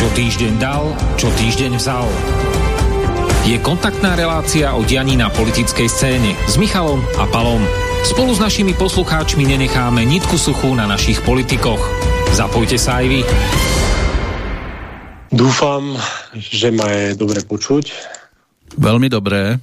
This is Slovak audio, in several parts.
Čo týždeň dal, čo týždeň vzal. Je kontaktná relácia o dianí na politickej scéne s Michalom a Palom. Spolu s našimi poslucháčmi nenecháme nitku suchú na našich politikoch. Zapojte sa aj vy. Dúfam, že ma je dobre počuť. Veľmi dobré.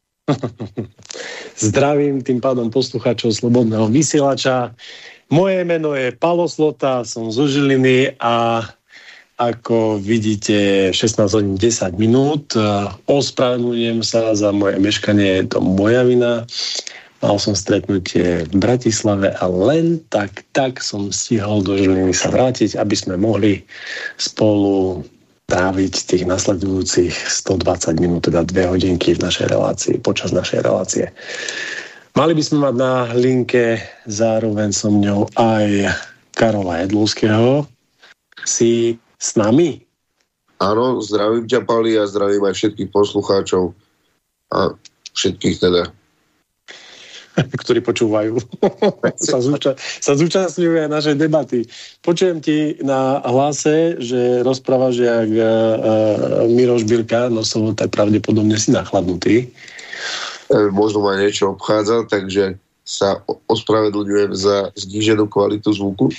Zdravím tým pádom poslucháčov Slobodného vysielača. Moje meno je Palo Slota, som zo Žiliny a ako vidíte 16 hodín 10 minút. Ospravedlňujem sa za moje meškanie, je to moja vina. Mal som stretnutie v Bratislave a len tak som stihol do Žiliny sa vrátiť, aby sme mohli spolu tráviť tých nasledujúcich 120 minút, teda 2 hodinky v našej relácii, počas našej relácie. Mali by sme mať na linke zároveň so mňou aj Karola Jedlovského. Si s nami? Áno, zdravím ťa, Pali, a zdravím aj všetkých poslucháčov a všetkých teda ktorí počúvajú. sa zúčastňujú aj našej debaty. Počujem ti na hlase, že rozprávaš jak Miroš Birka, no som tak pravdepodobne si nachladnutý. Možno ma niečo obchádza, takže sa ospravedlňujem za zníženú kvalitu zvuku.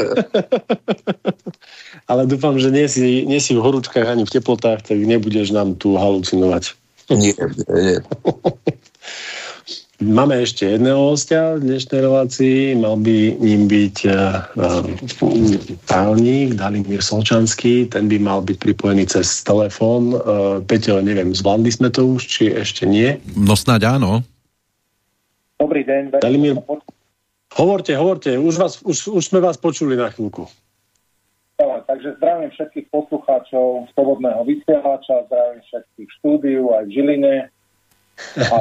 Ale dúfam, že nie si v horúčkach ani v teplotách, tak nebudeš nám tu halucinovať. Nie. Máme ešte jedného hostia v dnešnej relácii. Mal by ním byť právnik Dalimír Solčanský. Ten by mal byť pripojený cez telefón. Peťo, neviem, zvládli sme to už, či ešte nie? No snáď áno. Dobrý deň. Dalimír, hovorte. Už sme vás počuli na chvíľku. Takže zdravím všetkých poslucháčov Slobodného vysielača, zdravím všetkých v štúdiu aj v Žiline. A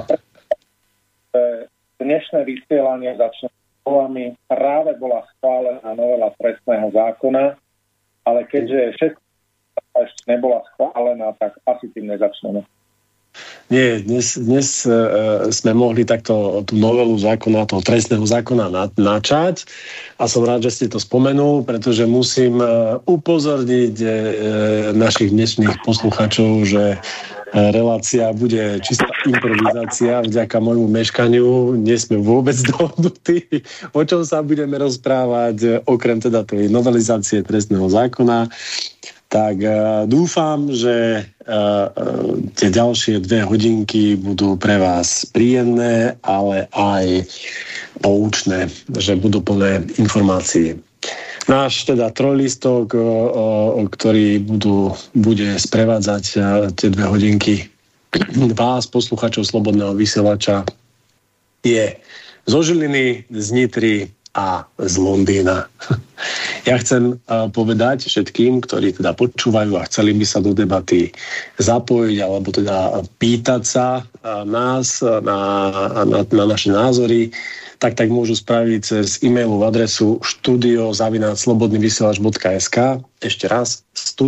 dnešné vysielanie začne slovami: práve bola schválená novela trestného zákona, ale keďže všetko ešte nebola schválená, tak asi tým nezačneme. Nie, dnes sme mohli takto tú novelu zákona, toho trestného zákona načať a som rád, že ste to spomenul, pretože musím upozorniť našich dnešných posluchačov, že relácia bude čistá improvizácia vďaka môjmu meškaniu. Nie sme vôbec dohodnutí, o čom sa budeme rozprávať, okrem teda tej novelizácie trestného zákona. Tak dúfam, že tie ďalšie 2 hodinky budú pre vás príjemné, ale aj poučné, že budú plné informácií. Náš teda trojlistok, ktorý bude sprevádzať tie 2 hodinky vás, posluchačov Slobodného vysielača, je zo Žiliny, z Nitry a z Londýna. Ja chcem povedať všetkým, ktorí teda počúvajú a chceli by sa do debaty zapojiť alebo teda pýtať sa nás na naše názory, tak môžu spraviť cez e-mailovú adresu studio@slobodnyvysielac.sk. Ešte raz,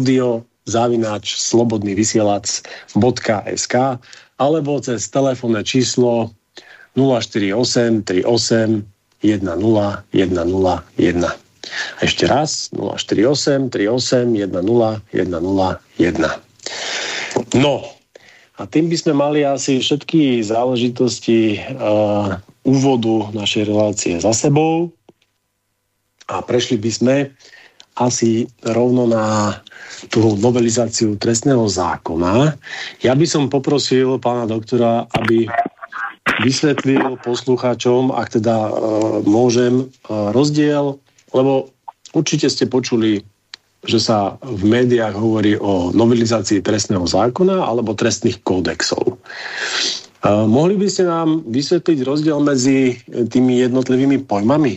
studio@slobodnyvysielac.sk alebo cez telefónne číslo 048 38 10 101. Ešte raz 048 38 10 101. No, a tým by sme mali asi všetky záležitosti úvodu našej relácie za sebou a prešli by sme asi rovno na tú novelizáciu trestného zákona. Ja by som poprosil pána doktora, aby vysvetlil poslucháčom, ak teda môžem, rozdiel, lebo určite ste počuli, že sa v médiách hovorí o novelizácii trestného zákona alebo trestných kódexov. Mohli by ste nám vysvetliť rozdiel medzi tými jednotlivými pojmami?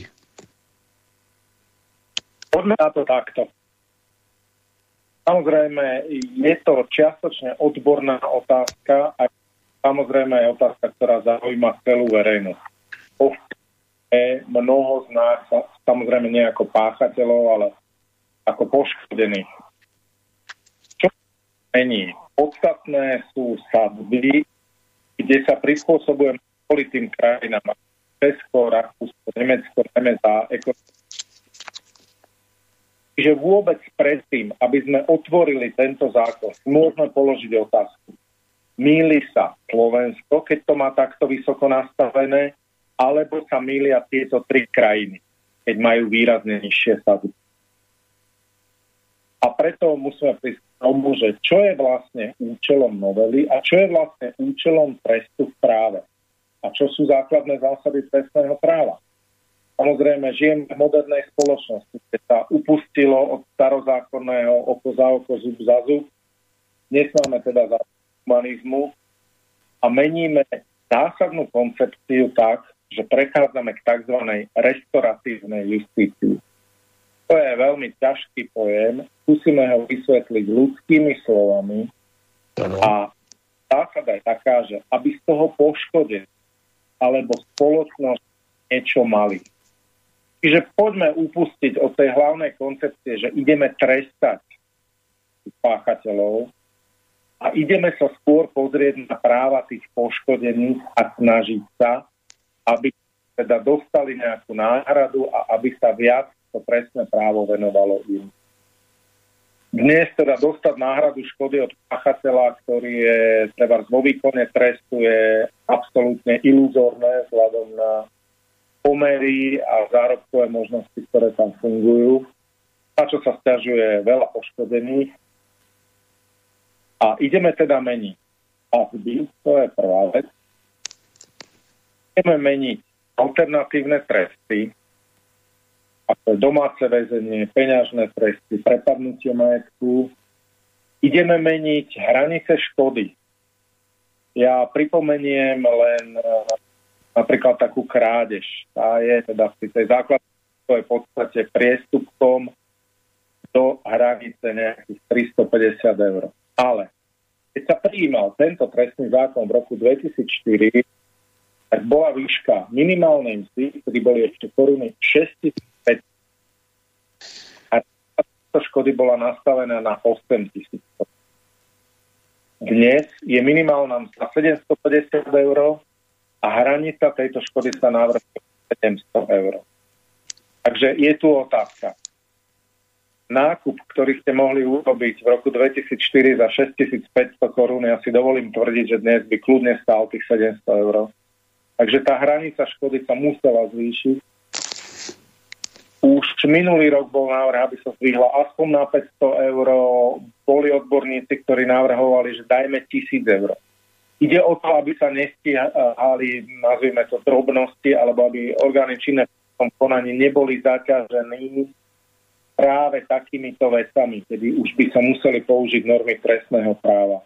Poďme na to takto. Samozrejme, je to čiastočne odborná otázka a samozrejme je otázka, ktorá zaujíma celú verejnosť. Mnoho z nás, samozrejme nie ako páchateľov, ale ako poškodených. Čo mení? Podstatné sú sadzby, kde sa prispôsobujeme okolitým krajinám. Česko, Rakúsko, Nemecko, najmä za Čiže vôbec predtým, aby sme otvorili tento zákon, môžeme položiť otázku. Mýli sa Slovensko, keď to má takto vysoko nastavené, alebo sa mýlia tieto 3 krajiny, keď majú výrazne nižšie sadzby. A preto musíme prísť k tomu, že čo je vlastne účelom novely a čo je vlastne účelom trestu v práve. A čo sú základné zásady trestného práva. Samozrejme, žijeme v modernej spoločnosti, keď sa upustilo od starozákonného oko za oko, zub za zub. Dnes máme teda humanizmu a meníme zásadnú koncepciu tak, že prechádzame k tzv. Restoratívnej justícii. To je veľmi ťažký pojem, skúsime ho vysvetliť ľudskými slovami a zásada je taká, že aby z toho poškodený alebo spoločnosť niečo mali. Čiže poďme upustiť od tej hlavnej koncepcie, že ideme trestať páchateľov a ideme sa skôr pozrieť na práva tých poškodených a snažiť sa, aby teda dostali nejakú náhradu a aby sa viac to trestné právo venovalo im. Dnes teda dostať náhradu škody od páchateľa, ktorý je treba vo výkone trestu, je absolútne iluzórne vzhľadom na pomery a zárobkové možnosti, ktoré tam fungujú. Na čo sa sťažuje veľa poškodených. A ideme teda meniť sadzby, to je prvá vec. Ideme meniť alternatívne tresty, ako je domáce väzenie, peňažné tresty, prepadnutie majetku. Ideme meniť hranice škody. Ja pripomeniem len napríklad takú krádež. Tá je teda v tej základnej, to je v podstate priestupkom do hranice nejakých 350 eur. Ale keď sa prijímal tento trestný zákon v roku 2004, tak bola výška minimálnej mzdy, ktorý boli ešte koruny 6,500 a táto škody bola nastavená na 8,000. Dnes je minimálna mzda 750 eur a hranica tejto škody sa navrhuje 700 eur. Takže je tu otázka. Nákup, ktorý ste mohli urobiť v roku 2004 za 6500 korún, ja si dovolím tvrdiť, že dnes by kľudne stál tých 700 eur. Takže tá hranica škody sa musela zvýšiť. Už minulý rok bol návrh, aby sa zvýhla aspoň na 500 eur. Boli odborníci, ktorí navrhovali, že dajme 1000 eur. Ide o to, aby sa nestíhali, nazvime to, drobnosti, alebo aby orgány činné v tom konaní neboli zaťažení práve takýmito vecami, kedy už by sa museli použiť normy trestného práva.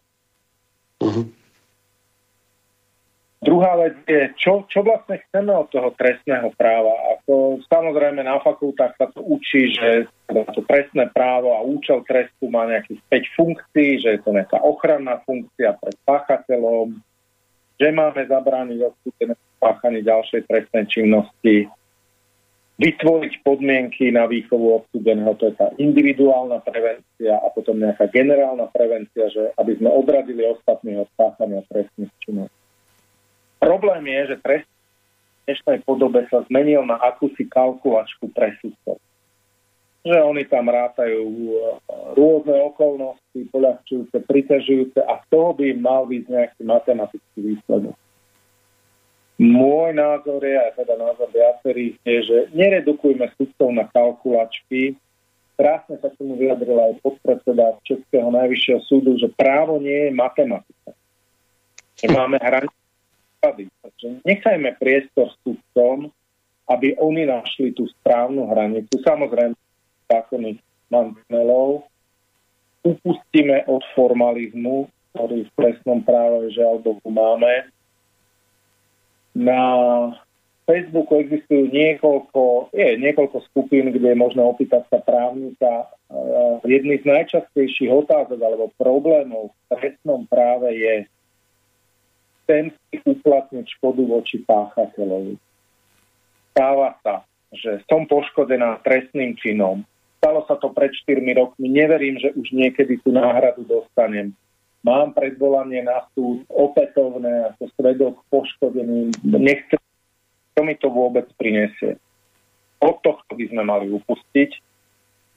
Druhá vec je, čo vlastne chceme od toho trestného práva. Ako, samozrejme na fakultách sa to učí, že to trestné právo a účel trestu má nejakých 5 funkcií, že je to nejaká ochranná funkcia pred páchateľom, že máme zabrániť odsúdenému páchaniu ďalšej trestnej činnosti, vytvoriť podmienky na výchovu odsúdeného, to je tá individuálna prevencia a potom nejaká generálna prevencia, že aby sme odradili ostatných od páchania trestných činností. Problém je, že trest v dnešnej podobe sa zmenil na akúsi kalkulačku pre sudcov. Že oni tam rátajú rôzne okolnosti, poľahčujúce, priťažujúce a z toho by im mal byť nejaký matematický výsledok. Môj názor je, a teda názor viacerých, je, že neredukujme sudcov na kalkulačky. Krásne sa k tomu vyjadrila aj podpredseda Českého najvyššieho súdu, že právo nie je matematika. Že máme hranice. Takže nechajme priestor sudcom, aby oni našli tú správnu hranicu. Samozrejme, zákonných mantinelov. Upustíme od formalizmu, ktorý v trestnom práve žiaľ Bohu máme. Na Facebooku existujú niekoľko skupín, kde je možno opýtať sa právnika. Jedný z najčastejších otázok alebo problémov v trestnom práve je ten si uplatniť škodu voči páchateľovi. Stáva sa, že som poškodená trestným činom. Stalo sa to pred 4 rokmi. Neverím, že už niekedy tú náhradu dostanem. Mám predvolanie na súd opätovné ako svedok poškodený. Nechcem, čo mi to vôbec prinesie. Od tohto by sme mali upustiť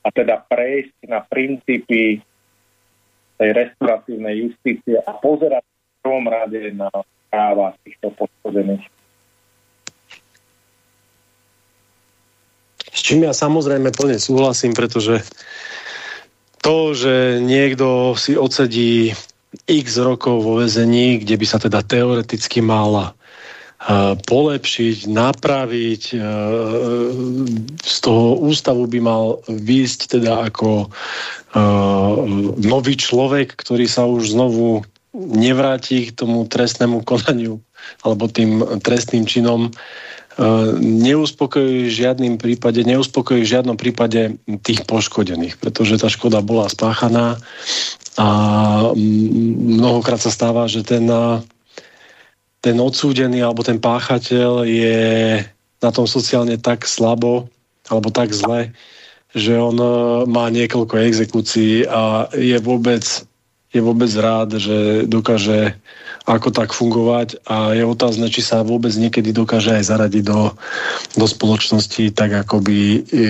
a teda prejsť na princípy tej restauratívnej justície a pozerať v prvom rade na práva týchto poškodených. S čím ja samozrejme plne súhlasím, pretože to, že niekto si odsedí x rokov vo väzení, kde by sa teda teoreticky mal polepšiť, napraviť, z toho ústavu by mal výjsť teda ako nový človek, ktorý sa už znovu nevráti k tomu trestnému konaniu alebo tým trestným činom, neuspokojí v žiadnom prípade tých poškodených, pretože tá škoda bola spáchaná a mnohokrát sa stáva, že ten odsúdený alebo ten páchateľ je na tom sociálne tak slabo alebo tak zle, že on má niekoľko exekúcií a je vôbec rád, že dokáže ako tak fungovať a je otázne, či sa vôbec niekedy dokáže aj zaradiť do spoločnosti tak, ako by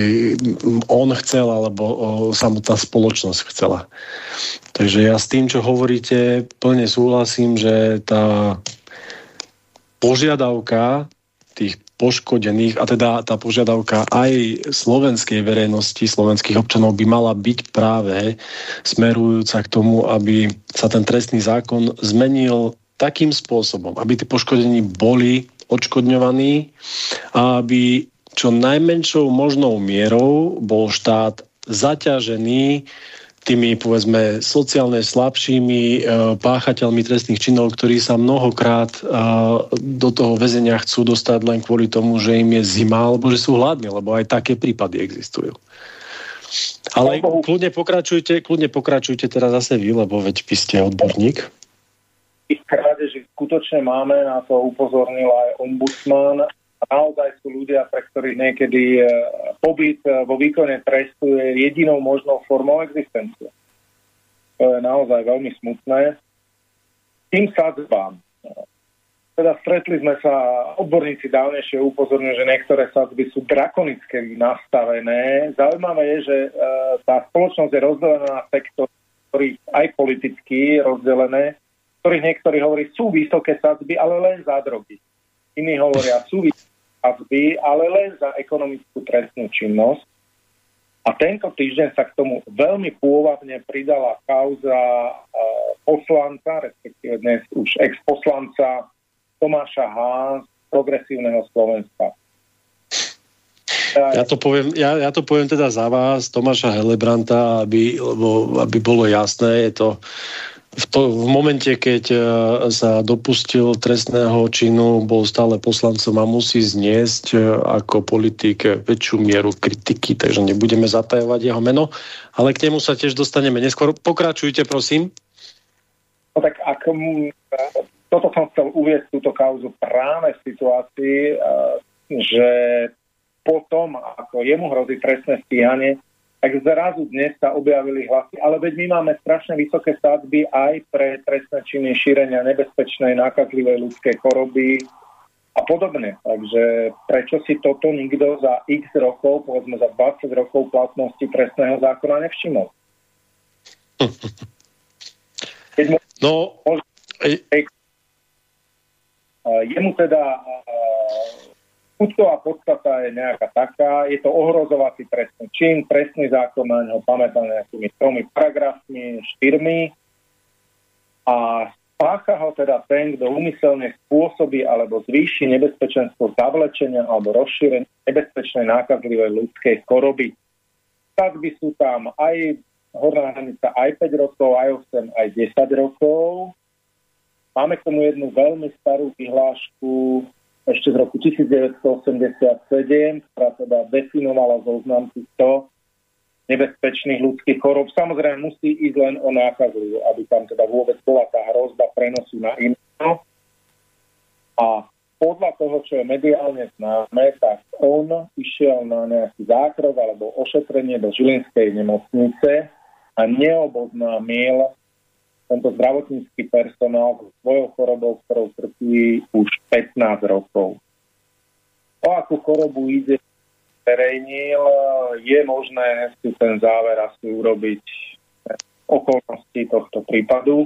on chcel, alebo samotná spoločnosť chcela. Takže ja s tým, čo hovoríte, plne súhlasím, že tá požiadavka tých poškodených, a teda tá požiadavka aj slovenskej verejnosti, slovenských občanov by mala byť práve smerujúca k tomu, aby sa ten trestný zákon zmenil takým spôsobom, aby tí poškodení boli odškodňovaní a aby čo najmenšou možnou mierou bol štát zaťažený tými, povedzme, sociálne slabšími páchateľmi trestných činov, ktorí sa mnohokrát do toho väzenia chcú dostať len kvôli tomu, že im je zima, alebo že sú hladní, lebo aj také prípady existujú. Ale kľudne pokračujte teraz zase vy, lebo veď vy ste odborník. Ich krádeži skutočne máme, na to upozornil aj ombudsman. Naozaj sú ľudia, pre ktorých niekedy pobyt vo výkone trestu je jedinou možnou formou existencie. To je naozaj veľmi smutné. Tým sadzbám. Teda stretli sme sa, odborníci dávnejšie upozorňujú, že niektoré sadzby sú drakonické nastavené. Zaujímavé je, že tá spoločnosť je rozdelená na sektory, aj politicky rozdelené, ktorých niektorí hovorí, sú vysoké sadzby, ale len za drogy. Iní hovoria, sú sadzby, ale len za ekonomickú trestnú činnosť. A tento týždeň sa k tomu veľmi pôvabne pridala kauza poslanca, respektíve dnes už ex-poslanca Tomáša H. z Progresívneho Slovenska. Ja to poviem teda za vás, Tomáša Helebranta, aby bolo jasné, je to v momente, keď sa dopustil trestného činu, bol stále poslancom a musí zniesť ako politik väčšiu mieru kritiky, takže nebudeme zatajovať jeho meno, ale k nemu sa tiež dostaneme neskôr. Pokračujte, prosím. No tak toto som chcel uviesť túto kauzu práve v situácii, že potom, ako jemu hrozí trestné stíhanie, tak zrazu dnes sa objavili hlasy, ale veď my máme strašne vysoké sadzby aj pre trestné činy šírenia nebezpečnej nákazlivej ľudskej choroby a podobne. Takže prečo si toto nikto za x rokov, povedzme za 20 rokov platnosti trestného zákona nevšimol? Jemu teda skutková podstata je nejaká taká, je to ohrozovací trestný čin, trestný zákon na neho pamätá nejakými 3 paragrafmi, 4 a spácha ho teda ten, kto úmyselne spôsobí alebo zvýši nebezpečenstvo zavlečenia alebo rozšírenia nebezpečnej nákazlivej ľudskej choroby. Tak by sú tam aj horná hranica aj 5 rokov, aj 8, aj 10 rokov. Máme k tomu jednu veľmi starú vyhlášku ešte z roku 1987, ktorá teda definovala zoznam týchto nebezpečných ľudských chorób. Samozrejme musí ísť len o nákazu, aby tam teda vôbec bola tá hrozba prenosu na iného. A podľa toho, čo je mediálne známe, tak on išiel na nejaký zákrok alebo ošetrenie do Žilinskej nemocnice a neoboznámil tento zdravotnícky personál so svojou chorobou, ktorou trpí už 15 rokov. O akú chorobu ide, zverejnil, je možné si ten záver asi urobiť okolnosti tohto prípadu.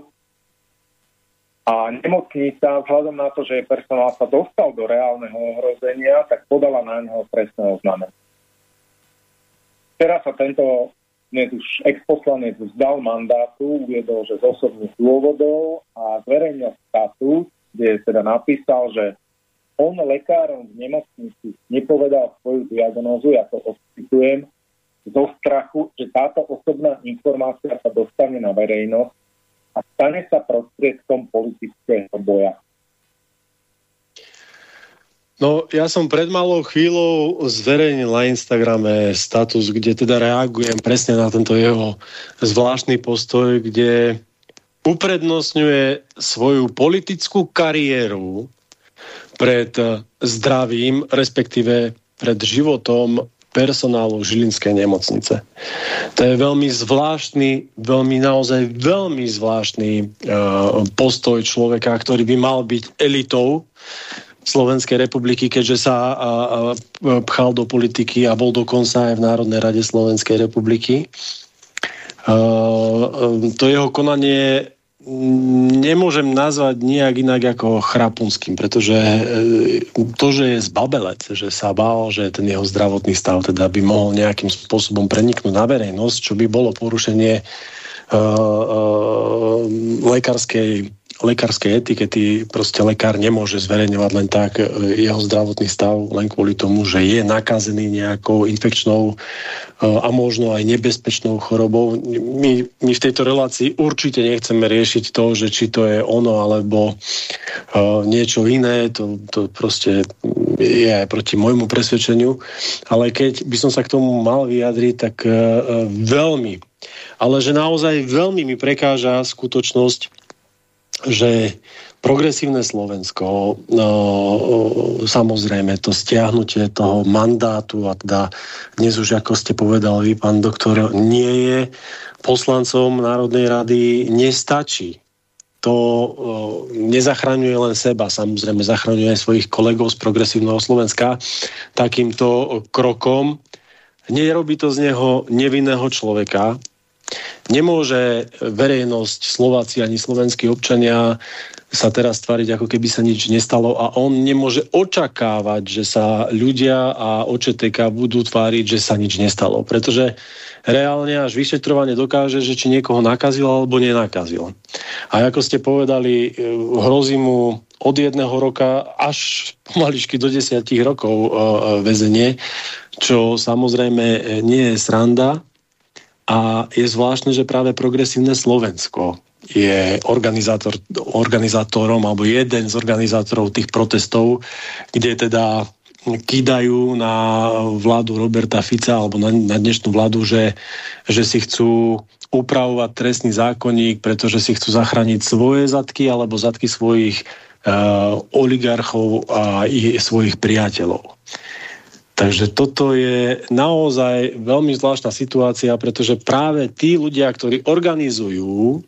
A nemocnica, vzhľadom na to, že personál sa dostal do reálneho ohrozenia, tak podala na neho trestné oznámenie. Včera sa tento dnes už ex-poslanec vzdal mandátu, uviedol, že z osobných dôvodov a zverejnil štatút, kde teda napísal, že on lekárom v nemocnici nepovedal svoju diagnózu, ja to odcitujem, zo strachu, že táto osobná informácia sa dostane na verejnosť a stane sa prostriedkom politického boja. No, ja som pred malou chvíľou zverejnil na Instagrame status, kde teda reagujem presne na tento jeho zvláštny postoj, kde uprednostňuje svoju politickú kariéru pred zdravím, respektíve pred životom personálu Žilinskej nemocnice. To je veľmi zvláštny, naozaj veľmi zvláštny postoj človeka, ktorý by mal byť elitou Slovenskej republiky, keďže sa pchal do politiky a bol dokonca aj v Národnej rade Slovenskej republiky. To jeho konanie nemôžem nazvať nijak inak ako chrapunským, pretože to, že je zbabelec, že sa bál, že ten jeho zdravotný stav teda by mohol nejakým spôsobom preniknúť na verejnosť, čo by bolo porušenie lekárskej etikety, proste lekár nemôže zverejňovať len tak jeho zdravotný stav len kvôli tomu, že je nakazený nejakou infekčnou a možno aj nebezpečnou chorobou. My v tejto relácii určite nechceme riešiť to, že či to je ono alebo niečo iné, to proste je aj proti môjmu presvedčeniu, ale keď by som sa k tomu mal vyjadriť, tak veľmi, ale že naozaj veľmi mi prekáža skutočnosť, že progresívne Slovensko, samozrejme to stiahnutie toho mandátu a teda dnes už, ako ste povedali, pán doktor, nie je poslancom Národnej rady, nestačí. To nezachraňuje len seba, samozrejme zachraňuje aj svojich kolegov z progresívneho Slovenska takýmto krokom. Nerobí to z neho nevinného človeka. Nemôže verejnosť, Slováci ani slovenskí občania sa teraz tváriť, ako keby sa nič nestalo a on nemôže očakávať, že sa ľudia a OČTK budú tváriť, že sa nič nestalo, pretože reálne až vyšetrovanie dokáže, že či niekoho nakazil alebo nenakazil. A ako ste povedali, hrozí mu od 1 roka až pomaličky do 10 rokov väzenie, čo samozrejme nie je sranda. A je zvláštne, že práve progresívne Slovensko je organizátorom alebo jeden z organizátorov tých protestov, kde teda kýdajú na vládu Roberta Fica alebo na dnešnú vládu, že si chcú upravovať trestný zákonník, pretože si chcú zachrániť svoje zadky alebo zadky svojich oligarchov a svojich priateľov. Takže toto je naozaj veľmi zvláštna situácia, pretože práve tí ľudia, ktorí organizujú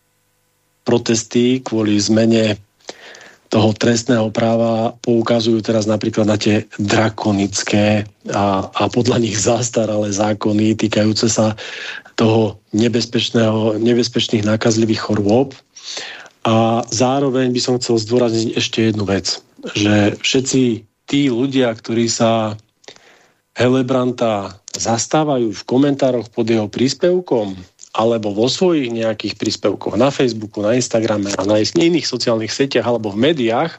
protesty kvôli zmene toho trestného práva, poukazujú teraz napríklad na tie drakonické a podľa nich zastaralé zákony týkajúce sa toho nebezpečných nákazlivých chorôb. A zároveň by som chcel zdôrazniť ešte jednu vec, že všetci tí ľudia, ktorí sa Helebranta zastávajú v komentároch pod jeho príspevkom alebo vo svojich nejakých príspevkoch na Facebooku, na Instagrame a na iných sociálnych sieťach alebo v médiách,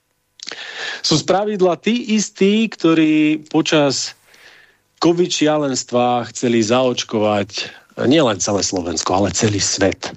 sú spravidla tí istí, ktorí počas COVID šialenstva chceli zaočkovať nielen celé Slovensko, ale celý svet.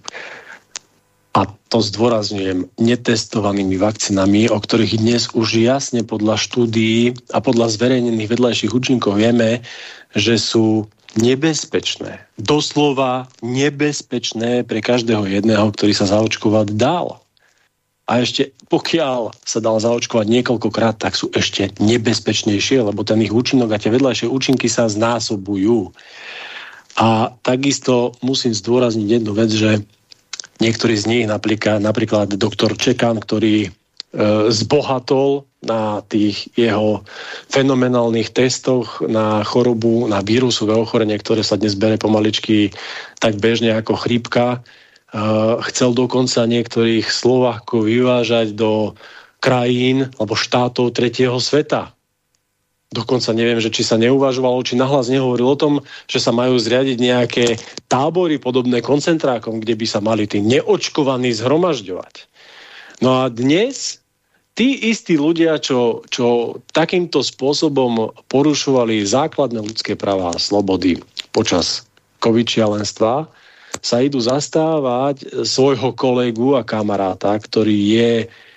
A to zdôrazňujem netestovanými vakcínami, o ktorých dnes už jasne podľa štúdií a podľa zverejnených vedľajších účinkov vieme, že sú nebezpečné. Doslova nebezpečné pre každého jedného, ktorý sa zaočkovať dal. A ešte pokiaľ sa dal zaočkovať niekoľkokrát, tak sú ešte nebezpečnejšie, lebo ten ich účinok a tie vedľajšie účinky sa znásobujú. A takisto musím zdôrazniť jednu vec, že niektorí z nich, napríklad doktor Čekan, ktorý zbohatol na tých jeho fenomenálnych testoch na chorobu, na vírusové ochorenie, ktoré sa dnes bere pomaličky tak bežne ako chrípka. Chcel dokonca niektorých Slovákov vyvážať do krajín alebo štátov tretieho sveta. Dokonca neviem, že či sa neuvažovalo, či nahlas nehovoril o tom, že sa majú zriadiť nejaké tábory podobné koncentrákom, kde by sa mali tí neočkovaní zhromažďovať. No a dnes tí istí ľudia, čo takýmto spôsobom porušovali základné ľudské práva a slobody počas covidšialenstva, sa idú zastávať svojho kolegu a kamaráta, ktorý je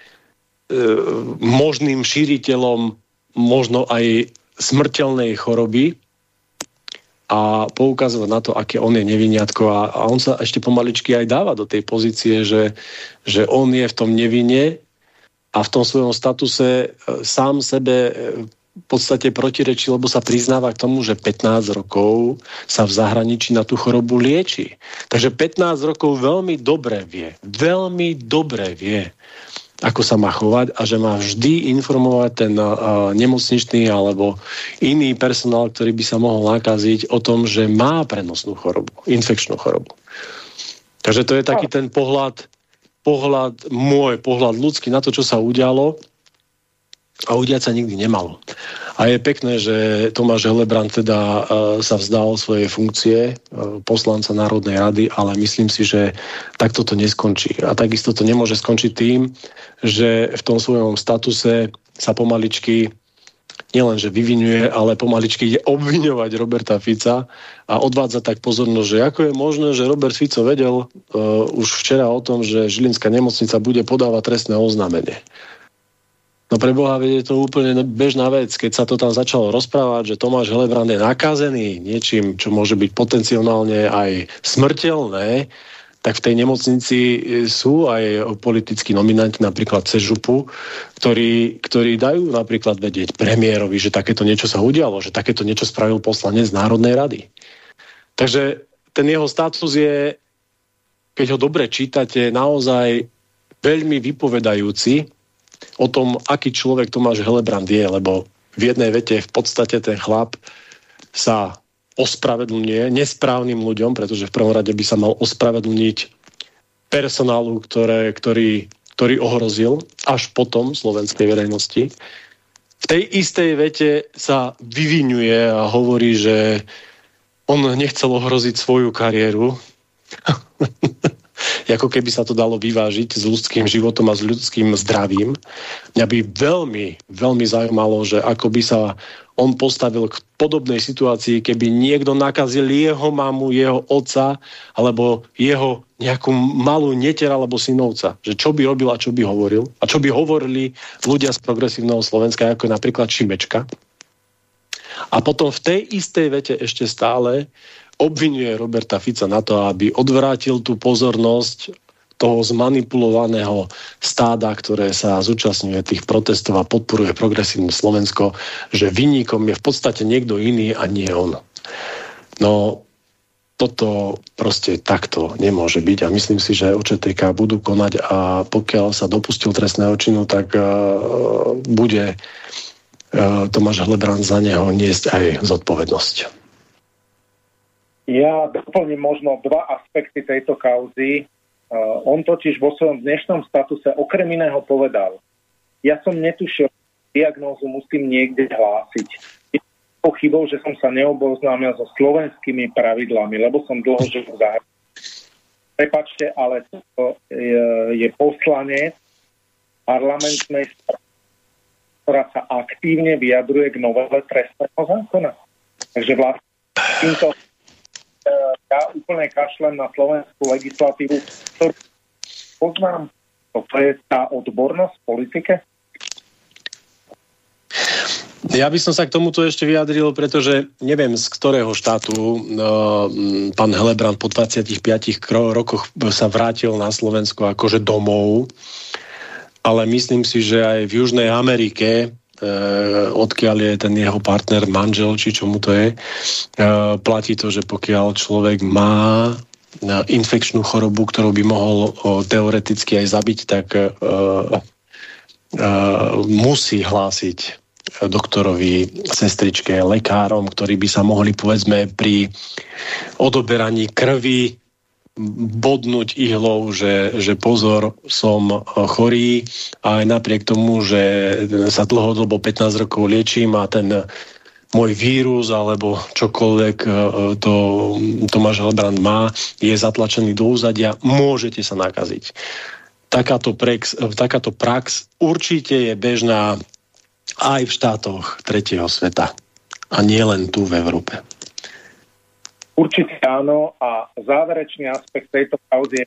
možným šíriteľom možno aj smrteľnej choroby a poukazovať na to, aké on je neviniatko a on sa ešte pomaličky aj dáva do tej pozície, že on je v tom nevine a v tom svojom statuse sám sebe v podstate protirečí, lebo sa priznáva k tomu, že 15 rokov sa v zahraničí na tú chorobu lieči. Takže 15 rokov veľmi dobre vie, ako sa má chovať a že má vždy informovať ten nemocničný alebo iný personál, ktorý by sa mohol nakaziť o tom, že má prenosnú chorobu, infekčnú chorobu. Takže to je taký ten pohľad ľudský na to, čo sa udialo a udiať sa nikdy nemalo. A je pekné, že Tomáš Helebrant teda sa vzdal svojej funkcie poslanca Národnej rady, ale myslím si, že takto to neskončí. A takisto to nemôže skončiť tým, že v tom svojom statuse sa pomaličky nielenže vyvinuje, ale pomaličky ide obviňovať Roberta Fica a odvádza tak pozornosť, že ako je možné, že Robert Fico vedel už včera o tom, že Žilinská nemocnica bude podávať trestné oznámenie. No pre Boha, je to úplne bežná vec. Keď sa to tam začalo rozprávať, že Tomáš Helebrant je nakazený niečím, čo môže byť potenciálne aj smrteľné, tak v tej nemocnici sú aj politickí nominanti, napríklad CŽUPu, ktorí dajú napríklad vedieť premiérovi, že takéto niečo sa udialo, že takéto niečo spravil poslanec Národnej rady. Takže ten jeho status je, keď ho dobre čítate, naozaj veľmi vypovedajúci o tom, aký človek Tomáš Helebrant je, lebo v jednej vete v podstate ten chlap sa ospravedlňuje nesprávnym ľuďom, pretože v prvom rade by sa mal ospravedlniť personálu, ktorý ohrozil až potom slovenskej verejnosti. V tej istej vete sa vyviňuje a hovorí, že on nechcel ohroziť svoju kariéru. Ako keby sa to dalo vyvážiť s ľudským životom a s ľudským zdravím. Mňa by veľmi, veľmi zaujímalo, že ako by sa on postavil k podobnej situácii, keby niekto nakazil jeho mamu, jeho otca, alebo jeho nejakú malú neter alebo synovca. Že čo by robil a čo by hovoril. A čo by hovorili ľudia z progresívneho Slovenska, ako napríklad Šimečka. A potom v tej istej vete ešte stále obviňuje Roberta Fica na to, aby odvrátil tú pozornosť toho zmanipulovaného stáda, ktoré sa zúčastňuje tých protestov a podporuje progresívne Slovensko, že vinníkom je v podstate niekto iný a nie on. No, toto proste takto nemôže byť a myslím si, že ČTK budú konať a pokiaľ sa dopustil trestného činu, tak bude Tomáš Helebrant za neho niesť aj zodpovednosť. Ja doplním možno dva aspekty tejto kauzy. On totiž vo svojom dnešnom statuse okrem iného povedal: ja som netušil, diagnózu musím niekde hlásiť. Je pochybou, že som sa neoboznámil so slovenskými pravidlami, lebo som dlho žil v zahraničí. Prepáčte, ale to je poslanec parlamentnej strany, ktorá sa aktívne vyjadruje k novele trestného zákona. Takže vlastne týmto ja úplne kašlem na slovenskú legislatívu, ktorú poznám. To je tá odbornosť v politike? Ja by som sa k tomuto ešte vyjadril, pretože neviem, z ktorého štátu pán Helebrant po 25 rokoch sa vrátil na Slovensko akože domov, ale myslím si, že aj v Južnej Amerike, odkiaľ je ten jeho partner, manžel, či čomu to je, platí to, že pokiaľ človek má infekčnú chorobu, ktorú by mohol teoreticky aj zabiť, tak musí hlásiť doktorovi, sestričke, lekárom, ktorí by sa mohli, povedzme, pri odoberaní krvi bodnúť ihlou, že pozor, som chorý a aj napriek tomu, že sa dlhodobo 15 rokov liečím a ten môj vírus alebo čokoľvek to Tomáš Helebrant má, je zatlačený do úzadia, môžete sa nakaziť. Takáto prax určite je bežná aj v štátoch tretieho sveta a nie len tu v Európe. Určite áno a záverečný aspekt tejto kauzy je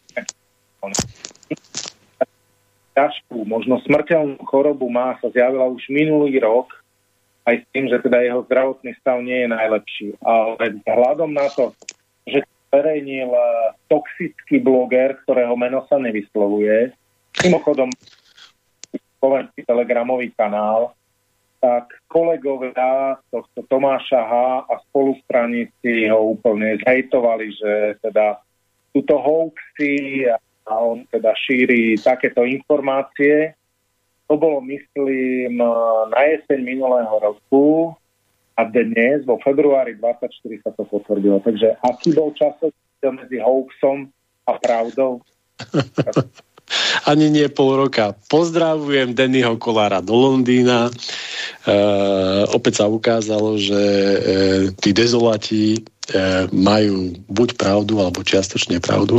ťažkú, možno smrteľnú chorobu sa zjavila už minulý rok, aj s tým, že teda jeho zdravotný stav nie je najlepší. Ale vzhľadom na to, že verejnil toxický bloger, ktorého meno sa nevyslovuje, mimochodom slovenský telegramový kanál, tak kolegovia tohto Tomáša H. a spolustraníci ho úplne zhejtovali, že teda túto hoaxy a on teda šíri takéto informácie. To bolo, myslím, na jeseň minulého roku a dnes, vo februári 24 sa to potvrdilo. Takže aký bol časový medzi hoaxom a pravdou? Ani nie pol roka. Pozdravujem Dannyho Kollára do Londýna. Opäť sa ukázalo, že tí dezolati majú buď pravdu, alebo čiastočne pravdu.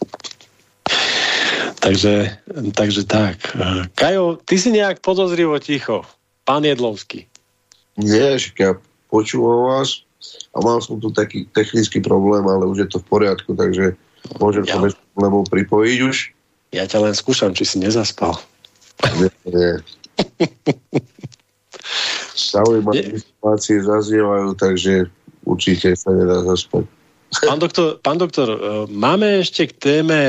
takže tak. Kajo, ty si nejak podozrivo ticho. Pán Jedlovský. Nie, ja počúvam vás a mal som tu taký technický problém, ale už je to v poriadku, takže môžem sa bez problémov pripojiť už. Ja ťa len skúšam, či si nezaspal. Nie. Zaujímavé informácie zaznievajú, takže určite sa nedá zaspať. Pán doktor, máme ešte k téme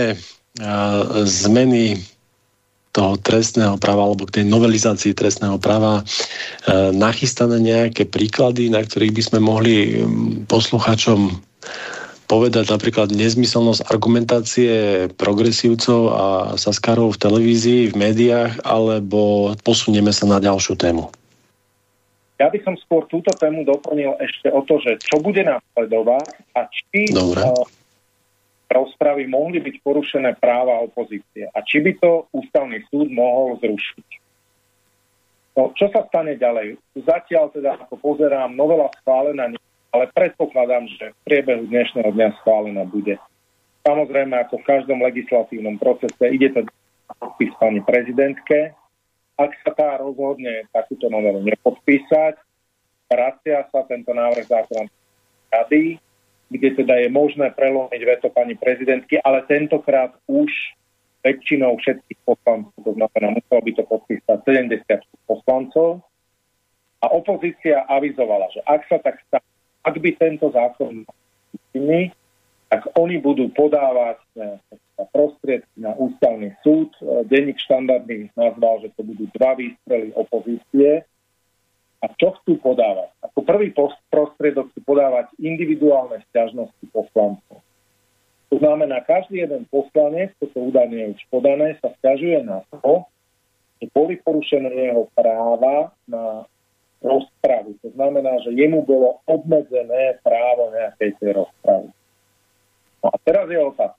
zmeny toho trestného práva alebo k tej novelizácii trestného práva nachystané nejaké príklady, na ktorých by sme mohli posluchačom povedať napríklad nezmyselnosť argumentácie progresívcov a saskárov v televízii, v médiách, alebo posunieme sa na ďalšiu tému? Ja by som skôr túto tému doplnil ešte o to, že čo bude nasledovať a či rozpravy mohli byť porušené práva opozície a či by to ústavný súd mohol zrušiť. No, čo sa stane ďalej? Zatiaľ teda, ako pozerám, novela schválená, ale predpokladám, že v priebehu dnešného dňa schválená bude. Samozrejme, ako v každom legislatívnom procese, ide to na podpis pani prezidentke. Ak sa tá rozhodne takúto novelu nepodpísať, vracia sa tento návrh zákona rady, kde teda je možné prelomiť veto pani prezidentky, ale tentokrát už väčšinou všetkých poslancov, to znamená, muselo by to podpísať 70 poslancov. A opozícia avizovala, že ak sa tak stane, ak by tento zákon iný, tak oni budú podávať prostriedky na ústavný súd. Denník Štandardný nazval, že to budú 2 výstrely opozície. A čo chcú podávať? Ako prvý prostriedok chcú podávať individuálne sťažnosti poslancov. To znamená, každý jeden poslanec, toto údajne je už podané, sa sťažuje na to, že boli porušené jeho práva na rozpravu. To znamená, že jemu bolo obmedzené právo nejakej tej rozpravy. No a teraz je otázka.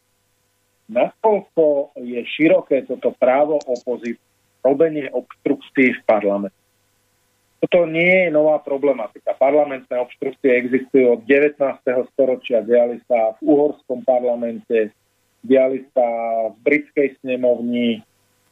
Nakoľko je široké toto právo opozície, robenie obštrukcií v parlamente? Toto nie je nová problematika. Parlamentné obštrukcie existujú od 19. storočia. Diali sa v uhorskom parlamente, diali sa v britskej snemovni.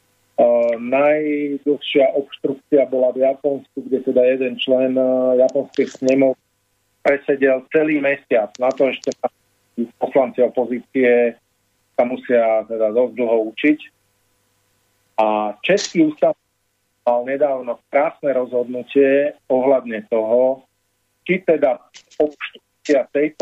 Najdlhšia obštrukcia bola v Japonsku, kde teda jeden člen japonskej snemovny presedel celý mesiac. Na to ešte poslanci opozície sa musia teda dosť dlho učiť. A Český ústav mal nedávno krásne rozhodnutie ohľadne toho, či teda obštrukcia tejto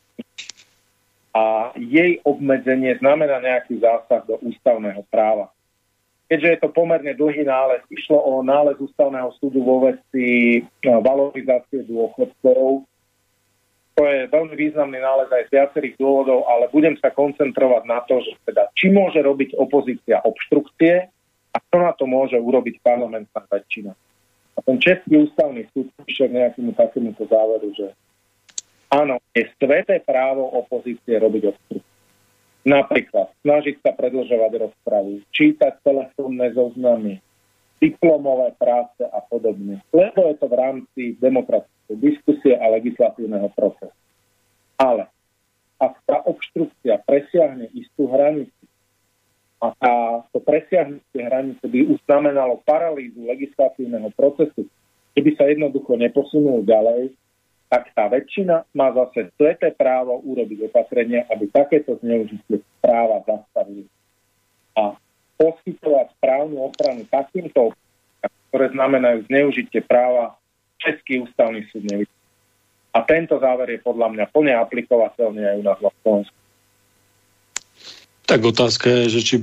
a jej obmedzenie znamená nejaký zásah do ústavného práva. Keďže je to pomerne dlhý nález, išlo o nález ústavného súdu vo veci valorizácie dôchodcov. To je veľmi významný nález aj z viacerých dôvodov, ale budem sa koncentrovať na to, že teda, či môže robiť opozícia obštrukcie A čo na to môže urobiť parlamentná väčšina? A ten český ústavný súd prišiel k nejakému takémuto záveru, že áno, je sveté právo opozície robiť obstrukciu. Napríklad snažiť sa predĺžovať rozpravy, čítať telefónne zoznamy, diplomové práce a podobne. Lebo je to v rámci demokratickej diskusie a legislatívneho procesu. Ale ak tá obštrukcia presiahne istú hranicu a to presiahnutie hranice by už znamenalo paralýzu legislatívneho procesu, keby sa jednoducho neposunul ďalej, tak tá väčšina má zase sveté právo urobiť opatrenia, aby takéto zneužitie práva zastavili. A poskytovať právnu ochranu takýmto, ktoré znamenajú zneužitie práva, Český ústavný súd nevidí. A tento záver je podľa mňa plne aplikovateľný aj u nás v Slovensku. Tak otázka je, že či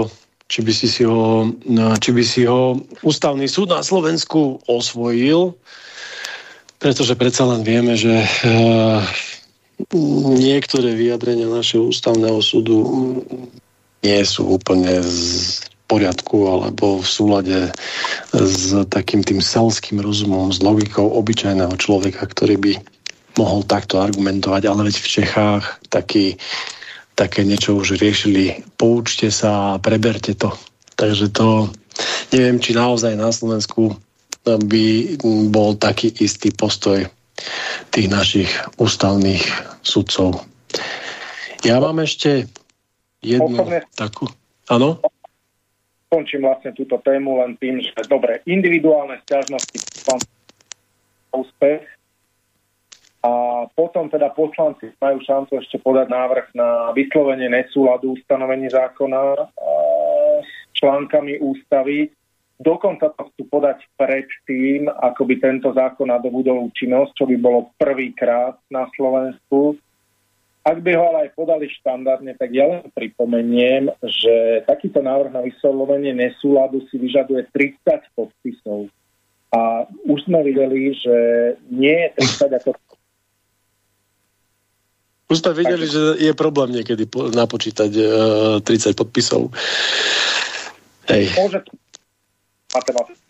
by si ho ústavný súd na Slovensku osvojil, pretože predsa len vieme, že niektoré vyjadrenia našeho ústavného súdu nie sú úplne v poriadku alebo v súlade s takým tým selským rozumom, s logikou obyčajného človeka, ktorý by mohol takto argumentovať, ale veď v Čechách také niečo už riešili. Poučte sa a preberte to. Takže to neviem, či naozaj na Slovensku by bol taký istý postoj tých našich ústavných sudcov. Ja mám ešte jednu takú... Áno? Končím vlastne túto tému len tým, že dobre, individuálne sťažnosti úspech a potom teda poslanci majú šancu ešte podať návrh na vyslovenie nesúladu ustanovení zákona s článkami ústavy. Dokonca to chcú podať pred tým, ako by tento zákon nadobudol účinnosť, čo by bolo prvýkrát na Slovensku. Ak by ho ale aj podali štandardne, tak ja len pripomeniem, že takýto návrh na vyslovenie nesúladu si vyžaduje 30 podpisov. A už sme videli, že nie je 30 ako... Už sme videli, že je problém niekedy napočítať 30 podpisov. Hej. Môže to matematicky.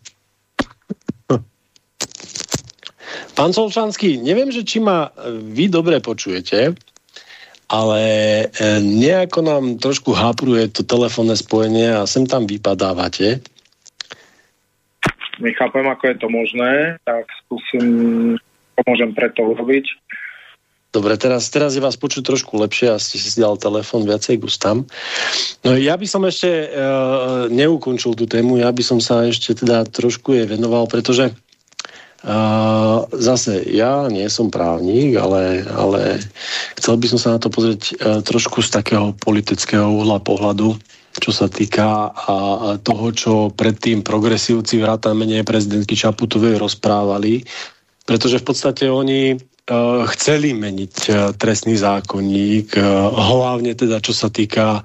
Pán Solčanský, neviem, že či ma vy dobre počujete, ale nejako nám trošku hápruje to telefónne spojenie a sem tam vypadávate. Nechápem, ako je to možné, tak skúsim, čo môžem preto urobiť. Dobre, teraz je vás počuť trošku lepšie a ste si dal telefón viacej gustám. No ja by som ešte neukončil tú tému, ja by som sa ešte teda trošku jej venoval, pretože zase ja nie som právnik, ale chcel by som sa na to pozrieť trošku z takého politického uhla pohľadu, čo sa týka toho, čo predtým progresívci vrátane prezidentky Čaputovej rozprávali, pretože v podstate oni chceli meniť trestný zákonník, hlavne teda čo sa týka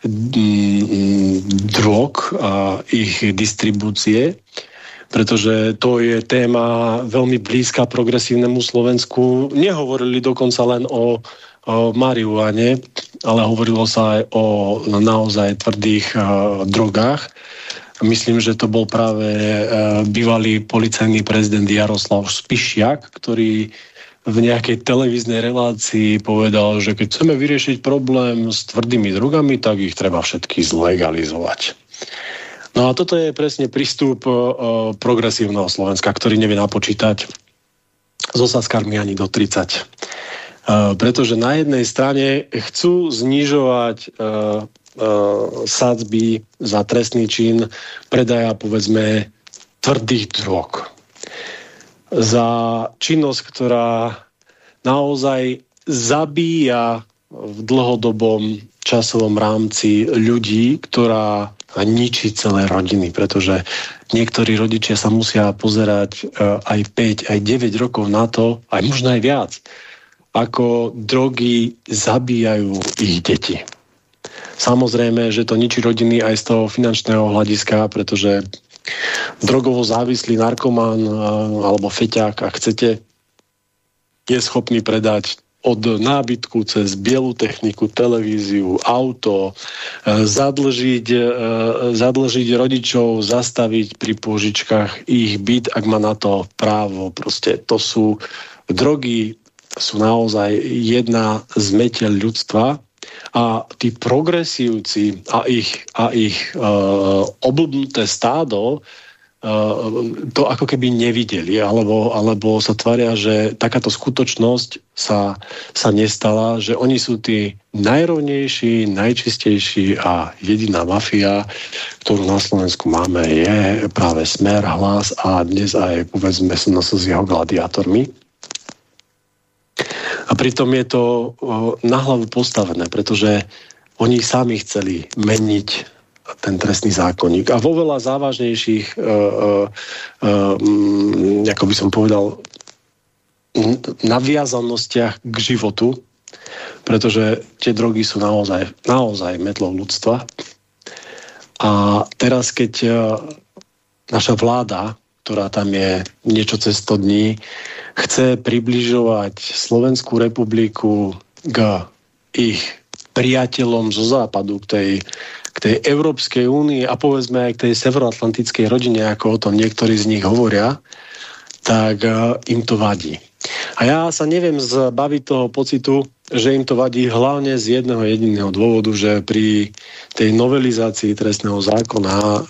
drog a ich distribúcie, pretože to je téma veľmi blízka progresívnemu Slovensku. Nehovorili dokonca len o marihuane, ale hovorilo sa aj o naozaj tvrdých drogách. Myslím, že to bol práve bývalý policajný prezident Jaroslav Spišiak, ktorý v nejakej televíznej relácii povedal, že keď chceme vyriešiť problém s tvrdými drogami, tak ich treba všetky zlegalizovať. No a toto je presne prístup progresívneho Slovenska, ktorý nevie napočítať so saskármi ani do 30. Pretože na jednej strane chcú znižovať sadzby za trestný čin predaja, povedzme, tvrdých drog. Za činnosť, ktorá naozaj zabíja v dlhodobom časovom rámci ľudí, ktorá ničí celé rodiny, pretože niektorí rodičia sa musia pozerať aj 5, aj 9 rokov na to, aj možno aj viac, ako drogy zabíjajú ich deti. Samozrejme, že to ničí rodiny aj z toho finančného hľadiska, pretože drogovo závislý narkoman alebo feťák, ak chcete, je schopný predať od nábytku cez bielu techniku, televíziu, auto, zadlžiť rodičov, zastaviť pri pôžičkách ich byt, ak má na to právo. Proste to sú drogy, sú naozaj jedna zmeteľ ľudstva a tí progresívci a ich oblbnuté stádo to ako keby nevideli, alebo sa tvária, že takáto skutočnosť sa nestala, že oni sú tí najrovnejší, najčistejší a jediná mafia, ktorú na Slovensku máme, je práve Smer, Hlas a dnes aj povedzme SNS s jeho gladiátormi. A pritom je to na hlavu postavené, pretože oni sami chceli meniť ten trestný zákonník. A vo veľa závažnejších, ako by som povedal, naviazanostiach k životu, pretože tie drogy sú naozaj metlou ľudstva. A teraz, keď naša vláda, ktorá tam je niečo cez 100 dní, chce približovať Slovenskú republiku k ich priateľom zo západu, k tej Európskej únii a povedzme aj k tej severoatlantickej rodine, ako o tom niektorí z nich hovoria, tak im to vadí. A ja sa neviem zbaviť toho pocitu, že im to vadí hlavne z jedného jediného dôvodu, že pri tej novelizácii trestného zákona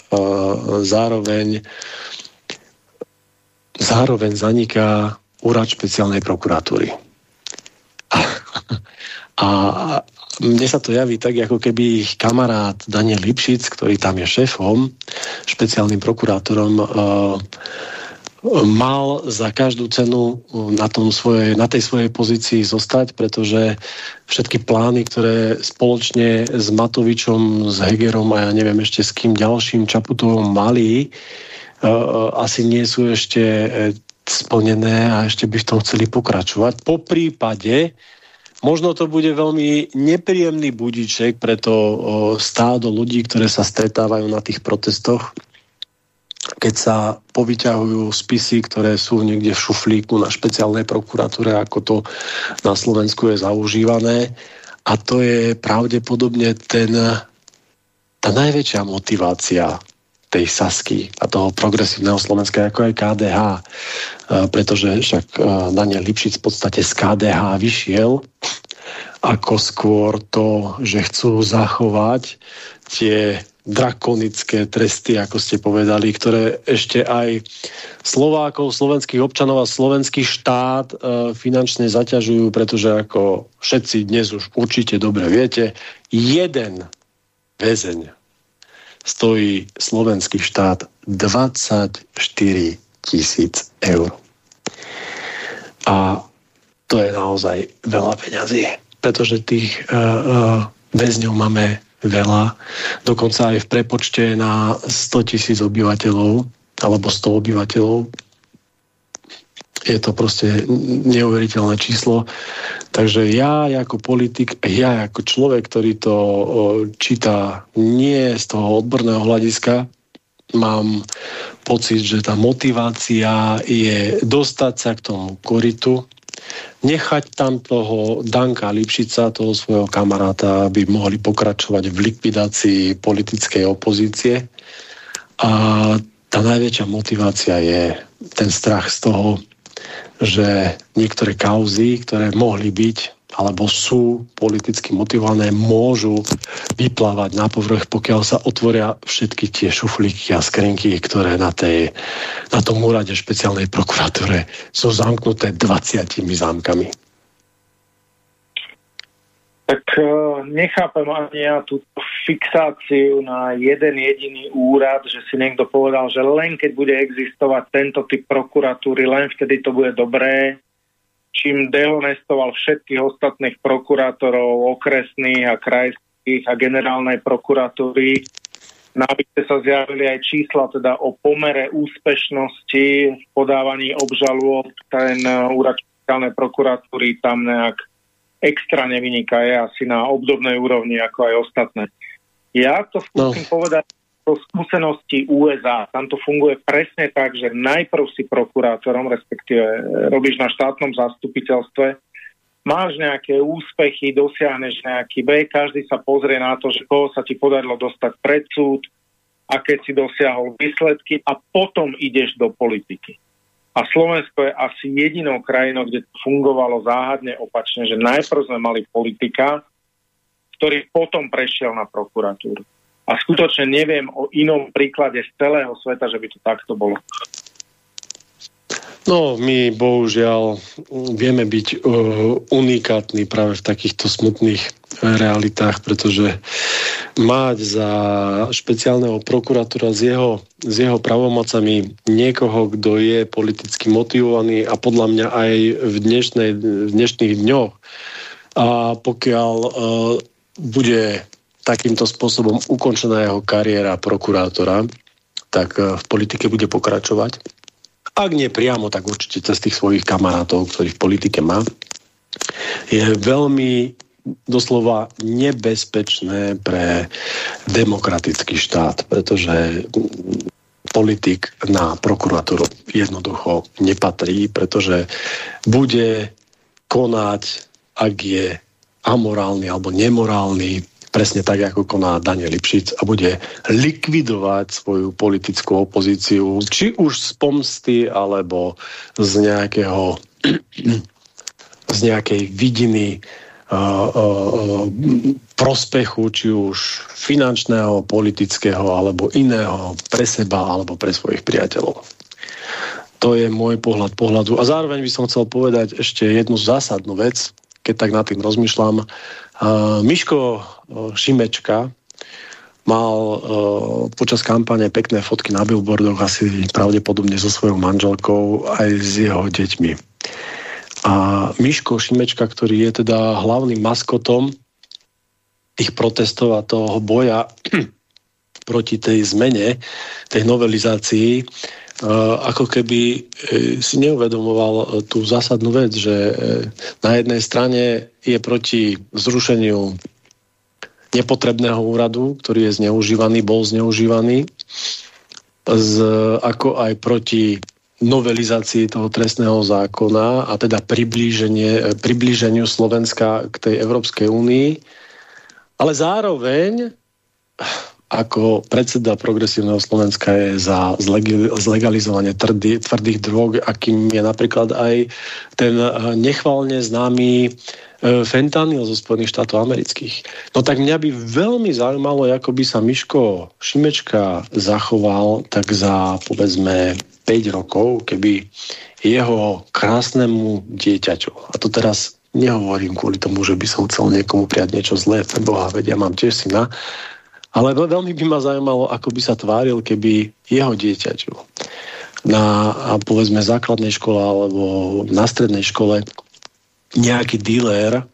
zároveň zaniká úrad špeciálnej prokuratúry. A mne sa to javí tak, ako keby ich kamarát Daniel Lipšic, ktorý tam je šéfom, špeciálnym prokurátorom, mal za každú cenu na tej svojej pozícii zostať, pretože všetky plány, ktoré spoločne s Matovičom, s Hegerom a ja neviem ešte s kým ďalším Čaputovom mali, asi nie sú ešte splnené a ešte by v tom chceli pokračovať. Po prípade možno to bude veľmi nepríjemný budíček pre to stádo ľudí, ktoré sa stretávajú na tých protestoch, keď sa povyťahujú spisy, ktoré sú niekde v šuflíku na špeciálnej prokuratúre, ako to na Slovensku je zaužívané. A to je pravdepodobne tá najväčšia motivácia tej Sasky a toho progresívneho Slovenska, ako aj KDH. Pretože však Daniel Lipšic v podstate z KDH vyšiel, ako skôr to, že chcú zachovať tie drakonické tresty, ako ste povedali, ktoré ešte aj Slovákov, slovenských občanov a slovenský štát finančne zaťažujú, pretože ako všetci dnes už určite dobre viete, jeden väzeň stojí slovenský štát 24 000 eur. A to je naozaj veľa peňazí, pretože tých väzňov máme veľa, dokonca aj v prepočte na 100 000 obyvateľov alebo 100 obyvateľov. Je to proste neuveriteľné číslo. Takže ja ako politik, ja ako človek, ktorý to číta nie z toho odborného hľadiska, mám pocit, že tá motivácia je dostať sa k tomu korytu, nechať tam toho Danka Lipšica, toho svojho kamaráta, aby mohli pokračovať v likvidácii politickej opozície. A tá najväčšia motivácia je ten strach z toho, že niektoré kauzy, ktoré mohli byť alebo sú politicky motivované, môžu vyplávať na povrch, pokiaľ sa otvoria všetky tie šuflíky a skrinky, ktoré na tom úrade špeciálnej prokuratúre sú zamknuté 20 zámkami. Tak nechápem ani ja tú fixáciu na jeden jediný úrad, že si niekto povedal, že len keď bude existovať tento typ prokuratúry, len vtedy to bude dobré, čím dehonestoval všetkých ostatných prokurátorov okresných a krajských a generálnej prokuratúry. Navyše sa zjavili aj čísla teda o pomere úspešnosti v podávaní obžalôb. Ten úrad špeciálnej prokuratúry tam nejak extra nevyniká, je asi na obdobnej úrovni ako aj ostatné. Ja to skúsim povedať o skúsenosti USA. Tam to funguje presne tak, že najprv si prokurátorom, respektíve robíš na štátnom zastupiteľstve, máš nejaké úspechy, dosiahneš nejaký beh, každý sa pozrie na to, že koho sa ti podarilo dostať pred súd, aké si dosiahol výsledky a potom ideš do politiky. A Slovensko je asi jedinou krajinou, kde to fungovalo záhadne opačne, že najprv sme mali politika, ktorý potom prešiel na prokuratúru. A skutočne neviem o inom príklade z celého sveta, že by to takto bolo. No, my bohužiaľ vieme byť unikátni práve v takýchto smutných realitách, pretože mať za špeciálneho prokurátora s jeho pravomocami niekoho, kto je politicky motivovaný a podľa mňa aj v dnešných dňoch. A pokiaľ bude takýmto spôsobom ukončená jeho kariéra prokurátora, tak v politike bude pokračovať. Ak nie priamo, tak určite cez tých svojich kamarátov, ktorých v politike má. Je veľmi doslova nebezpečné pre demokratický štát, pretože politik na prokuratúru jednoducho nepatrí, pretože bude konať, ak je amorálny alebo nemorálny, presne tak, ako koná Daniel Lipšic a bude likvidovať svoju politickú opozíciu, či už z pomsty, alebo z nejakej vidiny prospechu, či už finančného, politického, alebo iného pre seba, alebo pre svojich priateľov. To je môj pohľadu. A zároveň by som chcel povedať ešte jednu zásadnú vec, keď tak nad tým rozmýšľam. Miško Šimečka mal počas kampane pekné fotky na billboardoch, asi pravdepodobne so svojou manželkou aj s jeho deťmi. A Miško Šimečka, ktorý je teda hlavným maskotom tých protestov a toho boja proti tej zmene, tej novelizácii, ako keby si neuvedomoval tú zásadnú vec, že na jednej strane je proti zrušeniu nepotrebného úradu, ktorý je zneužívaný, bol zneužívaný, ako aj proti novelizácii toho trestného zákona a teda priblíženiu Slovenska k tej Európskej únii, ale zároveň ako predseda Progresívneho Slovenska je za zlegalizovanie tvrdých drog, akým je napríklad aj ten nechválne známy fentanyl zo Spojených štátov amerických. No tak mňa by veľmi zaujímalo, ako by sa Miško Šimečka zachoval tak za, povedzme, 5 rokov, keby jeho krásnemu dieťaťu, a to teraz nehovorím kvôli tomu, že by som chcel niekomu prijať niečo zlé, Boha, veď ja mám tiež syna, ale veľmi by ma zaujímalo, ako by sa tváril, keby jeho dieťaťu na, povedzme, základnej škole alebo na strednej škole nejaký díler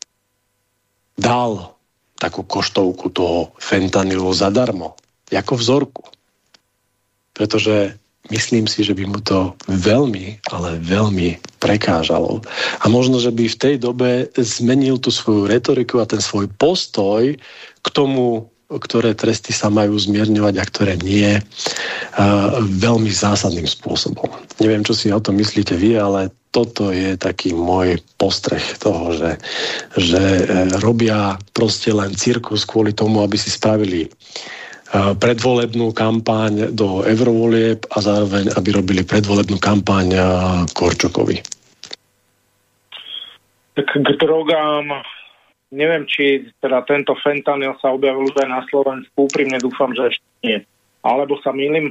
dal takú koštovku toho fentanylu zadarmo, ako vzorku. Pretože myslím si, že by mu to veľmi, ale veľmi prekážalo. A možno, že by v tej dobe zmenil tú svoju retoriku a ten svoj postoj k tomu, ktoré tresty sa majú zmierňovať a ktoré nie, veľmi zásadným spôsobom. Neviem, čo si o tom myslíte vy, ale toto je taký môj postreh toho, že robia proste len cirkus kvôli tomu, aby si spravili predvolebnú kampaň do eurovolieb a zároveň, aby robili predvolebnú kampaň Korčokovi. Tak k drogám, neviem, či teda tento fentanyl sa objavil už aj na Slovensku, úprimne dúfam, že ešte nie. Alebo sa mýlim?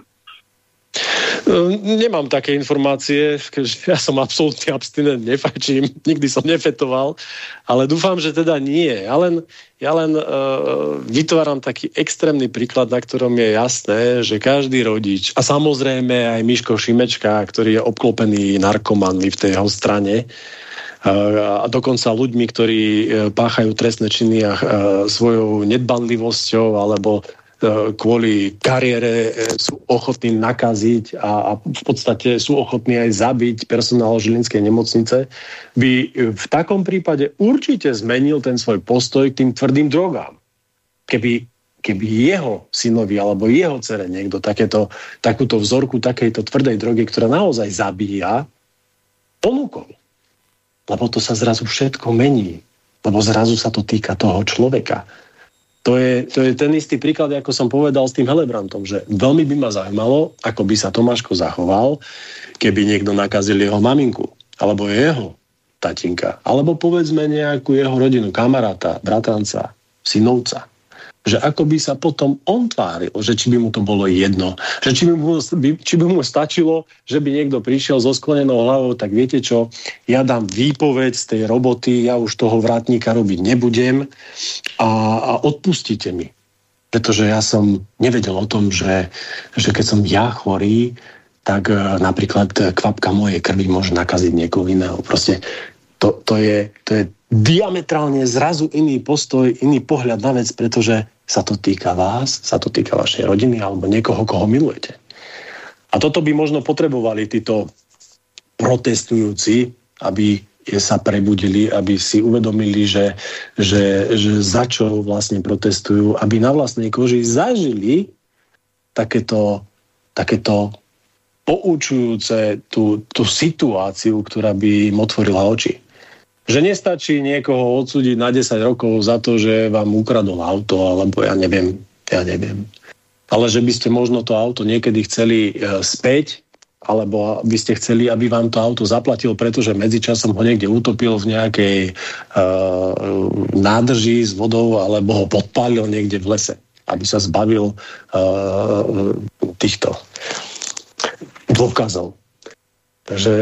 Nemám také informácie, ja som absolútne abstinent, nefajčím, nikdy som nefetoval, ale dúfam, že teda nie. Ja len vytváram taký extrémny príklad, na ktorom je jasné, že každý rodič, a samozrejme aj Miško Šimečka, ktorý je obklopený narkomanmi v tej jeho strane, a dokonca ľuďmi, ktorí páchajú trestné činy a svojou nedbanlivosťou alebo kvôli kariére sú ochotní nakaziť a v podstate sú ochotní aj zabiť personál Žilinskej nemocnice, by v takom prípade určite zmenil ten svoj postoj k tým tvrdým drogám. Keby jeho synovi alebo jeho dcere niekto takúto vzorku takejto tvrdej drogy, ktorá naozaj zabíja, ponúkol. lebo to sa zrazu všetko mení. Lebo zrazu sa to týka toho človeka. To je ten istý príklad, ako som povedal s tým Helebrantom, že veľmi by ma zaujímalo, ako by sa Tomáško zachoval, keby niekto nakazil jeho maminku, alebo jeho tatinka, alebo povedzme nejakú jeho rodinu, kamaráta, bratranca, synovca. Že ako by sa potom on tváril, že či by mu to bolo jedno, že či by mu stačilo, že by niekto prišiel so sklonenou hlavou, tak viete čo, ja dám výpoveď z tej roboty, ja už toho vrátnika robiť nebudem a odpustite mi. Pretože ja som nevedel o tom, že keď som ja chorý, tak napríklad kvapka mojej krvi môže nakaziť niekoho iného. Proste to je diametrálne zrazu iný postoj, iný pohľad na vec, pretože sa to týka vás, sa to týka vašej rodiny alebo niekoho, koho milujete. A toto by možno potrebovali títo protestujúci, aby sa prebudili, aby si uvedomili, že za čo vlastne protestujú, aby na vlastnej koži zažili takéto poučujúce tú situáciu, ktorá by im otvorila oči. Že nestačí niekoho odsúdiť na 10 rokov za to, že vám ukradol auto, alebo ja neviem. Ale že by ste možno to auto niekedy chceli späť, alebo by ste chceli, aby vám to auto zaplatil, pretože medzičasom ho niekde utopil v nejakej nádrži s vodou, alebo ho podpálil niekde v lese, aby sa zbavil týchto dôkazov. Takže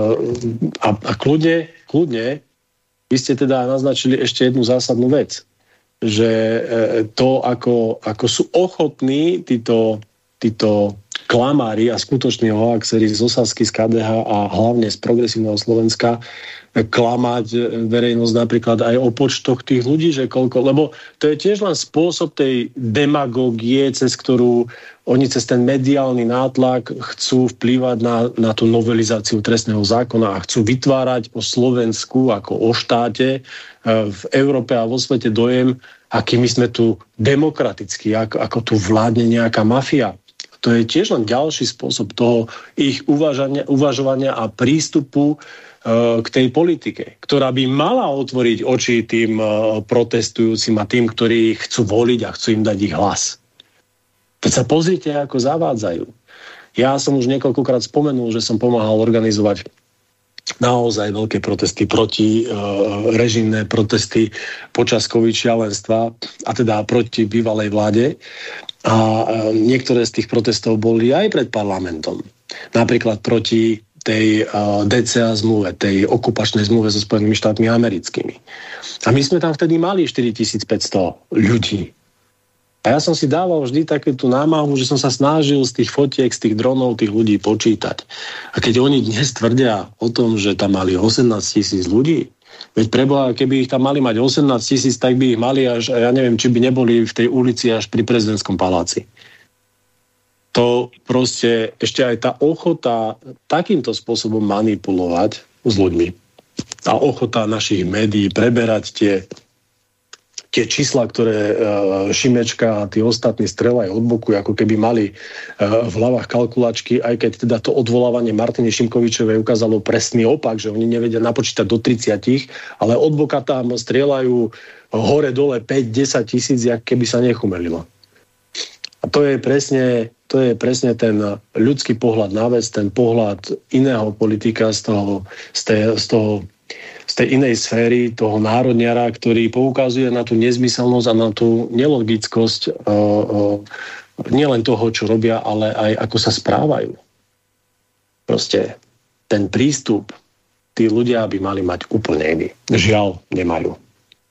a kľudne vy ste teda naznačili ešte jednu zásadnú vec, že to, ako sú ochotní títo klamári a skutoční hoaxeri z Osasky, z KDH a hlavne z Progresívneho Slovenska klamať verejnosť napríklad aj o počtoch tých ľudí, že koľko, lebo to je tiež len spôsob tej demagógie, cez ktorú oni cez ten mediálny nátlak chcú vplývať na tú novelizáciu trestného zákona a chcú vytvárať o Slovensku ako o štáte v Európe a vo svete dojem, aký my sme tu demokratickí, ako tu vládne nejaká mafia. To je tiež len ďalší spôsob toho ich uvažovania a prístupu k tej politike, ktorá by mala otvoriť oči tým protestujúcim a tým, ktorí chcú voliť a chcú im dať ich hlas. Keď sa pozrite, ako zavádzajú. Ja som už niekoľkokrát spomenul, že som pomáhal organizovať naozaj veľké protesty proti režimné protesty počas COVID šialenstva, a teda proti bývalej vláde. A niektoré z tých protestov boli aj pred parlamentom. Napríklad proti tej DCA zmluve, tej okupačnej zmluve so Spojenými štátmi americkými. A my sme tam vtedy mali 4500 ľudí. A ja som si dával vždy takú námahu, že som sa snažil z tých fotiek, z tých dronov tých ľudí počítať. A keď oni dnes tvrdia o tom, že tam mali 18 000 ľudí, veď preboha, keby ich tam mali mať 18 000, tak by ich mali až, ja neviem, či by neboli v tej ulici až pri prezidentskom paláci. To proste, ešte aj tá ochota takýmto spôsobom manipulovať s ľuďmi a ochota našich médií preberať tie čísla, ktoré Šimečka a tí ostatní strelajú od boku, ako keby mali v hlavách kalkulačky, aj keď teda to odvolávanie Martiny Šimkovičovej ukázalo presný opak, že oni nevedia napočítať do 30, ale od boka tam strieľajú hore-dole 5-10 tisíc, jak keby sa nechumelilo. A to je presne ten ľudský pohľad na vec, ten pohľad iného politika z tej inej sféry, toho národniara, ktorý poukazuje na tú nezmyselnosť a na tú nelogickosť nielen toho, čo robia, ale aj ako sa správajú. Proste ten prístup tí ľudia by mali mať úplne iný. Žiaľ, nemajú.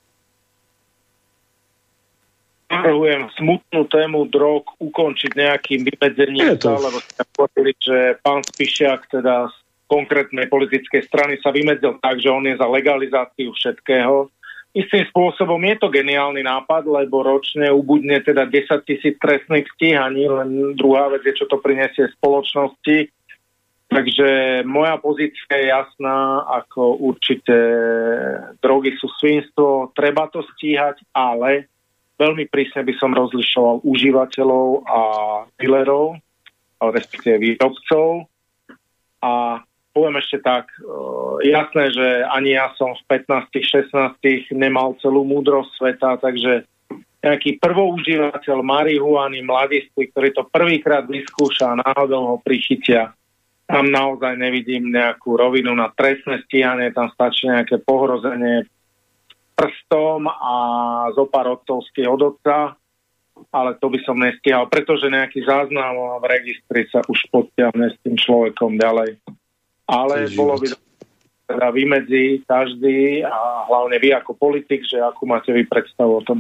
Navrhujem smutnú tému drog ukončiť nejakým vymedzením, lebo ste povedali, že pán Spišiak teda z konkrétnej politickej strany sa vymedzil tak, že on je za legalizáciu všetkého. Istým spôsobom je to geniálny nápad, lebo ročne ubudne teda 10 000 trestných stíhaní, len druhá vec je, čo to prinesie spoločnosti. Takže moja pozícia je jasná, ako určite drogy sú svinstvo, treba to stíhať, ale veľmi prísne by som rozlišoval užívateľov a dealerov, respektíve výrobcov. A poviem ešte tak, jasné, že ani ja som v 15-16 nemal celú múdrosť sveta, takže nejaký prvoužívateľ marihuany, mladiství, ktorý to prvýkrát vyskúša a náhodou ho prichytia, tam naozaj nevidím nejakú rovinu na trestné stíhanie, tam stačí nejaké pohrozenie prstom a zopár otcovský od otca, ale to by som nestíhal, pretože nejaký záznam v registri sa už podtiahne s tým človekom ďalej. Ale bolo by teda vymedzi každý a hlavne vy ako politik, že akú máte vy predstavu o tom?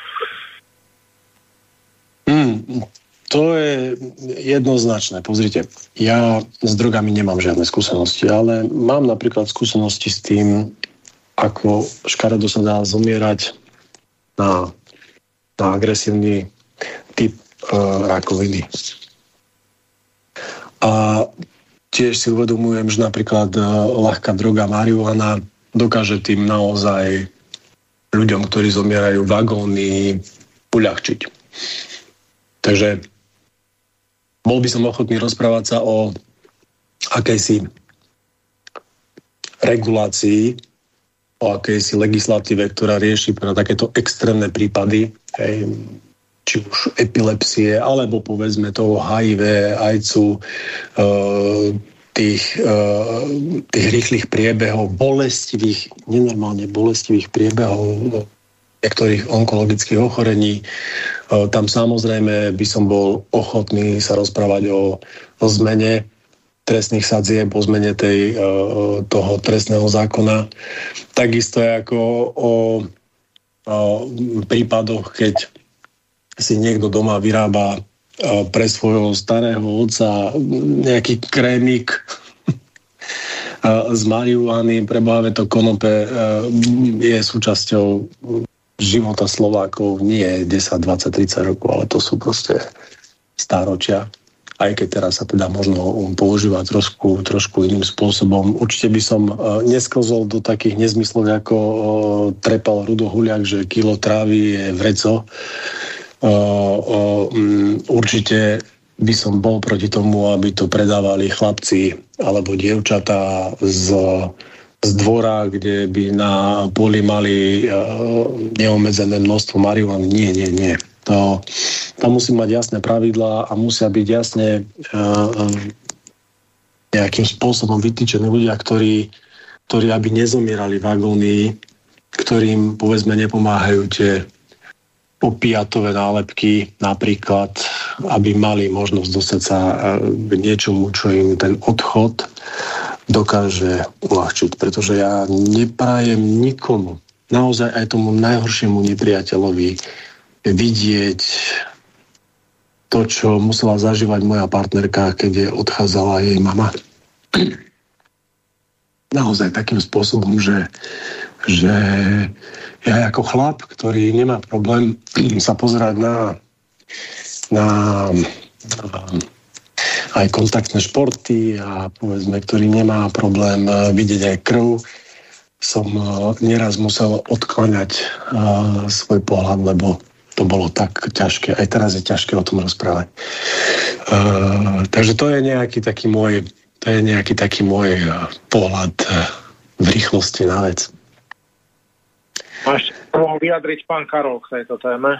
To je jednoznačné. Pozrite, ja s drogami nemám žiadne skúsenosti, ale mám napríklad skúsenosti s tým, ako škaredo sa dá zomierať na agresívny typ rakoviny. A tiež si uvedomujem, že napríklad ľahká droga marihuana dokáže tým naozaj ľuďom, ktorí zomierajú v agónii, uľahčiť. Takže bol by som ochotný rozprávať sa o akejsi regulácii, o akejsi legislatíve, ktorá rieši pre takéto extrémne prípady, či už epilepsie, alebo povedzme toho HIV, ajcu, tých rýchlych priebehov, nenormálne bolestivých priebehov niektorých onkologických ochorení. Tam samozrejme by som bol ochotný sa rozprávať o zmene trestných sadzieb, o zmene toho trestného zákona. Takisto ako o prípadoch, keď si niekto doma vyrába pre svojho starého otca nejaký krémik z marihuany, prebohavé to konope je súčasťou života Slovákov nie 10, 20, 30 rokov, ale to sú proste stáročia. Aj keď teraz sa teda možno používa trošku iným spôsobom. Určite by som nesklzol do takých nezmyslov, ako trepal Rudo Huliak, že kilo trávy je vreco. Určite by som bol proti tomu, aby to predávali chlapci alebo dievčatá z dvora, kde by na poli mali neobmedzené množstvo marihuany. Nie. Tam musí mať jasné pravidlá a musia byť jasne nejakým spôsobom vytýčení ľudia, ktorí aby nezomierali v agónii, ktorým povedzme nepomáhajú tie opiatové nálepky napríklad, aby mali možnosť dostať sa k niečomu, čo im ten odchod dokáže uľahčiť. Pretože ja neprajem nikomu, naozaj aj tomu najhoršiemu nepriateľovi vidieť to, čo musela zažívať moja partnerka, keď odchádzala jej mama. Naozaj takým spôsobom, že ja ako chlap, ktorý nemá problém sa pozerať na aj kontaktné športy a povedzme, ktorý nemá problém vidieť aj krv, som neraz musel odkláňať svoj pohľad, lebo to bolo tak ťažké. Aj teraz je ťažké o tom rozprávať. Takže to je nejaký taký môj pohľad v rýchlosti na vec. Máš mohol vyjadriť pán Karol k tejto téme?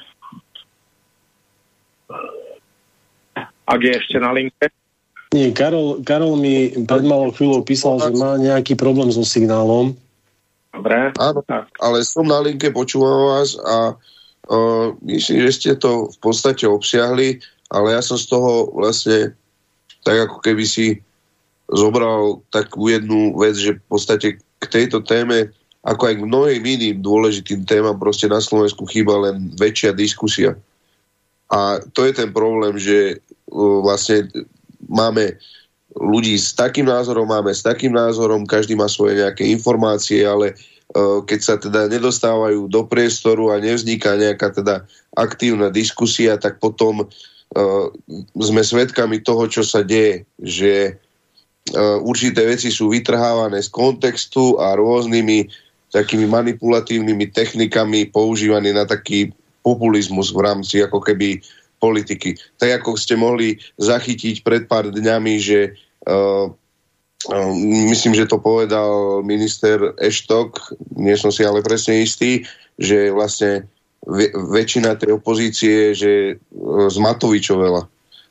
Ak je ešte na linke. Nie, Karol mi pred malou chvíľou písal, že má nejaký problém so signálom. Dobre. Áno, ale som na linke, počúvam vás a myslím, že ste to v podstate obsiahli, ale ja som z toho vlastne tak ako keby si zobral takú jednu vec, že v podstate k tejto téme ako aj k mnohým iným dôležitým témam proste na Slovensku chýba len väčšia diskusia. A to je ten problém, že vlastne máme ľudí s takým názorom, každý má svoje nejaké informácie, ale keď sa teda nedostávajú do priestoru a nevzniká nejaká teda aktívna diskusia, tak potom sme svedkami toho, čo sa deje, že určité veci sú vytrhávané z kontextu a rôznymi takými manipulatívnymi technikami používaný na taký populizmus v rámci ako keby politiky. Tak ako ste mohli zachytiť pred pár dňami, že myslím, že to povedal minister Eštok, nie som si ale presne istý, že vlastne väčšina tej opozície, že z Matovičovela.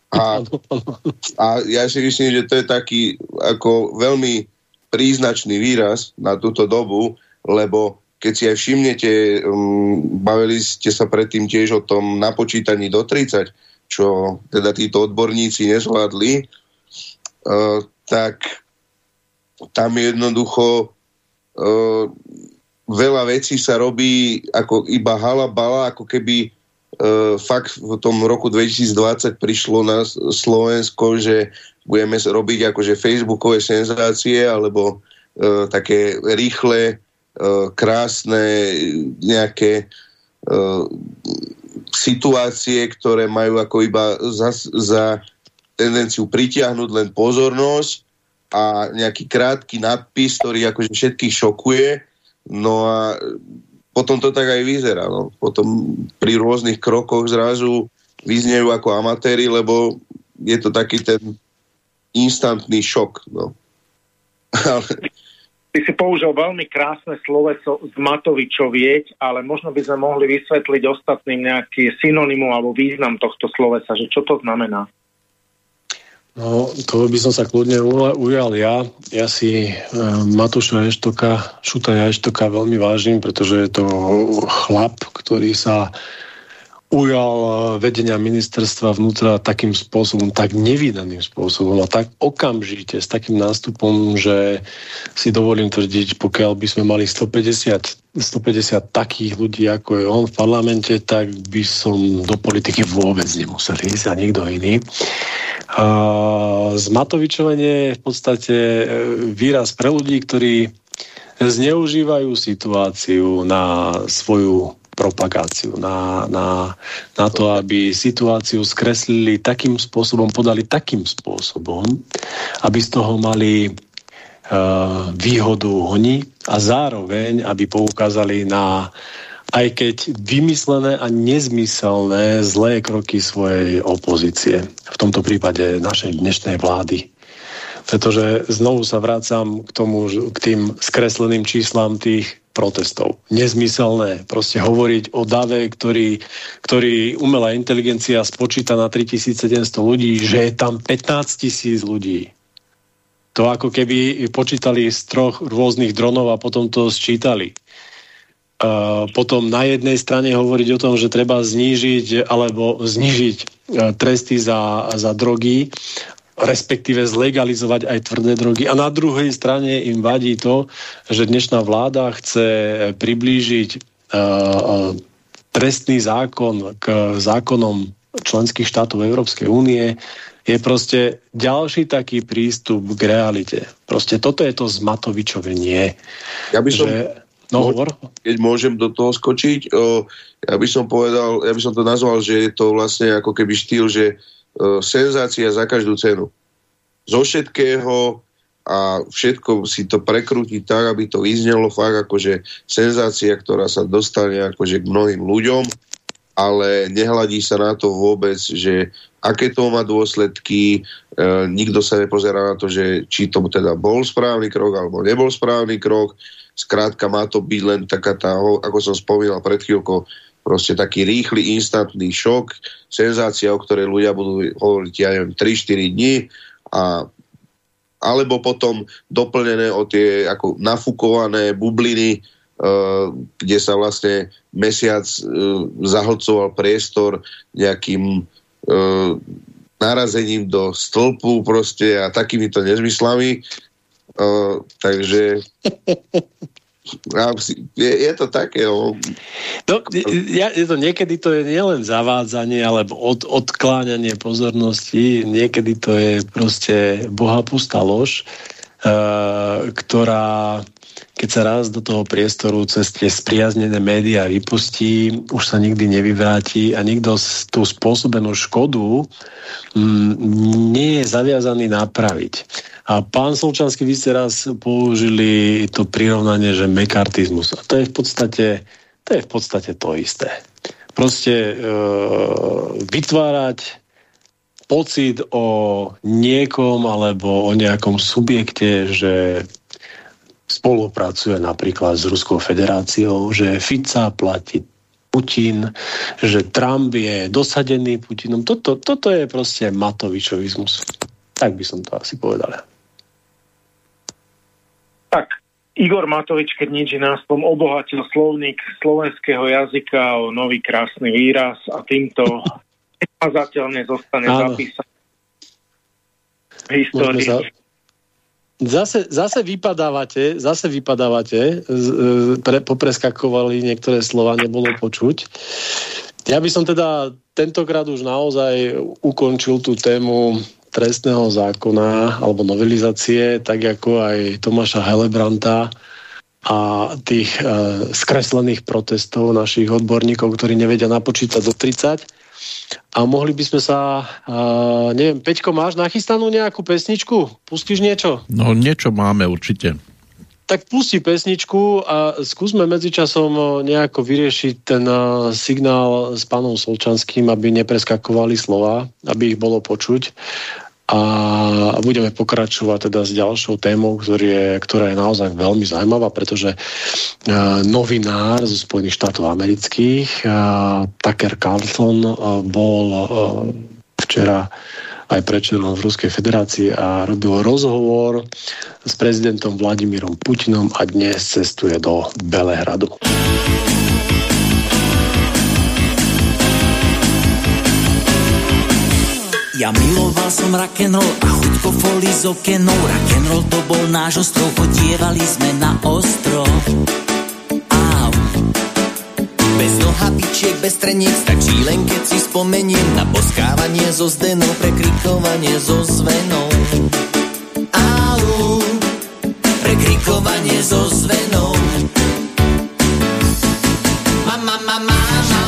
A ja si myslím, že to je taký ako veľmi príznačný výraz na túto dobu, lebo keď si aj všimnete, bavili ste sa predtým tiež o tom napočítaní do 30, čo teda títo odborníci nezvládli, tak tam jednoducho veľa vecí sa robí ako iba halabala, ako keby fakt v tom roku 2020 prišlo na Slovensko, že budeme robiť akože facebookové senzácie alebo také rýchle, krásne nejaké situácie, ktoré majú ako iba za tendenciu pritiahnuť len pozornosť a nejaký krátky nadpis, ktorý akože všetkých šokuje. No a potom to tak aj vyzerá. No. Potom pri rôznych krokoch zrazu vyznejú ako amatéri, lebo je to taký ten instantný šok. No. Ty si použil veľmi krásne sloveso z Matovičovieť, ale možno by sme mohli vysvetliť ostatným nejaký synonymum alebo význam tohto slovesa, že čo to znamená? No, to by som sa kľudne ujal ja. Ja si Matúša Šutaja Eštoka veľmi vážim, pretože je to chlap, ktorý sa ujal vedenia ministerstva vnútra takým spôsobom, tak nevídaným spôsobom a tak okamžite, s takým nástupom, že si dovolím tvrdiť, pokiaľ by sme mali 150 takých ľudí, ako je on v parlamente, tak by som do politiky vôbec nemusel ísť a nikto iný. Zmatovičovanie je v podstate výraz pre ľudí, ktorí zneužívajú situáciu na svoju propagáciu, na to, aby situáciu skreslili takým spôsobom, podali takým spôsobom, aby z toho mali výhodu oni a zároveň, aby poukázali na aj keď vymyslené a nezmyselné zlé kroky svojej opozície. V tomto prípade našej dnešnej vlády. Pretože znovu sa vrácam k tým skresleným číslam tých protestov. Nezmyselné. Proste hovoriť o dave, ktorý umelá inteligencia spočíta na 3700 ľudí, že je tam 15 000 ľudí. To ako keby počítali z 3 rôznych dronov a potom to sčítali. Potom na jednej strane hovoriť o tom, že treba znížiť tresty za drogy, respektíve zlegalizovať aj tvrdé drogy. A na druhej strane im vadí to, že dnešná vláda chce priblížiť trestný zákon k zákonom členských štátov Európskej únie. Je proste ďalší taký prístup k realite. Proste toto je to zmatovičovenie. Ja by som... Keď môžem do toho skočiť, ja by som to nazval, že je to vlastne ako keby štýl, že senzácia za každú cenu. Zo všetkého a všetko si to prekrúti tak, aby to vyznelo fakt akože senzácia, ktorá sa dostane akože k mnohým ľuďom, ale nehľadí sa na to vôbec, že aké to má dôsledky, nikto sa nepozerá na to, že či to teda bol správny krok alebo nebol správny krok. Skrátka má to byť len taká tá, ako som spomínal pred chvíľkou, proste taký rýchly, instantný šok, senzácia, o ktorej ľudia budú hovoriť, ja neviem, 3-4 dní, alebo potom doplnené o tie ako nafúkované bubliny, kde sa vlastne mesiac zahlcoval priestor nejakým narazením do stĺpu proste a takýmito nezmyslami. Takže je to také. Niekedy to je nielen zavádzanie alebo odkláňanie pozornosti, niekedy to je proste bohapustá lož, ktorá keď sa raz do toho priestoru cez tie spriaznené médiá vypustí, už sa nikdy nevyvráti a nikto tú spôsobenú škodu nie je zaviazaný napraviť. A pán Solčanský, vy ste raz použili to prirovnanie, že mekartizmus. A to je v podstate to isté. Proste vytvárať pocit o niekom alebo o nejakom subjekte, že spolupracuje napríklad s Ruskou federáciou, že Fica platí Putin, že Trump je dosadený Putinom. Toto je proste matovičovizmus. Tak by som to asi povedal. Tak, Igor Matovič, keď nič nás tom obohatil slovník slovenského jazyka o nový krásny výraz a týmto nezmazateľne zostane zapísaný v histórii. Zase vypadávate, popreskakovali niektoré slova, nebolo počuť. Ja by som teda tentokrát už naozaj ukončil tú tému trestného zákona alebo novelizácie, tak ako aj Tomáša Helebranta a tých skreslených protestov našich odborníkov, ktorí nevedia napočítať do 30. A mohli by sme sa, neviem, Peťko, máš nachystanú nejakú pesničku? Pustíš niečo? No niečo máme určite. Tak pustí pesničku a skúsme medzičasom nejako vyriešiť ten signál s pánom Solčanským, aby nepreskakovali slova, aby ich bolo počuť. A budeme pokračovať teda s ďalšou témou, ktorá je naozaj veľmi zaujímavá, pretože novinár zo Spojených štátov amerických Tucker Carlson bol včera aj predčerom v Ruskej federácii a robil rozhovor s prezidentom Vladimírom Putinom a dnes cestuje do Belehradu. Ja miloval som rock'n'roll a chuťko folí z okenou. Rock'n'roll to bol náš ostrov, chodievali sme na ostrov. Au. Bez nohavičiek, bez streniec, stačí len keď si spomeniem na boskávanie so zdenou, prekrikovanie so zvenou. Au. Prekrikovanie so zvenou. Mama, mama, mama.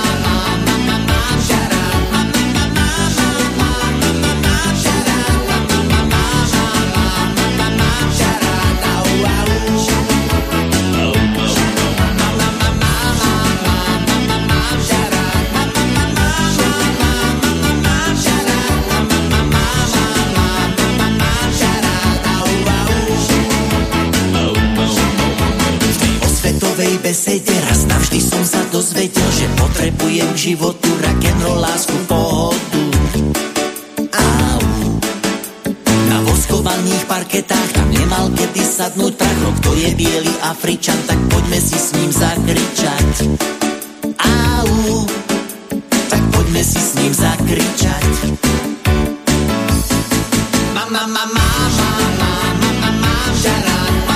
Besede, raz navždy som sa dozvedel, že potrebujem k životu rock'n'roll, lásku, pohodu. Au. Na voskovaných parketách tam nemal kedy sadnúť prach. Rok to je biely Afričan, tak poďme si s ním zakričať. Au. Tak poďme si s ním zakričať. Mama, mama, mama, mama, mama, žara.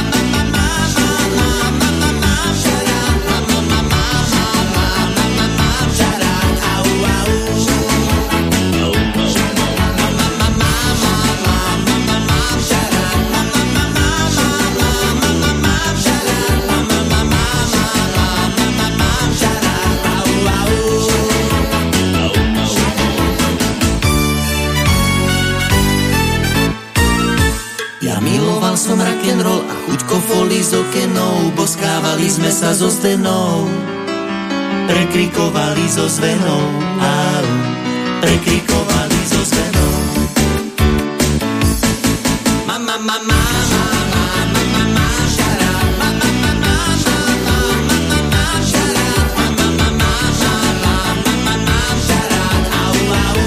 Som rock'n'roll a chuťko folí z okenou, boskávali sme sa so zdenou, prekrikovali so zvenou, au, prekrikovali so zvenou. Mama, mama, mama, mama, mama, žara, mama, mama, mama, mama, mama, žara, mama, mama, mama, mama, mama, žara, au, au.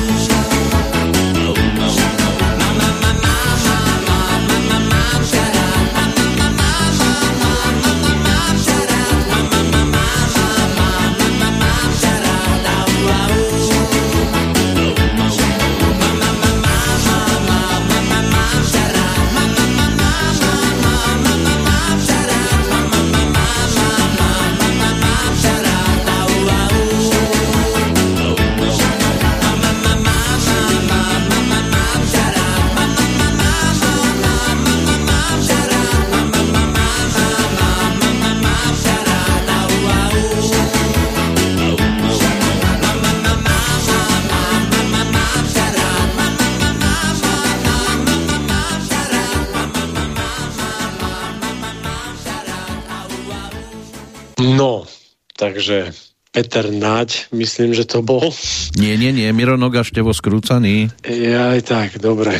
No, takže Peter Naď, myslím, že to bol. Nie, Miro Noga števo skrúcaný. Aj tak, dobre.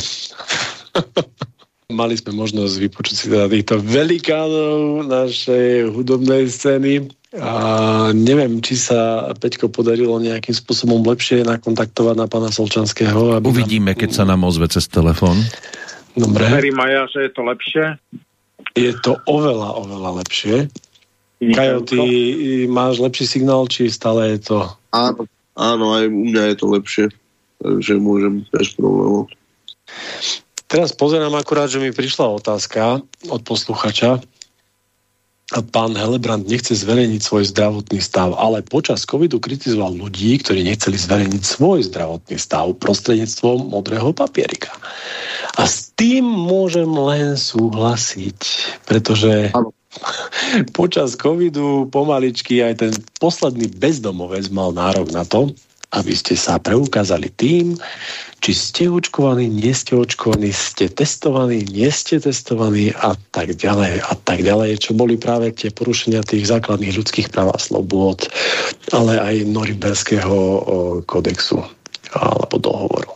Mali sme možnosť vypočuť si teda týchto velikánov našej hudobnej scény a neviem, či sa Peťko podarilo nejakým spôsobom lepšie nakontaktovať na pána Solčanského. Uvidíme, keď sa nám ozve cez telefón. Dobre. Verím aj ja, že je to lepšie. Je to oveľa lepšie. Kajo, ty máš lepší signál, či stále je to... Áno, aj u mňa je to lepšie. Takže môžem bez problémov. Teraz pozerám akurát, že mi prišla otázka od posluchača. Pán Helebrant nechce zverejniť svoj zdravotný stav, ale počas covidu kritizoval ľudí, ktorí nechceli zverejniť svoj zdravotný stav prostredníctvom modrého papierika. A s tým môžem len súhlasiť, pretože... Počas covidu pomaličky aj ten posledný bezdomovec mal nárok na to, aby ste sa preukázali tým, či ste očkovaní, nie ste očkovaní, ste testovaní, nie ste testovaní a tak ďalej, čo boli práve tie porušenia tých základných ľudských práv a slobôd, ale aj Norimberského kodexu alebo dohovoru.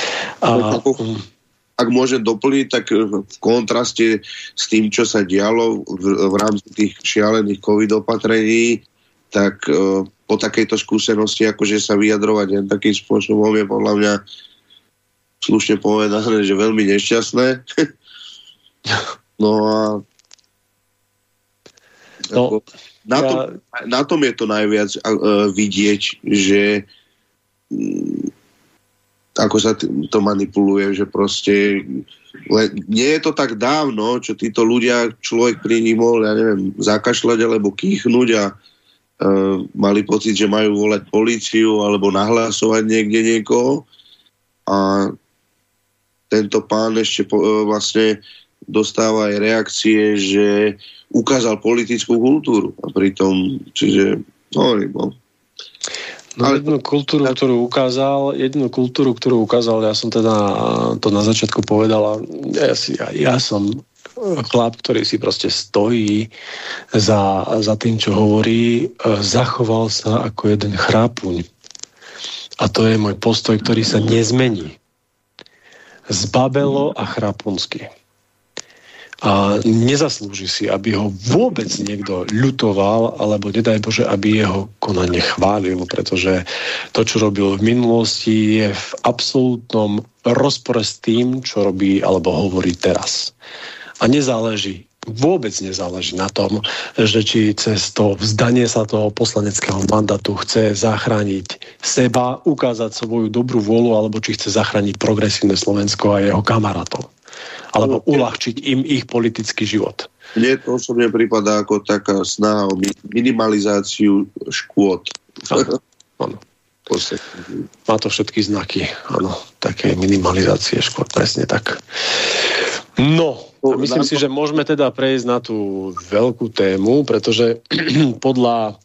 Ak môžem doplniť, tak v kontraste s tým, čo sa dialo v rámci tých šialených covid opatrení, tak po takejto skúsenosti, akože sa vyjadrovať len takým spôsobom, je podľa mňa slušne povedané, že veľmi nešťastné. No a na tom je to najviac vidieť, že ako sa to manipuluje, že proste nie je to tak dávno, čo títo ľudia, človek pri nich mohol, ja neviem, zakašľať alebo kýchnuť a mali pocit, že majú volať políciu alebo nahlasovať niekde niekoho a tento pán ešte vlastne dostáva aj reakcie, že ukázal politickú kultúru a pritom, čiže hovorím, jedinú kultúru, ktorú ukázal, ja som teda to na začiatku povedal a ja som chlap, ktorý si proste stojí za tým, čo hovorí, zachoval sa ako jeden chrápuň. A to je môj postoj, ktorý sa nezmení. Zbabelo a chrapunsky. A nezaslúži si, aby ho vôbec niekto ľutoval, alebo nedaj Bože, aby jeho konanie chválil, pretože to, čo robil v minulosti, je v absolútnom rozpore s tým, čo robí alebo hovorí teraz. A vôbec nezáleží na tom, že či cez to vzdanie sa toho poslaneckého mandátu chce zachrániť seba, ukázať svoju dobrú vôľu, alebo či chce zachrániť progresívne Slovensko a jeho kamarátov. Alebo uľahčiť im ich politický život. Mne to osobne prípada ako taká snaha o minimalizáciu škôd. Áno. Má to všetky znaky, áno, také minimalizácie škôd, presne tak. No, myslím si, že môžeme teda prejsť na tú veľkú tému, pretože podľa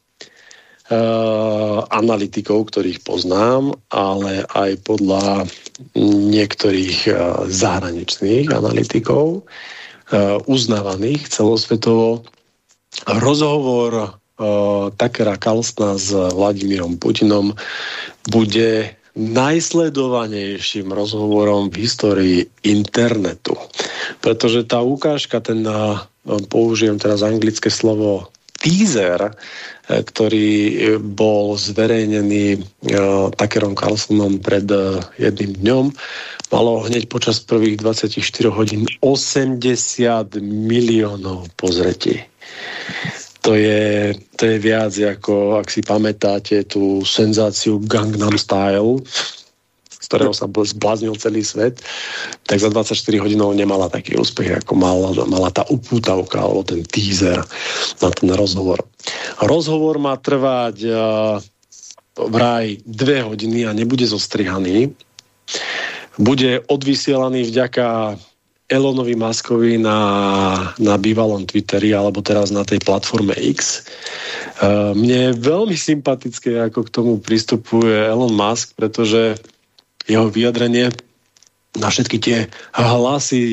analytikov, ktorých poznám, ale aj podľa niektorých zahraničných analytikov, uznávaných celosvetovo, rozhovor Tuckera Carlsona s Vladimírom Putinom bude najsledovanejším rozhovorom v histórii internetu. Pretože tá ukážka, použijem teraz anglické slovo teaser, ktorý bol zverejnený Tuckerom Carlsonom pred jedným dňom, malo hneď počas prvých 24 hodín 80 miliónov pozretí. To je viac ako, ak si pamätáte, tú senzáciu Gangnam Style, z ktorého sa zbláznil celý svet, tak za 24 hodinov nemala taký úspech, ako mala tá upútavka, alebo ten teaser na ten rozhovor. Rozhovor má trvať vraj 2 hodiny a nebude zostrihaný. Bude odvysielaný vďaka Elonovi Muskovi na bývalom Twitteri, alebo teraz na tej platforme X. Mne je veľmi sympatické, ako k tomu pristupuje Elon Musk, pretože jeho vyjadrenie na všetky tie hlasy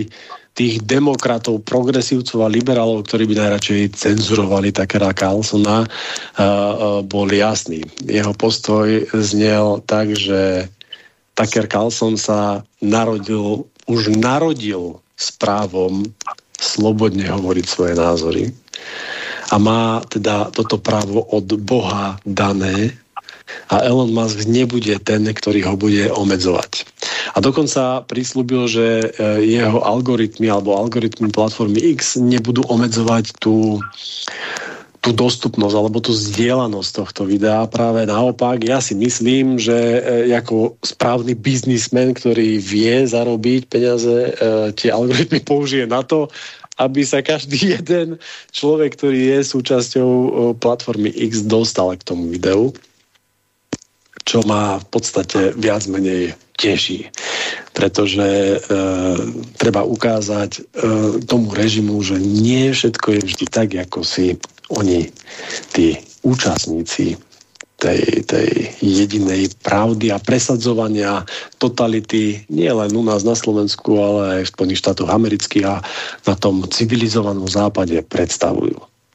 tých demokratov, progresívcov a liberálov, ktorí by najradšej cenzurovali Tuckera Carlsona, bol jasný. Jeho postoj znel tak, že Tucker Carlson sa už narodil s právom slobodne hovoriť svoje názory a má teda toto právo od Boha dané a Elon Musk nebude ten, ktorý ho bude obmedzovať. A dokonca prislúbil, že jeho algoritmy alebo algoritmy platformy X nebudú obmedzovať tú dostupnosť alebo tú zdieľanosť tohto videa. Práve naopak, ja si myslím, že ako správny biznismen, ktorý vie zarobiť peniaze, tie algoritmy použije na to, aby sa každý jeden človek, ktorý je súčasťou platformy X, dostal k tomu videu, čo ma v podstate viac menej teší. Pretože treba ukázať tomu režimu, že nie všetko je vždy tak, ako si oni, tí účastníci tej jedinej pravdy a presadzovania totality nie len u nás na Slovensku, ale aj v Spojených štátoch amerických a na tom civilizovanom západe predstavujú.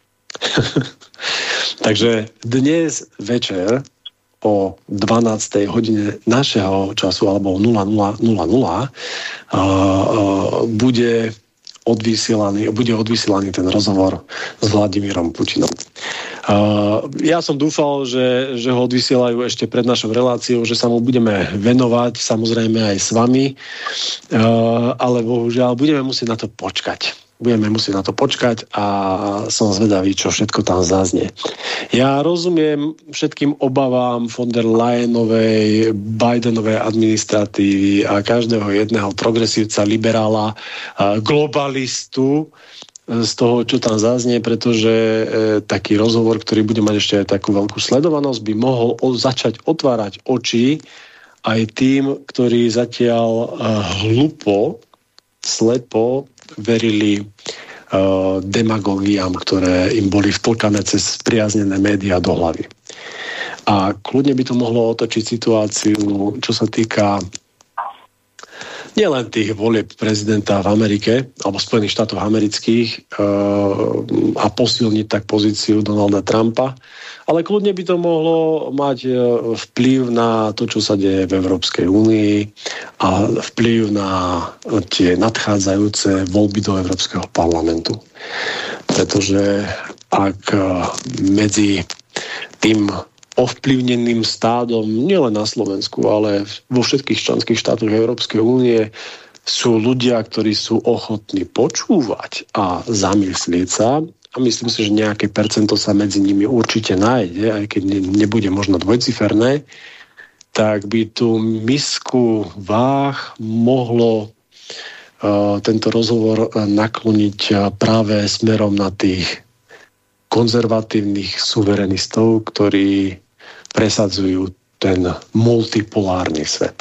Takže dnes večer o 12. hodine našeho času alebo 00:00 bude odvysielaný ten rozhovor s Vladimírom Putinom. Ja som dúfal, že ho odvysielajú ešte pred našou reláciou, že sa mu budeme venovať, samozrejme aj s vami, ale bohužiaľ budeme musieť na to počkať. A som zvedavý, čo všetko tam zaznie. Ja rozumiem všetkým obavám von der Leyenovej, Bidenovej administratívy a každého jedného progresívca, liberála, globalistu z toho, čo tam zaznie, pretože taký rozhovor, ktorý bude mať ešte aj takú veľkú sledovanosť, by mohol začať otvárať oči aj tým, ktorí zatiaľ slepo verili demagógiám, ktoré im boli vtlkané cez spriaznené médiá do hlavy. A kľudne by to mohlo otočiť situáciu, čo sa týka nielen tých volieb prezidenta v Amerike alebo Spojených štátoch amerických a posilniť tak pozíciu Donalda Trumpa, ale kľudne by to mohlo mať vplyv na to, čo sa deje v Európskej únii a vplyv na tie nadchádzajúce voľby do Európskeho parlamentu. Pretože ak medzi tým ovplyvneným stádom, nielen na Slovensku, ale vo všetkých členských štátoch Európskej únie sú ľudia, ktorí sú ochotní počúvať a zamyslieť sa, a myslím si, že nejaké percento sa medzi nimi určite nájde, aj keď nebude možno dvojciferné, tak by tú misku váh mohlo tento rozhovor nakloniť práve smerom na tých konzervatívnych suverenistov, ktorí presadzujú ten multipolárny svet.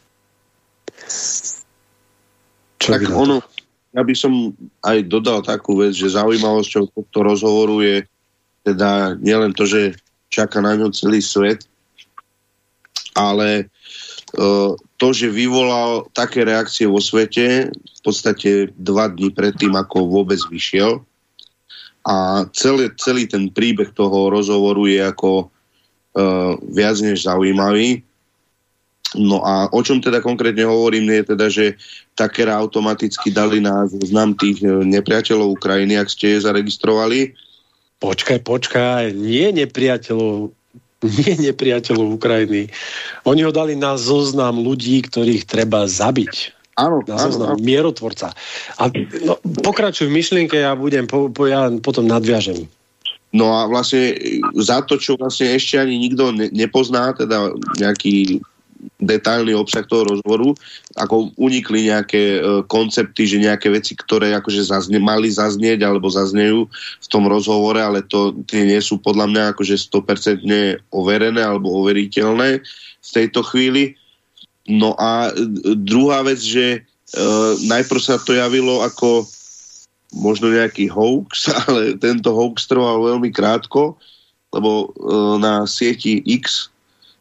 Tak ono, ja by som aj dodal takú vec, že zaujímavosťou tohto rozhovoru je teda nielen to, že čaká na ňu celý svet, ale to, že vyvolal také reakcie vo svete v podstate 2 dni predtým, ako vôbec vyšiel. A celý ten príbeh toho rozhovoru je ako viac než zaujímavý. No a o čom teda konkrétne hovorím, je teda, že Tuckera automaticky dali na zoznam tých nepriateľov Ukrajiny, ak ste je zaregistrovali. Počkaj, nie nepriateľov Ukrajiny. Oni ho dali na zoznam ľudí, ktorých treba zabiť. Áno, na zoznam mierotvorca. A pokračuj v myšlienke, ja potom nadviažem. No a vlastne za to, čo vlastne ešte ani nikto nepozná, teda nejaký detailný obsah toho rozhovoru, ako unikli nejaké koncepty, že nejaké veci, ktoré akože mali zaznieť alebo zaznejú v tom rozhovore, ale tie nie sú podľa mňa akože 100% overené alebo overiteľné v tejto chvíli. No a druhá vec, že najprv sa to javilo ako možno nejaký hoax, ale tento hoax trval veľmi krátko, lebo na sieti X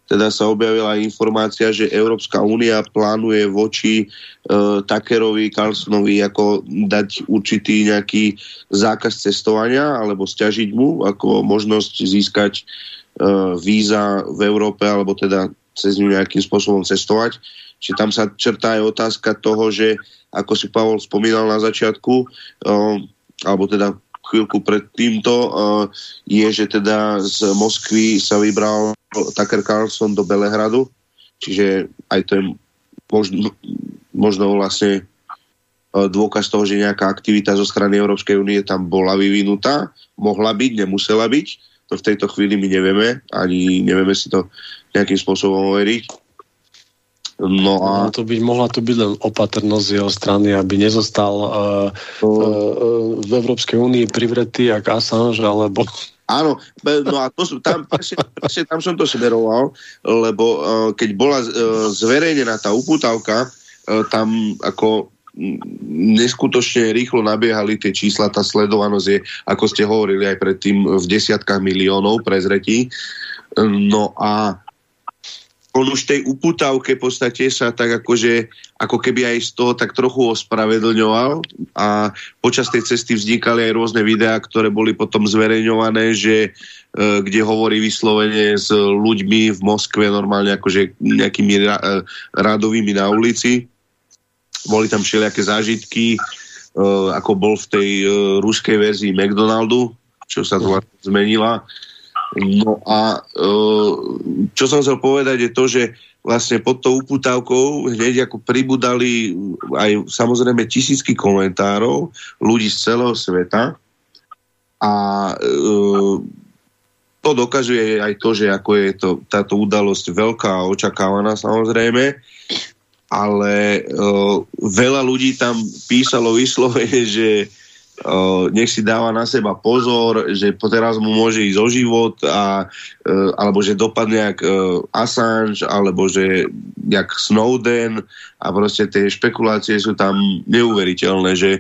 teda sa objavila informácia, že Európska únia plánuje voči Tuckerovi, Carlsonovi ako dať určitý nejaký zákaz cestovania alebo sťažiť mu ako možnosť získať víza v Európe alebo teda cez ňu nejakým spôsobom cestovať. Čiže tam sa črtá aj otázka toho, že ako si Pavol spomínal na začiatku, alebo teda chvíľku pred týmto, je, že teda z Moskvy sa vybral Tucker Carlson do Belehradu, čiže aj to je možno vlastne dôkaz toho, že nejaká aktivita zo strany Európskej únie tam bola vyvinutá, mohla byť, nemusela byť, to v tejto chvíli my nevieme, ani nevieme si to nejakým spôsobom overiť. No a mohla to byť len opatrnosť z jeho strany, aby nezostal v Európskej únii privretý jak Assange, alebo... Áno, no a presne tam som to smeroval, lebo keď bola zverejnená tá upútavka, tam ako neskutočne rýchlo nabiehali tie čísla, tá sledovanosť je, ako ste hovorili aj predtým, v desiatkách miliónov prezretí. No a on už tej upútavke v podstate sa tak akože, ako keby aj z toho tak trochu ospravedlňoval a počas tej cesty vznikali aj rôzne videá, ktoré boli potom zverejňované, že kde hovorí vyslovene s ľuďmi v Moskve normálne akože nejakými rádovými na ulici. Boli tam všelijaké zážitky, ako bol v tej ruskej verzii McDonaldu, čo sa to zmenila. No a čo som chcel povedať je to, že vlastne pod tou upútavkou hneď ako pribudali aj samozrejme tisícky komentárov ľudí z celého sveta a to dokazuje aj to, že ako je táto udalosť veľká a očakávaná samozrejme, ale veľa ľudí tam písalo vyslovene, že nech si dáva na seba pozor, že teraz mu môže ísť o život alebo že dopadne jak Assange, alebo že jak Snowden a proste tie špekulácie sú tam neuveriteľné, že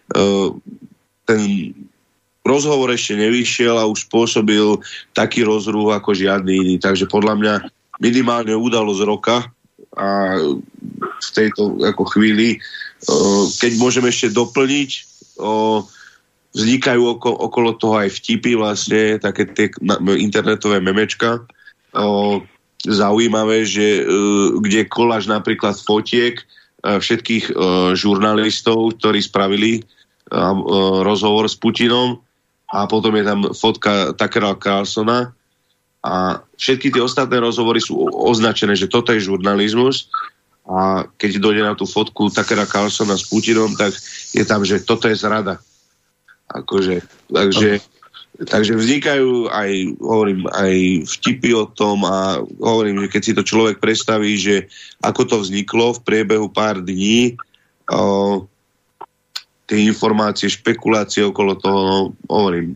ten rozhovor ešte nevyšiel a už spôsobil taký rozruch ako žiadny iný. Takže podľa mňa minimálne udalosť roka a v tejto ako chvíli, keď môžeme ešte doplniť, vznikajú okolo toho aj vtipy vlastne, také tie internetové memečka, zaujímavé, že kde koláž napríklad fotiek všetkých žurnalistov, ktorí spravili rozhovor s Putinom a potom je tam fotka Tuckera Carlsona a všetky tie ostatné rozhovory sú označené, že toto je žurnalizmus a keď dojde na tú fotku Tuckera Carlsona s Putinom, tak je tam, že toto je zrada. Akože, takže vznikajú aj vtipy o tom a hovorím, že keď si to človek predstaví, že ako to vzniklo v priebehu pár dní, tie informácie, špekulácie okolo toho, no, hovorím.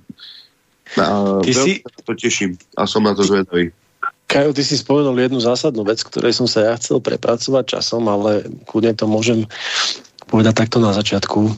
To teším a som na to zvedavý. Kajo, ty si spomenul jednu zásadnú vec, ktorej som sa ja chcel prepracovať časom, ale kľudne to môžem povedať takto na začiatku.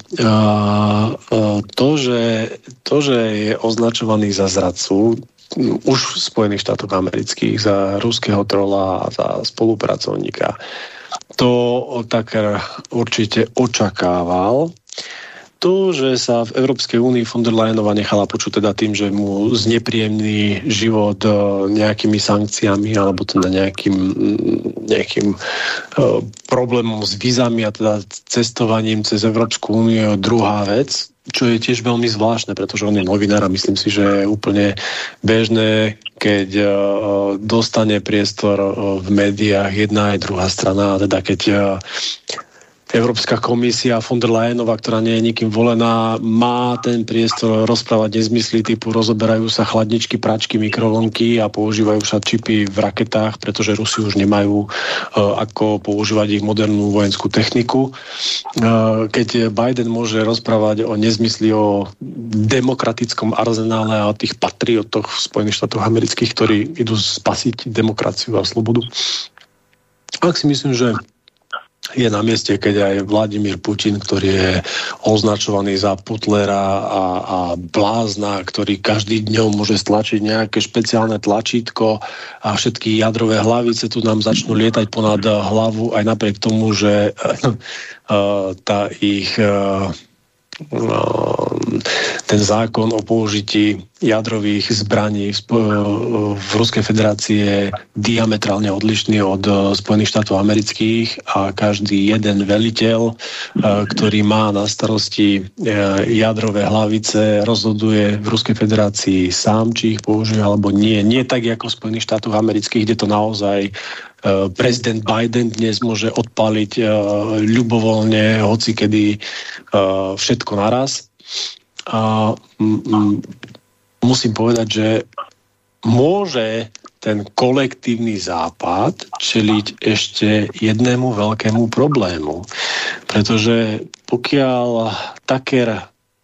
To, že je označovaný za zradcu už v Spojených štátoch amerických, za ruského trola a za spolupracovníka, to Tucker určite očakával. To, že sa v Európskej únii von der Leyenová nechala počuť teda tým, že mu znepríjemný život nejakými sankciami alebo teda nejakým problémom s vízami a teda cestovaním cez Európsku úniu je druhá vec, čo je tiež veľmi zvláštne, pretože on je novinár a myslím si, že je úplne bežné, keď dostane priestor v médiách jedna aj druhá strana, a teda keď Európska komisia von der Leyenová, ktorá nie je nikým volená, má ten priestor rozprávať nezmysly typu rozoberajú sa chladničky, práčky, mikrovlnky a používajú sa čipy v raketách, pretože Rusi už nemajú ako používať ich modernú vojenskú techniku. Keď Biden môže rozprávať o nezmysli, o demokratickom arzenále a o tých patriotoch v Spojených štátoch amerických, ktorí idú spasiť demokraciu a slobodu. Tak si myslím, že je na mieste, keď aj Vladimír Putin, ktorý je označovaný za putlera a blázna, ktorý každý dňom môže stlačiť nejaké špeciálne tlačítko a všetky jadrové hlavice tu nám začnú lietať ponad hlavu, aj napriek tomu, že ten zákon o použití jadrových zbraní v Ruskej federácii je diametrálne odlišný od Spojených štátov amerických a každý jeden veliteľ, ktorý má na starosti jadrové hlavice, rozhoduje v Ruskej federácii sám, či ich použije alebo nie. Nie tak ako v Spojených štátoch amerických, kde to naozaj prezident Biden dnes môže odpaliť ľubovoľne hocikedy všetko naraz. A musím povedať, že môže ten kolektívny západ čeliť ešte jednému veľkému problému. Pretože pokiaľ Tucker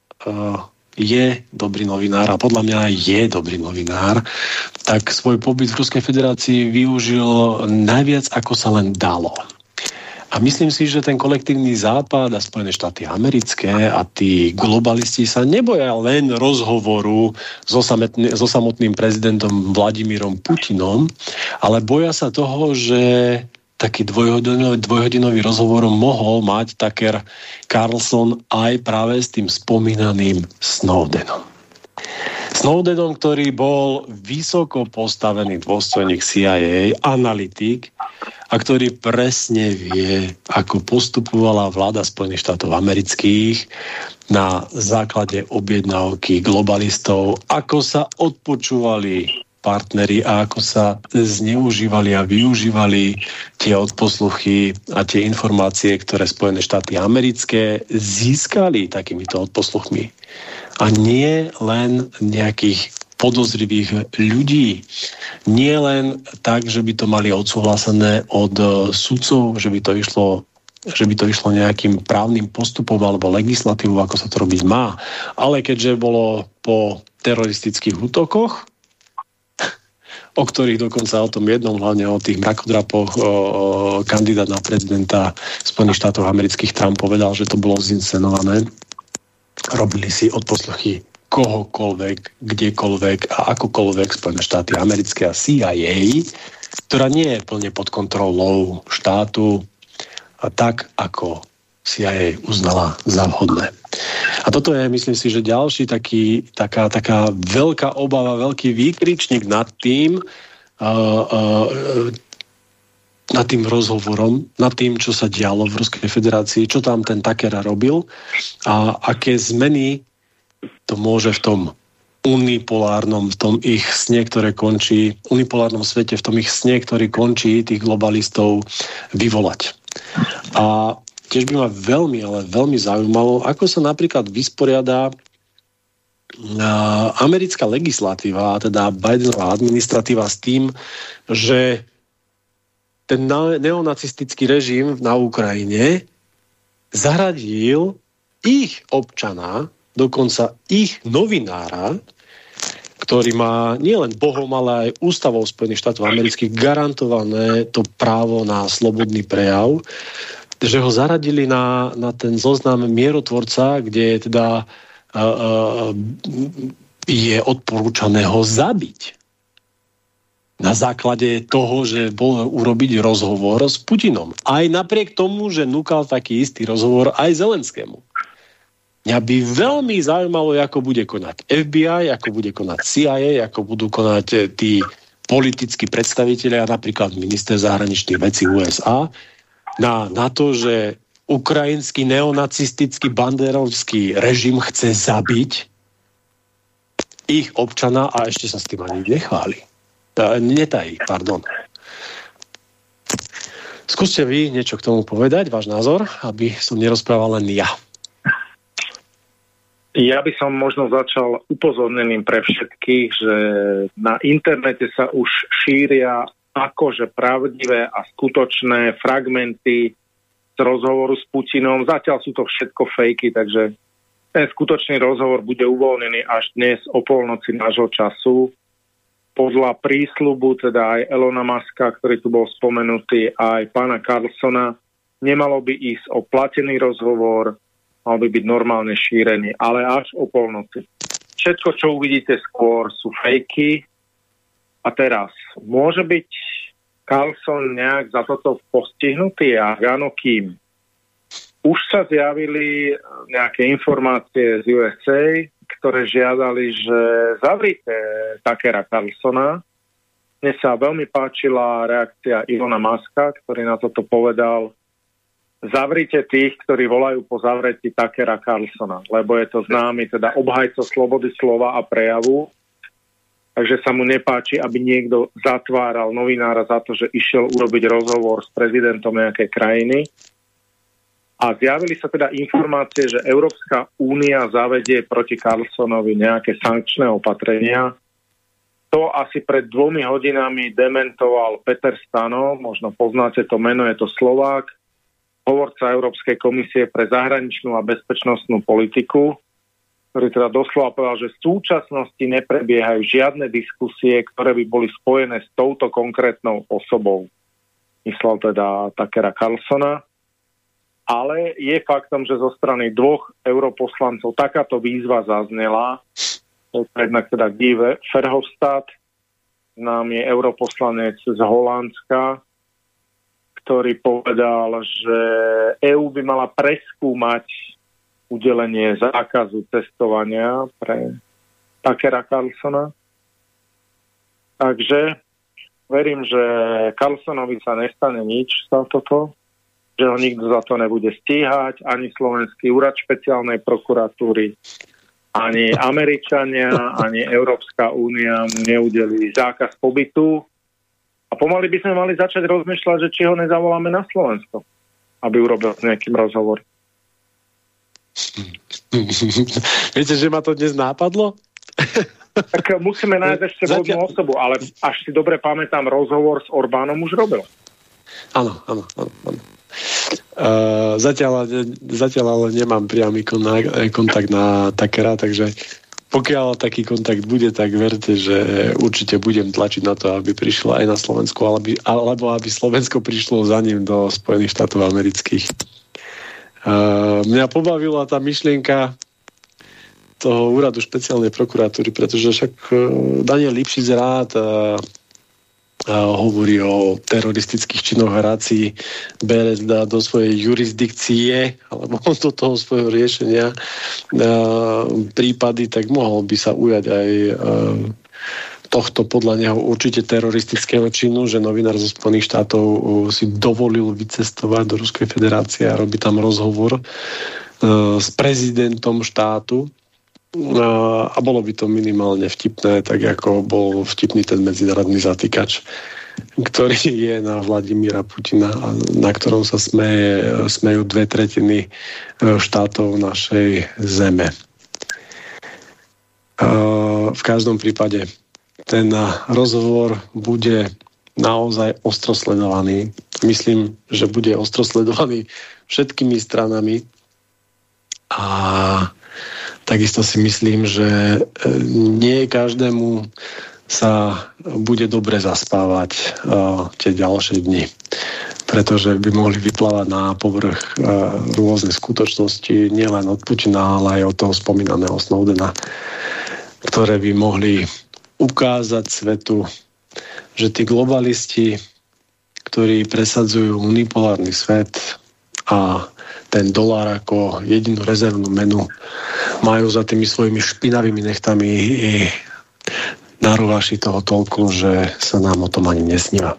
je dobrý novinár a podľa mňa je dobrý novinár, tak svoj pobyt v Ruskej federácii využil najviac, ako sa len dalo. A myslím si, že ten kolektívny západ a Spojené štáty americké a tí globalisti sa neboja len rozhovoru so samotným prezidentom Vladimírom Putinom, ale boja sa toho, že taký dvojhodinový rozhovor mohol mať Tucker Carlson aj práve s tým spomínaným Snowdenom. Snowdenom, ktorý bol vysoko postavený dôstojník CIA, analytik, a ktorý presne vie, ako postupovala vláda Spojených štátov amerických na základe objednávky globalistov, ako sa odpočúvali partneri a ako sa zneužívali a využívali tie odposluchy a tie informácie, ktoré Spojené štáty americké získali takýmito odposluchmi. A nie len nejakých podozrivých ľudí. Nie len tak, že by to mali odsúhlasené od sudcov, že by to išlo nejakým právnym postupom alebo legislatívou, ako sa to robiť má. Ale keďže bolo po teroristických útokoch, o ktorých dokonca o tom jednom, hlavne o tých mrakodrapoch, kandidát na prezidenta Spojených štátov amerických Trump povedal, že to bolo zinscenované. Robili si odposluchy kohokoľvek, kdekoľvek a akokoľvek Spojené štáty americké a CIA, ktorá nie je plne pod kontrolou štátu, a tak ako CIA uznala za vhodné. A toto je, myslím si, že ďalší taká veľká obava, veľký výkričník nad tým rozhovorom, nad tým, čo sa dialo v Ruskej federácii, čo tam ten Tucker robil a aké zmeny to môže v tom unipolárnom, v tom ich sne, ktoré končí, unipolárnom svete, v tom ich sne, ktorý končí, tých globalistov vyvolať. A tiež by ma veľmi, ale veľmi zaujímalo, ako sa napríklad vysporiada americká legislatíva, teda Bidenová administratíva s tým, že ten neonacistický režim na Ukrajine zaradil ich občana, dokonca ich novinára, ktorý má nielen Bohom, ale aj ústavou Spojených štátov amerických garantované to právo na slobodný prejav, že ho zaradili na ten zoznam mierotvorca, kde teda je odporúčané ho zabiť. Na základe toho, že bol urobiť rozhovor s Putinom. Aj napriek tomu, že núkal taký istý rozhovor aj Zelenskému. Mňa by veľmi zaujímalo, ako bude konať FBI, ako bude konať CIA, ako budú konať tí politickí predstavitelia, napríklad minister zahraničných vecí USA, na to, že ukrajinský neonacistický banderovský režim chce zabiť ich občana a ešte sa s tým ani nechváli. Netají, pardon. Skúste vy niečo k tomu povedať, váš názor, aby som nerozprával len ja. Ja by som možno začal upozornením pre všetkých, že na internete sa už šíria akože pravdivé a skutočné fragmenty z rozhovoru s Putinom. Zatiaľ sú to všetko fejky, takže ten skutočný rozhovor bude uvoľnený až dnes o polnoci nášho času. Podľa prísľubu teda aj Elona Muska, ktorý tu bol spomenutý, aj pána Carlsona, nemalo by ísť o platený rozhovor, mal by byť normálne šírený, ale až o polnoci. Všetko, čo uvidíte skôr, sú fejky. A teraz, môže byť Carlson nejak za toto postihnutý? A áno, kým? Už sa zjavili nejaké informácie z USA, ktoré žiadali, že zavrite Tuckera Carlsona. Mne sa veľmi páčila reakcia Ilona Muska, ktorý na toto povedal: zavrite tých, ktorí volajú po zavretí Tuckera Carlsona, lebo je to známy teda obhajca slobody slova a prejavu. Takže sa mu nepáči, aby niekto zatváral novinára za to, že išiel urobiť rozhovor s prezidentom nejakej krajiny. A zjavili sa teda informácie, že Európska únia zavedie proti Carlsonovi nejaké sankčné opatrenia. To asi pred 2 hodinami dementoval Peter Stano, možno poznáte to meno, je to Slovák, hovorca Európskej komisie pre zahraničnú a bezpečnostnú politiku, ktorý teda doslova povedal, že v súčasnosti neprebiehajú žiadne diskusie, ktoré by boli spojené s touto konkrétnou osobou. Myslel teda Tuckera Carlsona. Ale je faktom, že zo strany 2 europoslancov takáto výzva zaznela. Jednak teda Guy Verhofstadt, známy europoslanec z Holandska, ktorý povedal, že EÚ by mala preskúmať udelenie zákazu testovania pre Tuckera Carlsona. Takže verím, že Carlsonovi sa nestane nič za toto, že ho nikto za to nebude stíhať, ani Slovenský úrad špeciálnej prokuratúry, ani Američania, ani Európska únia mu neudelí zákaz pobytu. A pomaly by sme mali začať rozmýšľať, že či ho nezavoláme na Slovensko, aby urobil s nejakým rozhovor. Viete, že ma to dnes nápadlo? Tak musíme nájsť ešte vhodnú osobu, ale až si dobre pamätám, rozhovor s Orbánom už robil. Áno. Zatiaľ ale nemám priamy kontakt na Tuckera, takže pokiaľ taký kontakt bude, tak verte, že určite budem tlačiť na to, aby prišlo aj na Slovensku, alebo aby Slovensko prišlo za ním do Spojených štátov amerických. Mňa pobavila tá myšlienka toho úradu špeciálnej prokuratúry, pretože však Daniel Lipšic rád hovorí o teroristických činoch a rád bere do svojej jurisdikcie alebo do toho svojho riešenia prípady, tak mohol by sa ujať aj tohto podľa neho určite teroristického činu, že novinár zo Spojených štátov si dovolil vycestovať do Ruskej federácie a robiť tam rozhovor s prezidentom štátu. A bolo by to minimálne vtipné, tak ako bol vtipný ten medzinárodný zatýkač, ktorý je na Vladimíra Putina, na ktorom sa smejú 2/3 štátov našej zeme. V každom prípade ten rozhovor bude naozaj ostro sledovaný. Myslím, že bude ostro sledovaný všetkými stranami a takisto si myslím, že nie každému sa bude dobre zaspávať tie ďalšie dni, pretože by mohli vyplávať na povrch rôzne skutočnosti, nielen od Putina, ale aj od toho spomínaného Snowdena, ktoré by mohli ukázať svetu, že tí globalisti, ktorí presadzujú unipolárny svet a ten dolár ako jedinú rezervnú menu, majú za tými svojimi špinavými nechtami i narovaši toho toľko, že sa nám o tom ani nesníva.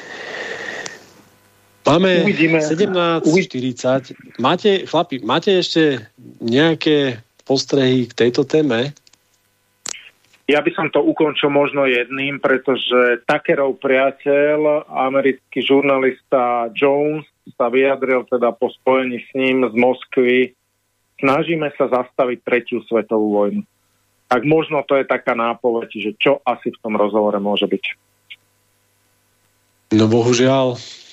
Máme 17:40. Máte ešte nejaké postrehy k tejto téme? Ja by som to ukončil možno jedným, pretože Tuckerov priateľ, americký žurnalista Jones, sa vyjadril teda po spojení s ním z Moskvy: snažíme sa zastaviť 3. svetovú vojnu. Tak možno to je taká nápoveď, že čo asi v tom rozhovore môže byť. No bohužiaľ,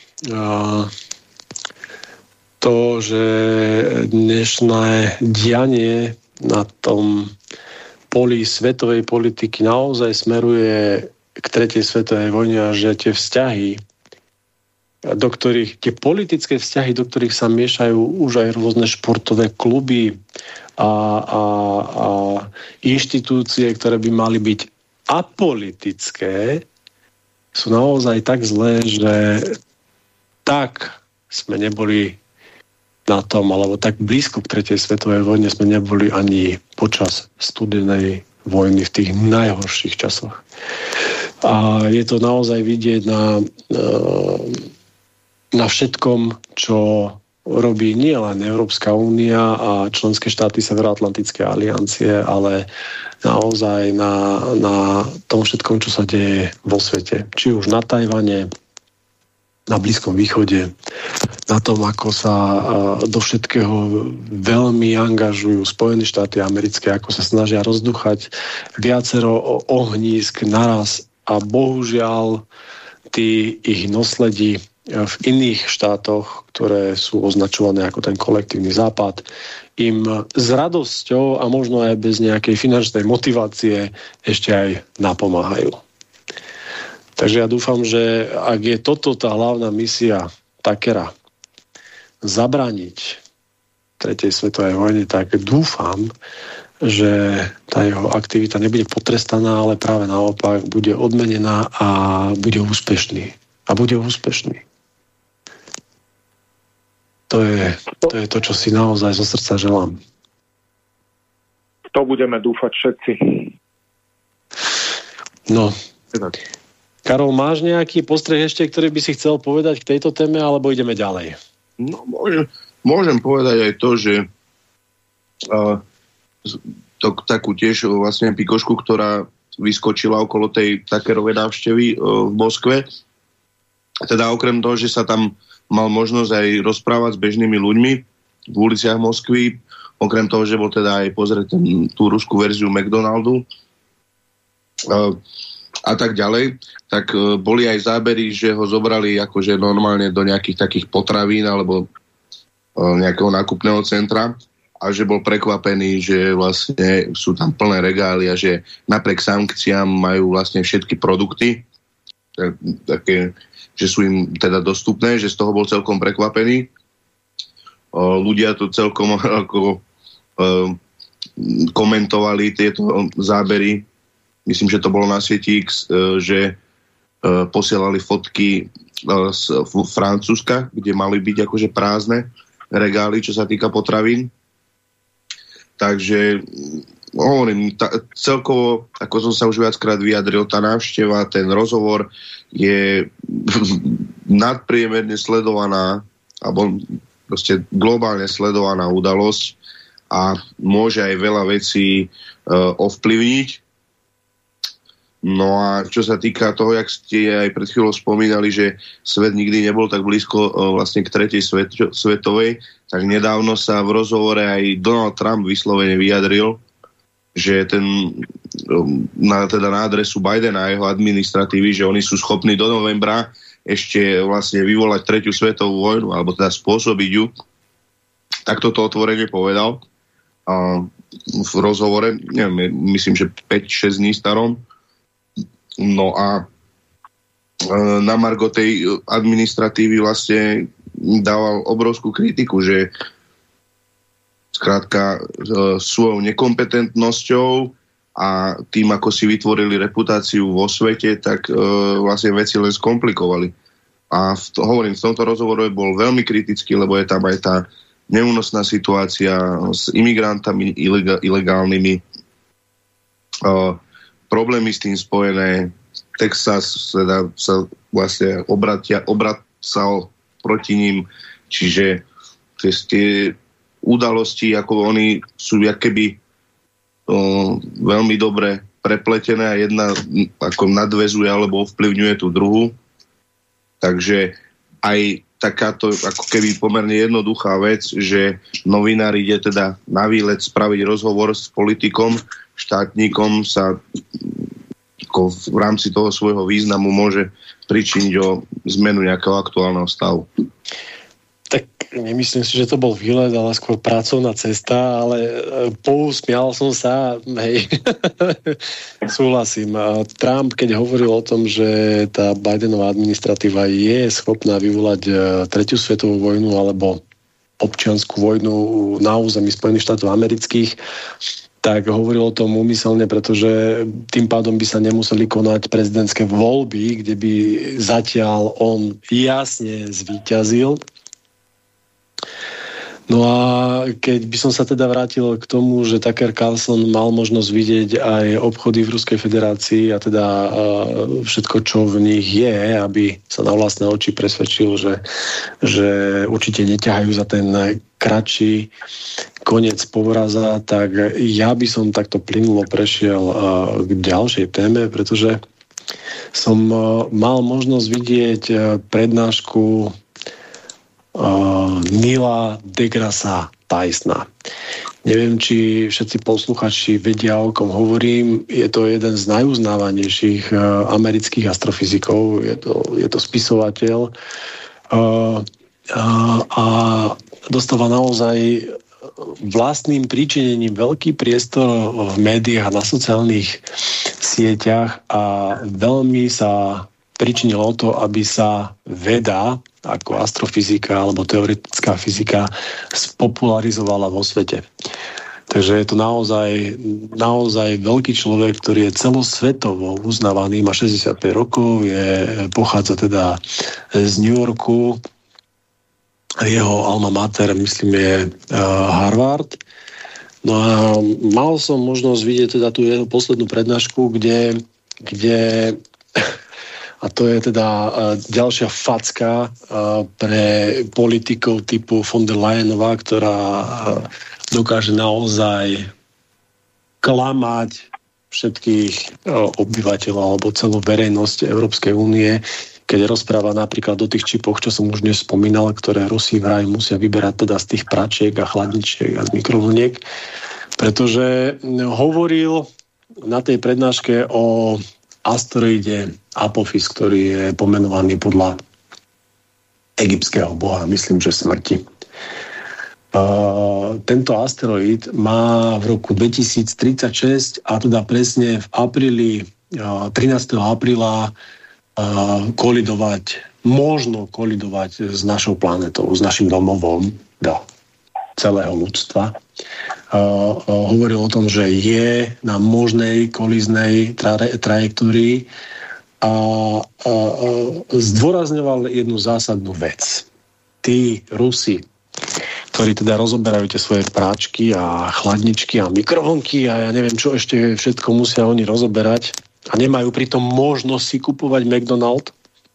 to, že dnešné dianie na tom poli svetovej politiky naozaj smeruje k 3. svetovej vojne a že tie vzťahy do ktorých tie politické vzťahy, do ktorých sa miešajú už aj rôzne športové kluby a inštitúcie, ktoré by mali byť apolitické, sú naozaj tak zlé, že tak sme neboli na tom, alebo tak blízko k tretej svetovej vojne sme neboli ani počas studenej vojny v tých najhorších časoch. A je to naozaj vidieť na všetkom, čo robí nielen Európska únia a členské štáty Severoatlantickej aliancie, ale naozaj na tom všetkom, čo sa deje vo svete. Či už na Tajvane, na Blízkom východe, na tom, ako sa do všetkého veľmi angažujú Spojené štáty americké, ako sa snažia rozduchať viacero ohnízk naraz a bohužiaľ tí ich nosledí v iných štátoch, ktoré sú označované ako ten kolektívny západ, im s radosťou a možno aj bez nejakej finančnej motivácie ešte aj napomáhajú. Takže ja dúfam, že ak je toto tá hlavná misia Tuckera zabrániť tretej svetovej vojne, tak dúfam, že tá jeho aktivita nebude potrestaná, ale práve naopak bude odmenená a bude úspešný. To je to, čo si naozaj zo srdca želám. To budeme dúfať všetci. No. Karol, máš nejaký postreh ešte, ktorý by si chcel povedať k tejto téme, alebo ideme ďalej? No, môžem povedať aj to, že takú tiež vlastne pikošku, ktorá vyskočila okolo tej Tuckerovej návštevy v Moskve. Teda okrem toho, že sa tam mal možnosť aj rozprávať s bežnými ľuďmi v uliciach Moskvy, okrem toho, že bol teda aj pozrieť tú ruskú verziu McDonaldu a tak ďalej, tak boli aj zábery, že ho zobrali akože normálne do nejakých takých potravín alebo nejakého nákupného centra a že bol prekvapený, že vlastne sú tam plné regály a že napriek sankciám majú vlastne všetky produkty také, že sú im teda dostupné, že z toho bol celkom prekvapený. Ľudia to celkom ako komentovali tieto zábery. Myslím, že to bolo na sieti X, že posielali fotky z Francúzska, kde mali byť akože prázdne regály, čo sa týka potravín. Takže hovorím, celkovo, ako som sa už viackrát vyjadril, tá návšteva, ten rozhovor je nadpriemerne sledovaná, alebo proste globálne sledovaná udalosť a môže aj veľa vecí ovplyvniť. No a čo sa týka toho, jak ste aj pred chvíľou spomínali, že svet nikdy nebol tak blízko vlastne k tretej svetovej, tak nedávno sa v rozhovore aj Donald Trump vyslovene vyjadril, že teda na adresu Bidena a jeho administratívy, že oni sú schopní do novembra ešte vlastne vyvolať tretiu svetovú vojnu, alebo teda spôsobiť ju. Tak toto otvorene povedal v rozhovore, neviem, myslím, že 5-6 dní starom. No a na margo tej administratívy vlastne dával obrovskú kritiku, že skrátka svojou nekompetentnosťou a tým, ako si vytvorili reputáciu vo svete, tak vlastne veci len skomplikovali. A hovorím, v tomto rozhovore bol veľmi kritický, lebo je tam aj tá neúnosná situácia s imigrantami ilegálnymi, problémy s tým spojené. Texas teda sa vlastne obracal proti ním, čiže tie udalosti, ako oni sú akoby veľmi dobre prepletené a jedna ako nadväzuje alebo ovplyvňuje tú druhú. Takže aj takáto ako keby pomerne jednoduchá vec, že novinár ide teda na výlet spraviť rozhovor s politikom, štátnikom, sa ako v rámci toho svojho významu môže pričiniť o zmenu nejakého aktuálneho stavu. Tak nemyslím si, že to bol výlet, ale skôr pracovná cesta, ale pousmial som sa, hej. Súhlasím. Trump, keď hovoril o tom, že tá Bidenová administratíva je schopná vyvolať tretiu svetovú vojnu alebo občiansku vojnu na území Spojených štátov amerických, tak hovoril o tom úmyselne, pretože tým pádom by sa nemuseli konať prezidentské voľby, kde by zatiaľ on jasne zvíťazil. No a keď by som sa teda vrátil k tomu, že Tucker Carlson mal možnosť vidieť aj obchody v Ruskej federácii a teda všetko, čo v nich je, aby sa na vlastné oči presvedčil, že určite neťahajú za ten kratší koniec povraza, tak ja by som takto plynulo prešiel k ďalšej téme, pretože som mal možnosť vidieť prednášku Neila deGrasse Tysona. Neviem, či všetci posluchači vedia, o kom hovorím. Je to jeden z najuznávanejších amerických astrofyzikov. Je to spisovateľ a dostáva naozaj vlastným príčinením veľký priestor v médiách a na sociálnych sieťach a veľmi sa pričinilo to, aby sa veda ako astrofyzika alebo teoretická fyzika spopularizovala vo svete. Takže je to naozaj veľký človek, ktorý je celosvetovo uznávaný, má 65 rokov, pochádza teda z New Yorku. Jeho alma mater, myslím, je Harvard. No a mal som možnosť vidieť teda tú jeho poslednú prednášku, kde a to je teda ďalšia facka pre politikov typu von der Leyenová, ktorá dokáže naozaj klamať všetkých obyvateľov alebo celú verejnosť Európskej únie, keď rozpráva napríklad o tých čipoch, čo som už dnes spomínal, ktoré Rusi vraj musia vyberať teda z tých pračiek a chladničiek a z mikrovlniek, pretože hovoril na tej prednáške o asteroide Apophis, ktorý je pomenovaný podľa egyptského boha, myslím, že smrti. Tento asteroid má v roku 2036 a teda presne v apríli, 13. apríla možno kolidovať s našou planetou, s našim domovom do celého ľudstva. Hovoril o tom, že je na možnej kolíznej trajektórii a zdôrazňoval jednu zásadnú vec. Tí Rusi, ktorí teda rozoberajú tie svoje práčky a chladničky a mikrovlnky a ja neviem, čo ešte všetko musia oni rozoberať a nemajú pritom možnosť si kupovať McDonald's,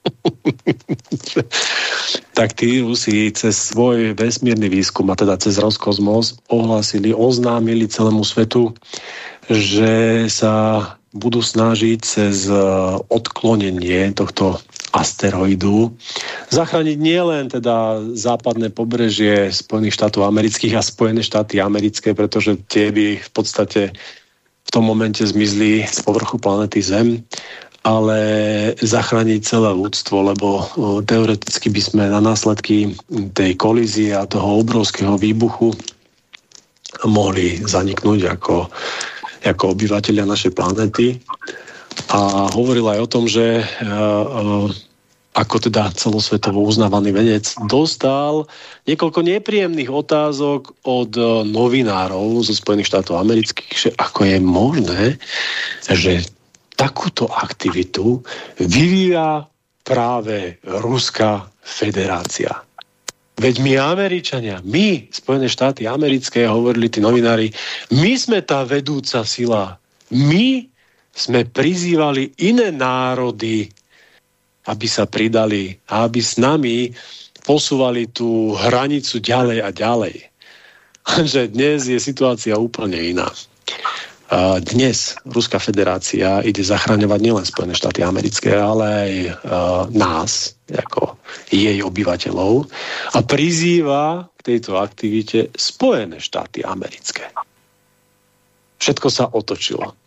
tak tí Rusi cez svoj vesmírny výskum a teda cez Roskosmos oznámili celému svetu, že sa budú snažiť cez odklonenie tohto asteroidu zachrániť nielen teda západné pobrežie Spojených štátov amerických a Spojené štáty americké, pretože tie by v podstate v tom momente zmizli z povrchu planety Zem, ale zachrániť celé ľudstvo, lebo teoreticky by sme na následky tej kolízie a toho obrovského výbuchu mohli zaniknúť ako obyvateľia našej planéty. A hovoril aj o tom, že ako teda celosvetovo uznávaný vedec dostal niekoľko nepríjemných otázok od novinárov zo Spojených štátov amerických, že ako je možné, že takúto aktivitu vyvíja práve Ruská federácia. Veď my Američania, my, Spojené štáty americké, hovorili tí novinári, my sme tá vedúca sila. My sme prizývali iné národy, aby sa pridali a aby s nami posúvali tú hranicu ďalej a ďalej. Že dnes je situácia úplne iná. Dnes Ruská federácia ide zachraňovať nielen Spojené štáty americké, ale aj nás, ako jej obyvateľov, a prizýva k tejto aktivite Spojené štáty americké. Všetko sa otočilo.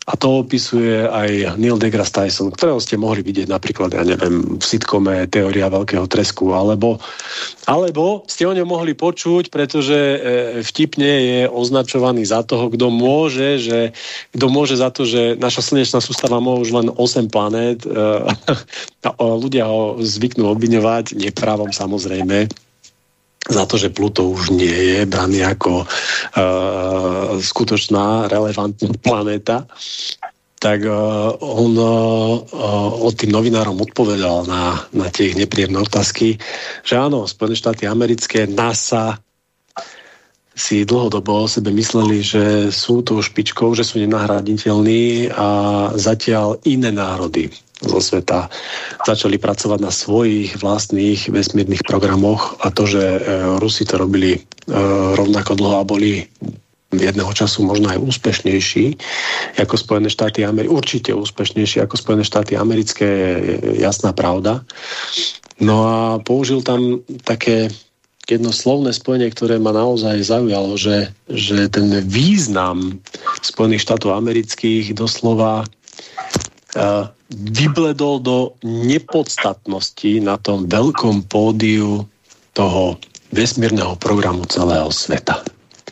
A to opisuje aj Neil deGrasse Tyson, ktorého ste mohli vidieť napríklad, ja neviem, v sitcome Teória veľkého tresku, alebo ste o ňom mohli počuť, pretože vtipne je označovaný za toho, kto môže za to, že naša slnečná sústava má už len 8 planét. Ľudia ho zvyknú obviňovať, neprávom samozrejme, za to, že Pluto už nie je braný ako skutočná, relevantná planéta, tak on od tým novinárom odpovedal na tie nepríjemné otázky, že áno, Spojené štáty americké, NASA si dlhodobo o sebe mysleli, že sú tou špičkou, že sú nenahraditeľní a zatiaľ iné národy zo sveta začali pracovať na svojich vlastných vesmírnych programoch a to, že Rusi to robili rovnako dlho a boli jedného času možno aj úspešnejší ako Spojené štáty americké, určite úspešnejší ako Spojené štáty americké, je jasná pravda. No a použil tam také jedno slovné spojenie, ktoré ma naozaj zaujalo, že ten význam Spojených štátov amerických doslova vybledol do nepodstatnosti na tom veľkom pódiu toho vesmírneho programu celého sveta.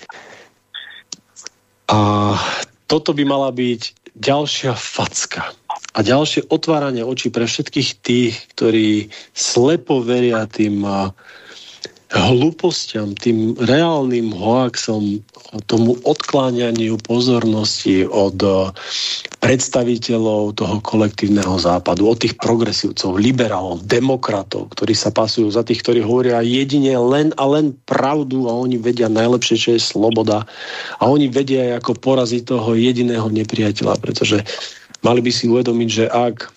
A toto by mala byť ďalšia facka a ďalšie otváranie očí pre všetkých tých, ktorí slepo veria tým hlúpostiam, tým reálnym hoaxom, tomu odkláňaniu pozornosti od predstaviteľov toho kolektívneho západu, od tých progresívcov, liberálov, demokratov, ktorí sa pasujú za tých, ktorí hovoria jedine len a len pravdu a oni vedia najlepšie, čo je sloboda a oni vedia, ako poraziť toho jediného nepriateľa, pretože mali by si uvedomiť, že ak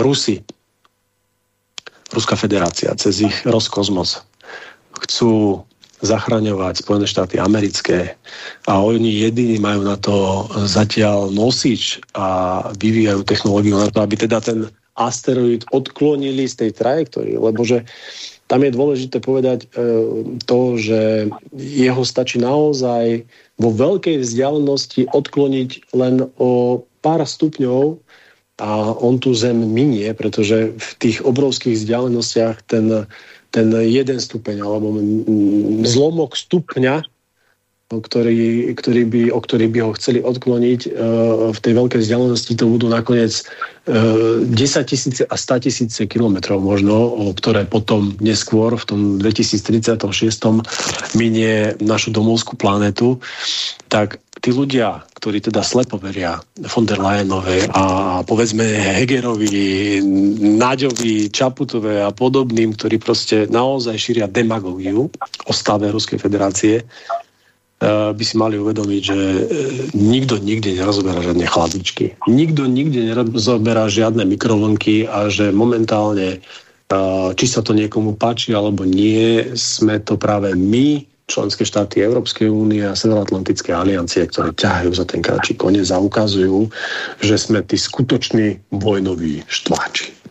Ruská federácia cez ich Roskosmos chcú zachraňovať Spojené štáty americké a oni jediní majú na to zatiaľ nosič a vyvíjajú technológiu na to, aby teda ten asteroid odklonili z tej trajektórie, lebo že tam je dôležité povedať to, že jeho stačí naozaj vo veľkej vzdialenosti odkloniť len o pár stupňov a on tu Zem minie, pretože v tých obrovských vzdialenostiach ten 1 stupeň alebo zlomok stupňa, o ktorý by ho chceli odkloniť v tej veľkej vzdialenosti, to budú nakoniec 10 000 a 100 000 kilometrov možno, ktoré potom neskôr v tom 2036 minie našu domovskú planetu. Tak tí ľudia, ktorí teda slepo veria von der Leyenovej a povedzme Hegerovi, Naďovi, Čaputové a podobným, ktorí proste naozaj šíria demagógiu o stave Ruskej federácie, by si mali uvedomiť, že nikto nikde nerozoberá žiadne chladničky. Nikto nikde nerozoberá žiadne mikrovlnky a že momentálne, či sa to niekomu páči alebo nie, sme to práve my, členské štáty Európskej únie a Severoatlantické aliancie, ktoré ťahajú za ten kratší koniec a ukazujú, že sme tí skutoční vojnoví štváči.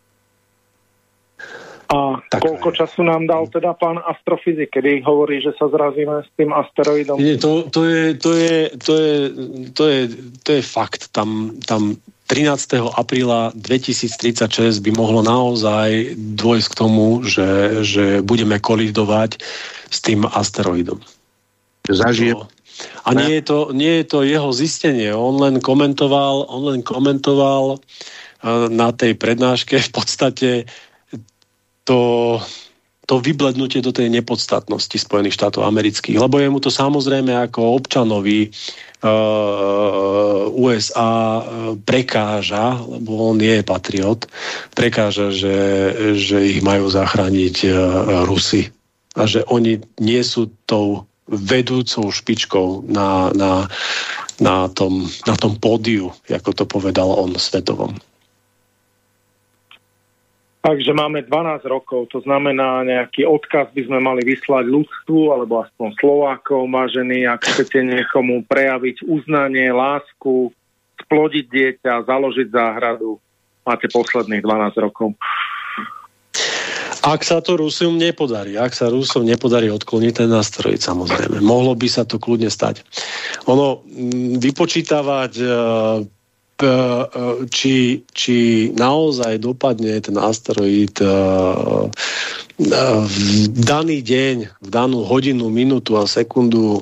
A tak koľko času nám dal teda pán astrofyzik, kedy hovorí, že sa zrazíme s tým asteroidom? Nie, to je fakt. Tam 13. apríla 2036 by mohlo naozaj dôjsť k tomu, že budeme kolidovať s tým asteroidom. Zažijem. A nie je to jeho zistenie. On len komentoval na tej prednáške v podstate to vyblednutie do tej nepodstatnosti Spojených štátov amerických, lebo je mu to samozrejme ako občanovi USA prekáža, lebo on je patriot, prekáža, že ich majú zachrániť Rusi a že oni nie sú tou vedúcou špičkou na tom pódiu, ako to povedal on svetovom. Takže máme 12 rokov, to znamená nejaký odkaz by sme mali vyslať ľudstvu, alebo aspoň Slovákov, vážení, ak chcete niekomu prejaviť uznanie, lásku, splodiť dieťa, založiť záhradu. Máte posledných 12 rokov. Ak sa to Rusom nepodarí, odkloniť ten asteroid, samozrejme. Mohlo by sa to kľudne stať. Vypočítavať či naozaj dopadne ten asteroid v daný deň, v danú hodinu, minútu a sekundu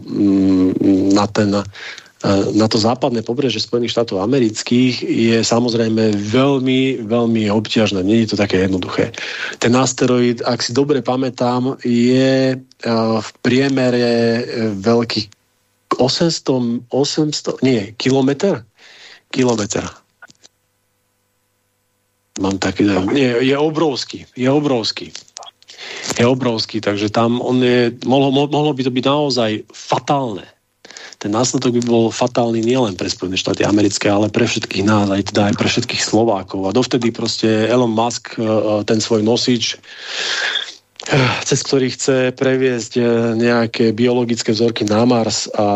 na to západné pobrežie Spojených štátov amerických, je samozrejme veľmi, veľmi obťažné. Nie je to také jednoduché. Ten asteroid, ak si dobre pamätám, je v priemere veľký 800, nie, kilometr. Mám taký, nie, je obrovský, takže tam mohlo by to byť naozaj fatálne. Ten následok by bol fatálny nielen pre Spojené štáty americké, ale pre všetkých nás, aj pre všetkých Slovákov. A dovtedy proste Elon Musk ten svoj nosič, cez ktorý chce previesť nejaké biologické vzorky na Mars a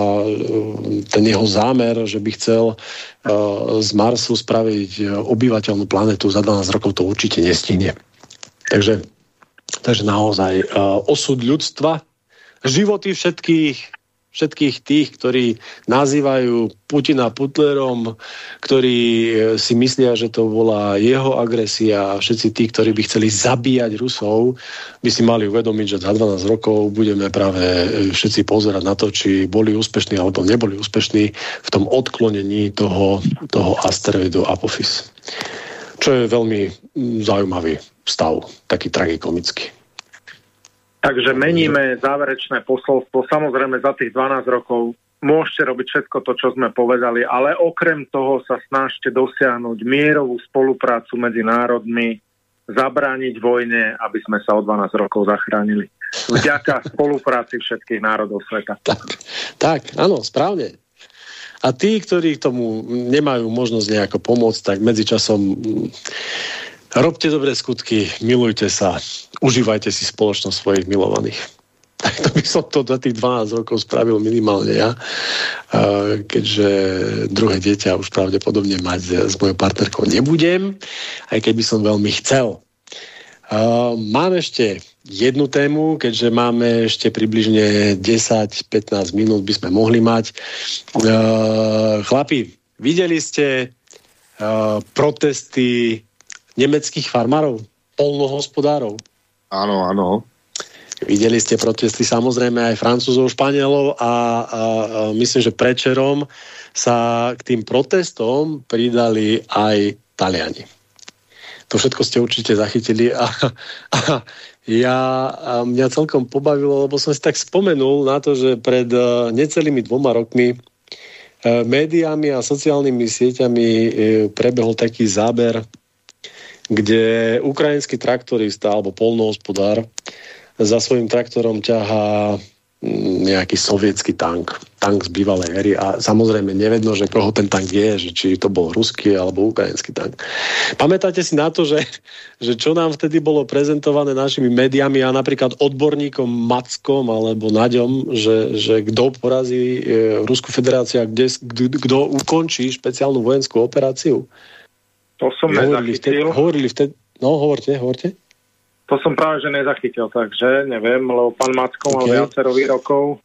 ten jeho zámer, že by chcel z Marsu spraviť obyvateľnú planetu za 12 rokov, to určite nestihne. Takže naozaj osud ľudstva, životy všetkých tých, ktorí nazývajú Putina Putlerom, ktorí si myslia, že to bola jeho agresia, a všetci tí, ktorí by chceli zabíjať Rusov, by si mali uvedomiť, že za 12 rokov budeme práve všetci pozerať na to, či boli úspešní alebo neboli úspešní v tom odklonení toho asteroidu Apophis. Čo je veľmi zaujímavý stav, taký tragikomický. Takže meníme záverečné posolstvo. Samozrejme za tých 12 rokov môžete robiť všetko to, čo sme povedali, ale okrem toho sa snažte dosiahnuť mierovú spoluprácu medzi národmi, zabrániť vojne, aby sme sa o 12 rokov zachránili. Vďaka spolupráci všetkých národov sveta. Tak, áno, správne. A tí, ktorí tomu nemajú možnosť nejako pomôcť, tak medzičasom robte dobré skutky, milujte sa, užívajte si spoločnosť svojich milovaných. Tak to by som to za tých 12 rokov spravil minimálne ja, keďže druhé dieťa už pravdepodobne mať s mojou partnerkou nebudem, aj keď by som veľmi chcel. Mám ešte jednu tému, keďže máme ešte približne 10-15 minút by sme mohli mať. Chlapi, videli ste protesty nemeckých farmárov, poľnohospodárov? Áno, áno. Videli ste protesty samozrejme aj Francúzov, Španielov a myslím, že predčerom sa k tým protestom pridali aj Taliani. To všetko ste určite zachytili a mňa celkom pobavilo, lebo som si tak spomenul na to, že pred necelými 2 rokmi médiami a sociálnymi sieťami prebehol taký záber, kde ukrajinský traktorista alebo poľnohospodár za svojím traktorom ťahá nejaký sovietský tank z bývalej éry a samozrejme nevedno, že koho ten tank je, že či to bol ruský alebo ukrajinský tank. Pamätáte si na to, že čo nám vtedy bolo prezentované našimi médiami a napríklad odborníkom Mackom alebo Naďom, že kto porazí Ruskú federáciu a kto ukončí špeciálnu vojenskú operáciu? To som nezachytil. Hovorili vtedy... No, hovorte. To som práve, že nezachytil, takže neviem, lebo pán Macko mal viacero výrokov.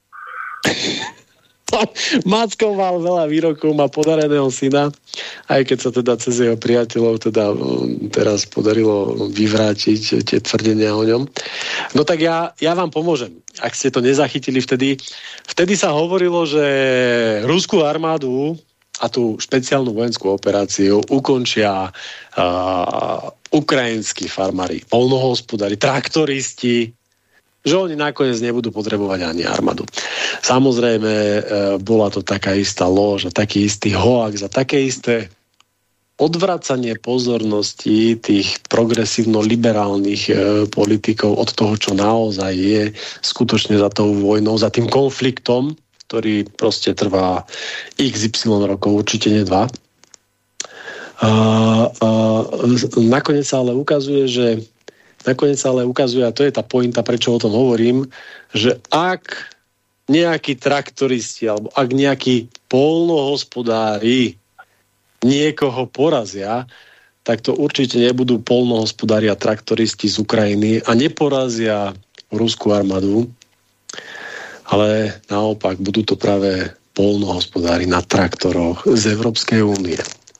Macko mal veľa výrokov, má podareného syna, aj keď sa teda cez jeho priateľov teraz podarilo vyvrátiť tie tvrdenia o ňom. No tak ja vám pomôžem. Ak ste to nezachytili vtedy sa hovorilo, že ruskú armádu a tú špeciálnu vojenskú operáciu ukončia ukrajinskí farmári, poľnohospodári, traktoristi, že oni nakoniec nebudú potrebovať ani armádu. Samozrejme, bola to taká istá lož a taký istý hoax a také isté odvracanie pozornosti tých progresívno-liberálnych politikov od toho, čo naozaj je skutočne za tou vojnou, za tým konfliktom, ktorý proste trvá XY rokov, určite nie 2. Nakoniec sa ale ukazuje, a to je tá pointa, prečo o tom hovorím, že ak nejakí traktoristi alebo ak nejakí poľnohospodári niekoho porazia, tak to určite nebudú poľnohospodári a traktoristi z Ukrajiny a neporazia ruskú armádu, ale naopak budú to práve poľnohospodári na traktoroch z Európskej únie.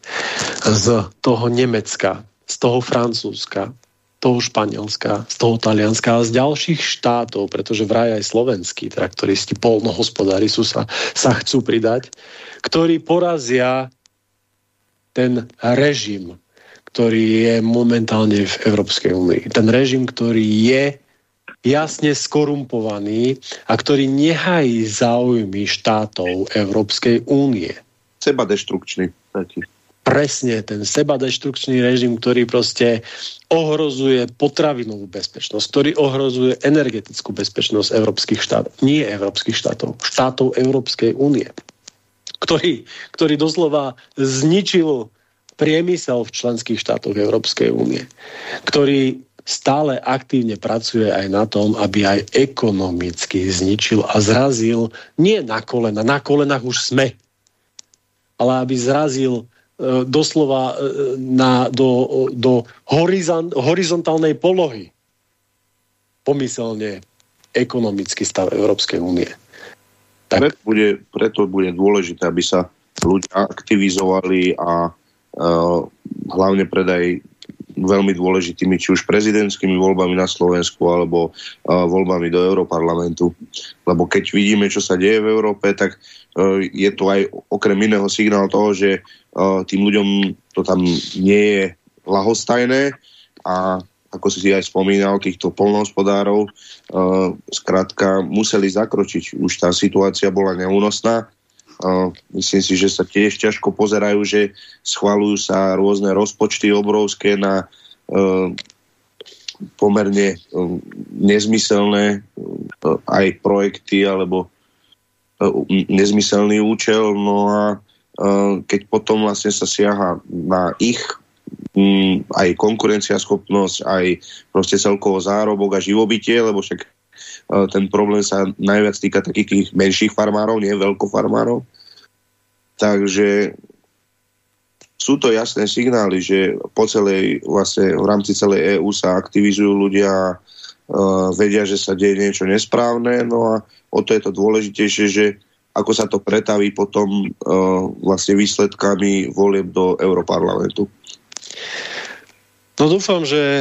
z toho Nemecka, z toho Francúzska, toho Španielska, z toho Talianska a z ďalších štátov, pretože vraj aj slovenskí traktoristi, poľnohospodári sa chcú pridať, ktorí porazia ten režim, ktorý je momentálne v Európskej únii. Ten režim, ktorý je jasne skorumpovaný a ktorý nehájí záujmy štátov Európskej únie. Sebadeštrukčný taký. Presne, ten sebadeštrukčný režim, ktorý proste ohrozuje potravinovú bezpečnosť, ktorý ohrozuje energetickú bezpečnosť európskych štátov. Nie európskych štátov, štátov Európskej únie. Ktorý doslova zničil priemysel v členských štátoch Európskej únie. Ktorý stále aktívne pracuje aj na tom, aby aj ekonomicky zničil a zrazil nie na kolena, na kolenách už sme, ale aby zrazil doslova do horizontálnej polohy pomyselne ekonomický stav Európskej únie. Tak. Preto bude dôležité, aby sa ľudia aktivizovali a hlavne pred aj veľmi dôležitými, či už prezidentskými voľbami na Slovensku alebo voľbami do Europarlamentu. Lebo keď vidíme, čo sa deje v Európe, tak je to aj okrem iného signál toho, že tým ľuďom to tam nie je ľahostajné a ako si aj spomínal, týchto poľnohospodárov skrátka museli zakročiť. Už tá situácia bola neúnosná. Myslím si, že sa tiež ťažko pozerajú, že schvaľujú sa rôzne rozpočty obrovské na pomerne nezmyselné aj projekty alebo nezmyselný účel. No a keď potom vlastne sa siaha na ich aj konkurenciaschopnosť, aj proste celkovo zárobok a živobytie, lebo však ten problém sa najviac týka takých tých menších farmárov, nie veľkofarmárov. Takže sú to jasné signály, že po celej, vlastne v rámci celej EÚ sa aktivizujú ľudia, vedia, že sa deje niečo nesprávne, no a o to je to dôležitejšie, že ako sa to pretaví potom vlastne výsledkami volieb do Europarlamentu. No dúfam, že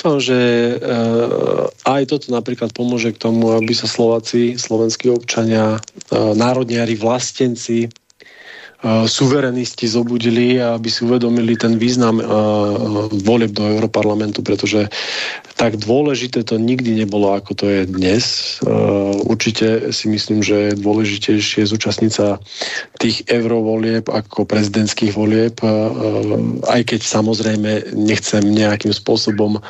aj toto napríklad pomôže k tomu, aby sa slovenskí občania, národniari, vlastenci, suverenisti zobudili a aby si uvedomili ten význam volieb do Europarlamentu, pretože tak dôležité to nikdy nebolo, ako to je dnes. Určite si myslím, že je dôležitejšie zúčastniť sa tých eurovolieb ako prezidentských volieb, aj keď samozrejme nechcem nejakým spôsobom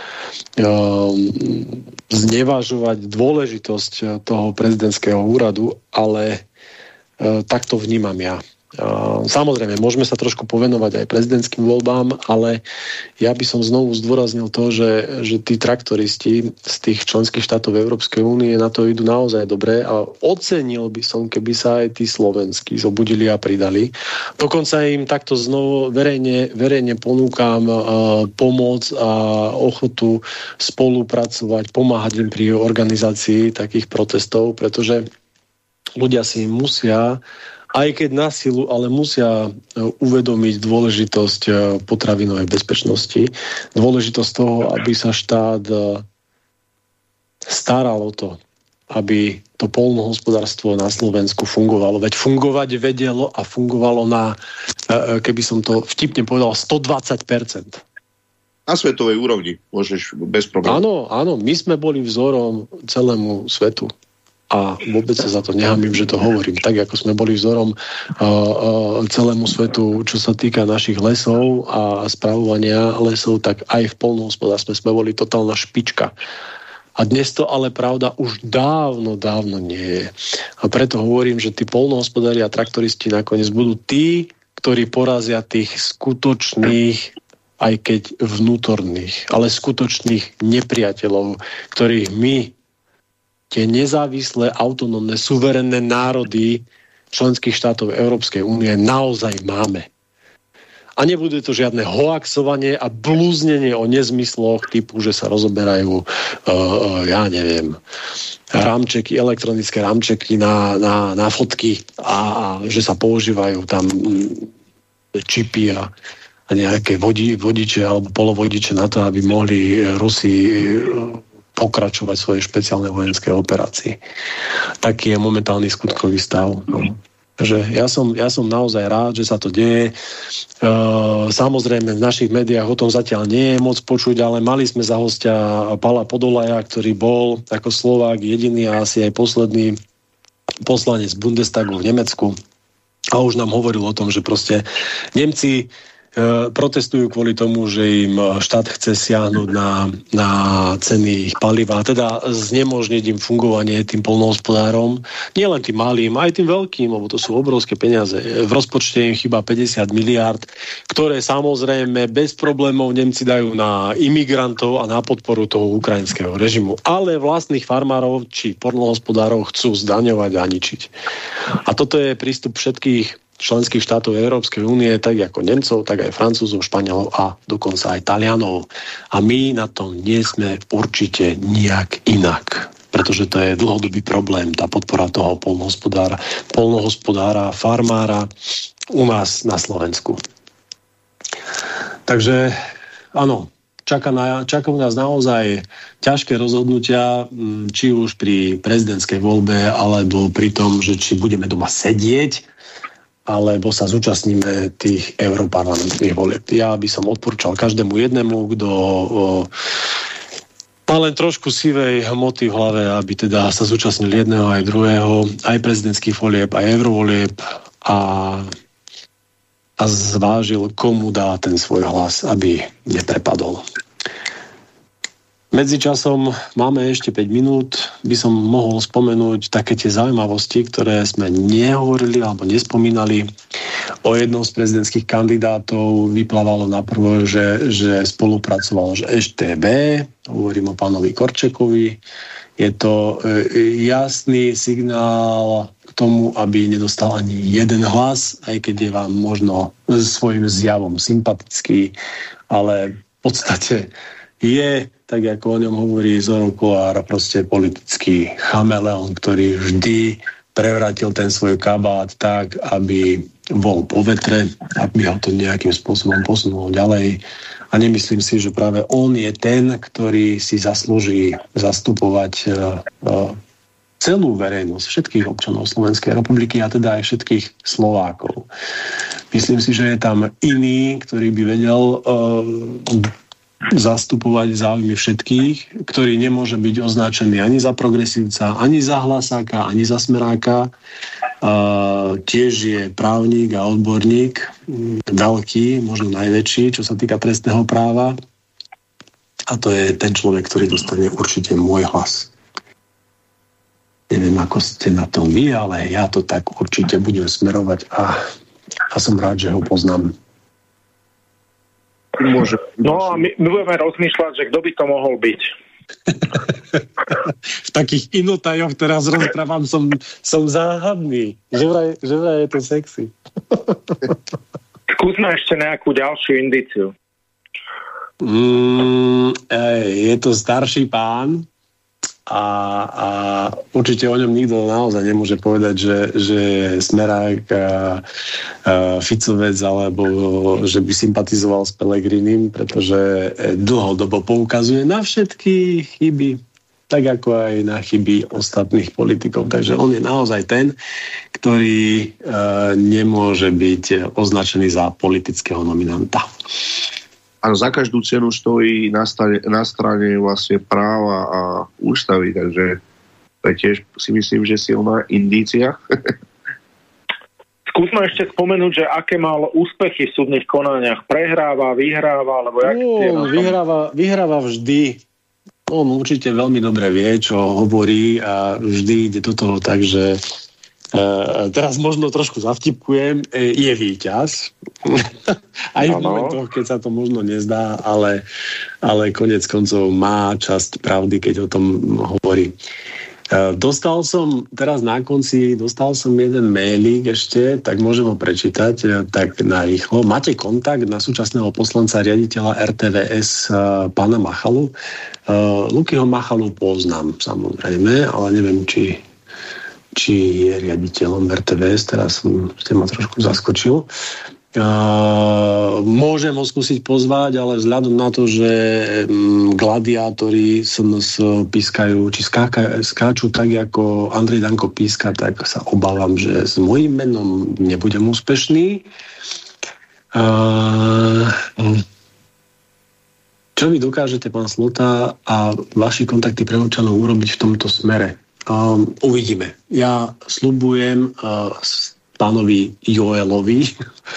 znevažovať dôležitosť toho prezidentského úradu, ale tak to vnímam ja. Samozrejme, môžeme sa trošku povenovať aj prezidentským voľbám, ale ja by som znovu zdôraznil to, že tí traktoristi z tých členských štátov Európskej únie na to idú naozaj dobre a ocenil by som, keby sa aj tí slovenskí zobudili a pridali. Dokonca im takto znovu verejne ponúkam pomoc a ochotu spolupracovať, pomáhať im pri organizácii takých protestov, pretože ľudia si musia, aj keď na silu, ale musia uvedomiť dôležitosť potravinovej bezpečnosti, dôležitosť toho, aby sa štát staral o to, aby to poľnohospodárstvo na Slovensku fungovalo. Veď fungovať vedelo a fungovalo na, keby som to vtipne povedal, 120%. Na svetovej úrovni môžeš bez problémov. Áno, my sme boli vzorom celému svetu. A vôbec sa za to nehanbím, že to hovorím. Tak, ako sme boli vzorom celému svetu, čo sa týka našich lesov a spravovania lesov, tak aj v poľnohospodárstve sme boli totálna špička. A dnes to ale pravda už dávno nie je. A preto hovorím, že tí poľnohospodári a traktoristi nakoniec budú tí, ktorí porazia tých skutočných, aj keď vnútorných, ale skutočných nepriateľov, ktorých my, tie nezávislé, autonómne, suverénne národy členských štátov Európskej únie naozaj máme. A nebude to žiadne hoaxovanie a blúznenie o nezmysloch typu, že sa rozoberajú, rámčeky, elektronické rámčeky na fotky a že sa používajú tam čipy a nejaké vodiče alebo polovodiče na to, aby mohli Rusi pokračovať svojej špeciálnej vojenskej operácii. Taký je momentálny skutkový stav. No. Takže ja som naozaj rád, že sa to deje. Samozrejme, v našich médiách o tom zatiaľ nie je moc počuť, ale mali sme za hostia Pala Podolaja, ktorý bol ako Slovák jediný a asi aj posledný poslanec Bundestagu v Nemecku. A už nám hovoril o tom, že proste Nemci protestujú kvôli tomu, že im štát chce siahnuť na ceny ich paliva, a teda znemožniť im fungovanie tým poľnohospodárom, nielen tým malým, aj tým veľkým, lebo to sú obrovské peniaze. V rozpočte im chýba 50 miliárd, ktoré samozrejme bez problémov Nemci dajú na imigrantov a na podporu toho ukrajinského režimu. Ale vlastných farmárov či poľnohospodárov chcú zdaňovať a ničiť. A toto je prístup všetkých členských štátov Európskej únie, tak ako Nemcov, tak aj Francúzov, Španielov a dokonca aj Talianov. A my na tom nie sme určite nijak inak. Pretože to je dlhodobý problém, tá podpora toho poľnohospodára, farmára u nás na Slovensku. Takže áno, čakajú nás naozaj ťažké rozhodnutia, či už pri prezidentskej voľbe, alebo pri tom, že či budeme doma sedieť, alebo sa zúčastníme tých europarlamentných volieb. Ja by som odporúčal každému jednému, kto má len trošku sivej hmoty v hlave, aby teda sa zúčastnil jedného aj druhého, aj prezidentských volieb, aj eurovolieb a zvážil, komu dá ten svoj hlas, aby neprepadol. Medzičasom máme ešte 5 minút, by som mohol spomenúť také tie zaujímavosti, ktoré sme nehovorili alebo nespomínali. O jednom z prezidentských kandidátov vyplávalo naprvo, že spolupracoval EŠTB, hovorím o pánovi Korčekovi. Je to jasný signál k tomu, aby nedostal ani jeden hlas, aj keď je vám možno svojím zjavom sympatický, ale v podstate je, tak ako o ňom hovorí Zoro Kolár, proste politický chameleon, ktorý vždy prevrátil ten svoj kabát tak, aby bol po vetre, aby ho to nejakým spôsobom posunul ďalej. A nemyslím si, že práve on je ten, ktorý si zaslúži zastupovať celú verejnosť, všetkých občanov Slovenskej republiky a teda aj všetkých Slovákov. Myslím si, že je tam iný, ktorý by vedel zastupovať záujmy všetkých, ktorý nemôže byť označený ani za progresívca, ani za hlasáka, ani za smeráka. Tiež je právnik a odborník, veľký, možno najväčší, čo sa týka trestného práva. A to je ten človek, ktorý dostane určite môj hlas. Neviem, ako ste na tom vy, ale ja to tak určite budem smerovať a som rád, že ho poznám. No a my budeme rozmýšľať, že kto by to mohol byť. V takých inotajoch teraz rozprávam, som záhadný. Že vraj je to sexy. Skúsme ešte nejakú ďalšiu indíciu. Je to starší pán a určite o ňom nikto naozaj nemôže povedať, že je smerák Ficovec alebo že by sympatizoval s Pelegrinim, pretože dlhodobo poukazuje na všetky chyby, tak ako aj na chyby ostatných politikov. Takže on je naozaj ten, ktorý nemôže byť označený za politického nominanta. A za každú cenu stojí na strane vlastne práva a ústavy, takže to je tiež si myslím, že silná indícia. Skúsme ešte spomenúť, že aké mal úspechy v súdnych konaniach. Prehráva, vyhráva, alebo jak vyhráva vždy. On určite veľmi dobre vie, čo hovorí a vždy ide do toho tak, že teraz možno trošku zavtipkujem, je víťaz. Aj v momentoch, keď sa to možno nezdá, ale konec koncov má časť pravdy, keď o tom hovorí. Dostal som teraz na konci, jeden mailík ešte, tak môžem ho prečítať tak narýchlo. Máte kontakt na súčasného poslanca riaditeľa RTVS pána Machalu? Lukyho Machalu poznám samozrejme, ale neviem, či je riaditeľom RTVS, teraz ste ma trošku zaskočil. Môžem ho skúsiť pozvať, ale vzhľadom na to, že gladiátori pískajú, či skáču tak, ako Andrej Danko píska, tak sa obávam, že s mojím menom nebudem úspešný. Čo vy dokážete, pán Slota, a vaši kontakty pre občanov urobiť v tomto smere? Uvidíme. Ja sľubujem pánovi Joelovi,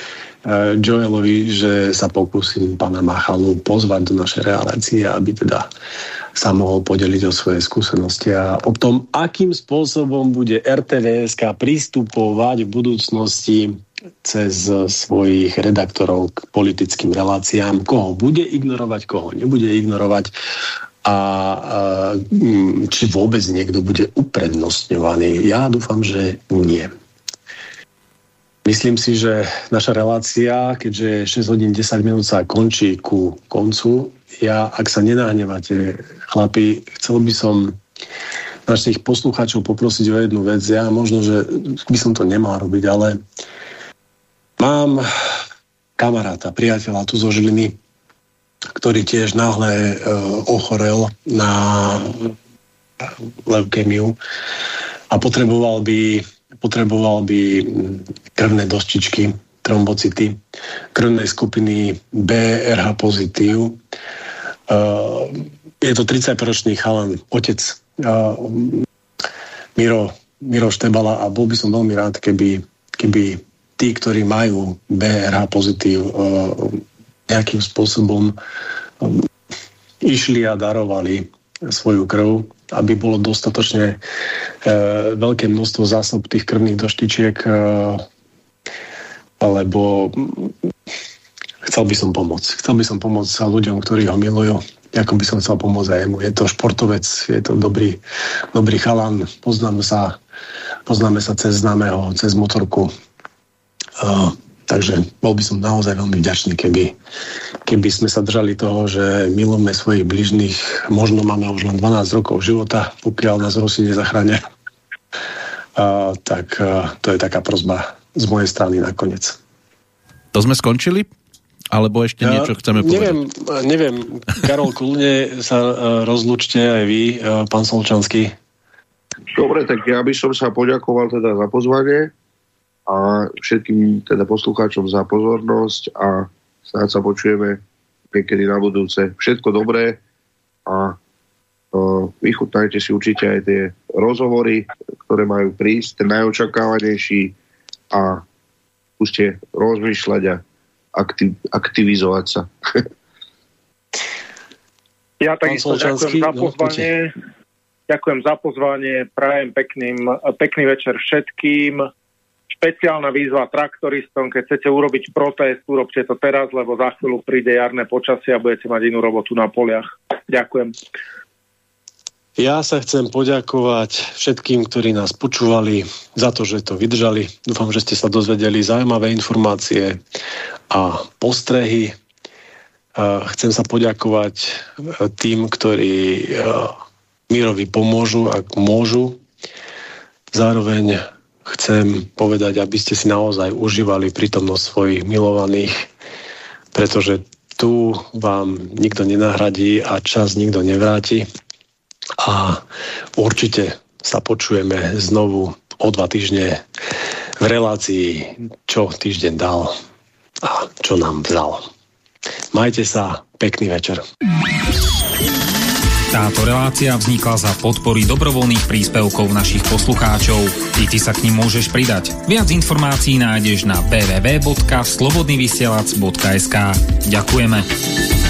že sa pokúsim pána Machalu pozvať do našej relácie, aby teda sa mohol podeliť o svoje skúsenosti a o tom, akým spôsobom bude RTVS-ka pristupovať v budúcnosti cez svojich redaktorov k politickým reláciám, koho bude ignorovať, koho nebude ignorovať a či vôbec niekto bude uprednostňovaný. Ja dúfam, že nie. Myslím si, že naša relácia, keďže 6 hodín 10 minút sa končí ku koncu, ak sa nenahnevate, chlapi, chcel by som našich poslucháčov poprosiť o jednu vec. Ja možno, že by som to nemal robiť, ale mám kamaráta, priateľa tu zo Žiliny, ktorý tiež náhle ochorel na leukémiu a potreboval by krvné dosčičky, trombocity, krvnej skupiny BRH pozitív. Je to 30-ročný chalan, otec Miro Štebala, a bol by som veľmi rád, keby tí, ktorí majú BRH pozitív, nejakým spôsobom išli a darovali svoju krv, aby bolo dostatočne veľké množstvo zásob tých krvných doštičiek, lebo chcel by som pomôcť. Chcel by som pomôcť sa ľuďom, ktorí ho milujú, ako by som chcel pomôcť aj jemu. Je to športovec, je to dobrý chalan, poznáme sa cez známeho, cez motorku. Takže bol by som naozaj veľmi vďačný, keby sme sa držali toho, že milujeme svojich bližných. Možno máme už len 12 rokov života, pokiaľ nás Rusi nezachránia. Tak to je taká prosba z mojej strany nakoniec. To sme skončili? Alebo ešte niečo chceme povedať? Neviem. Karol, kľudne sa rozlúčte aj vy, pán Solčanský. Dobre, tak ja by som sa poďakoval teda za pozvanie a všetkým teda poslucháčom za pozornosť a snáď sa počujeme niekedy na budúce. Všetko dobré a vychutnajte si určite aj tie rozhovory, ktoré majú prísť, ten najočakávanejší, a skúste rozmýšľať a aktivizovať sa. Ja takisto ďakujem za pozvanie. Ďakujem za pozvanie, prajem pekný večer všetkým. Špeciálna výzva traktoristom, keď chcete urobiť protest, urobte to teraz, lebo za chvíľu príde jarné počasie a budete mať inú robotu na poliach. Ďakujem. Ja sa chcem poďakovať všetkým, ktorí nás počúvali, za to, že to vydržali. Dúfam, že ste sa dozvedeli zaujímavé informácie a postrehy. Chcem sa poďakovať tým, ktorí Mirovi pomôžu, ak môžu. Zároveň chcem povedať, aby ste si naozaj užívali prítomnosť svojich milovaných, pretože tu vám nikto nenahradí a čas nikto nevráti. A určite sa počujeme znovu o 2 týždne v relácii, čo týždeň dal a čo nám vzal. Majte sa, pekný večer. Táto relácia vznikla za podpory dobrovoľných príspevkov našich poslucháčov. I ty sa k nim môžeš pridať. Viac informácií nájdeš na www.slobodnyvysielac.sk. Ďakujeme.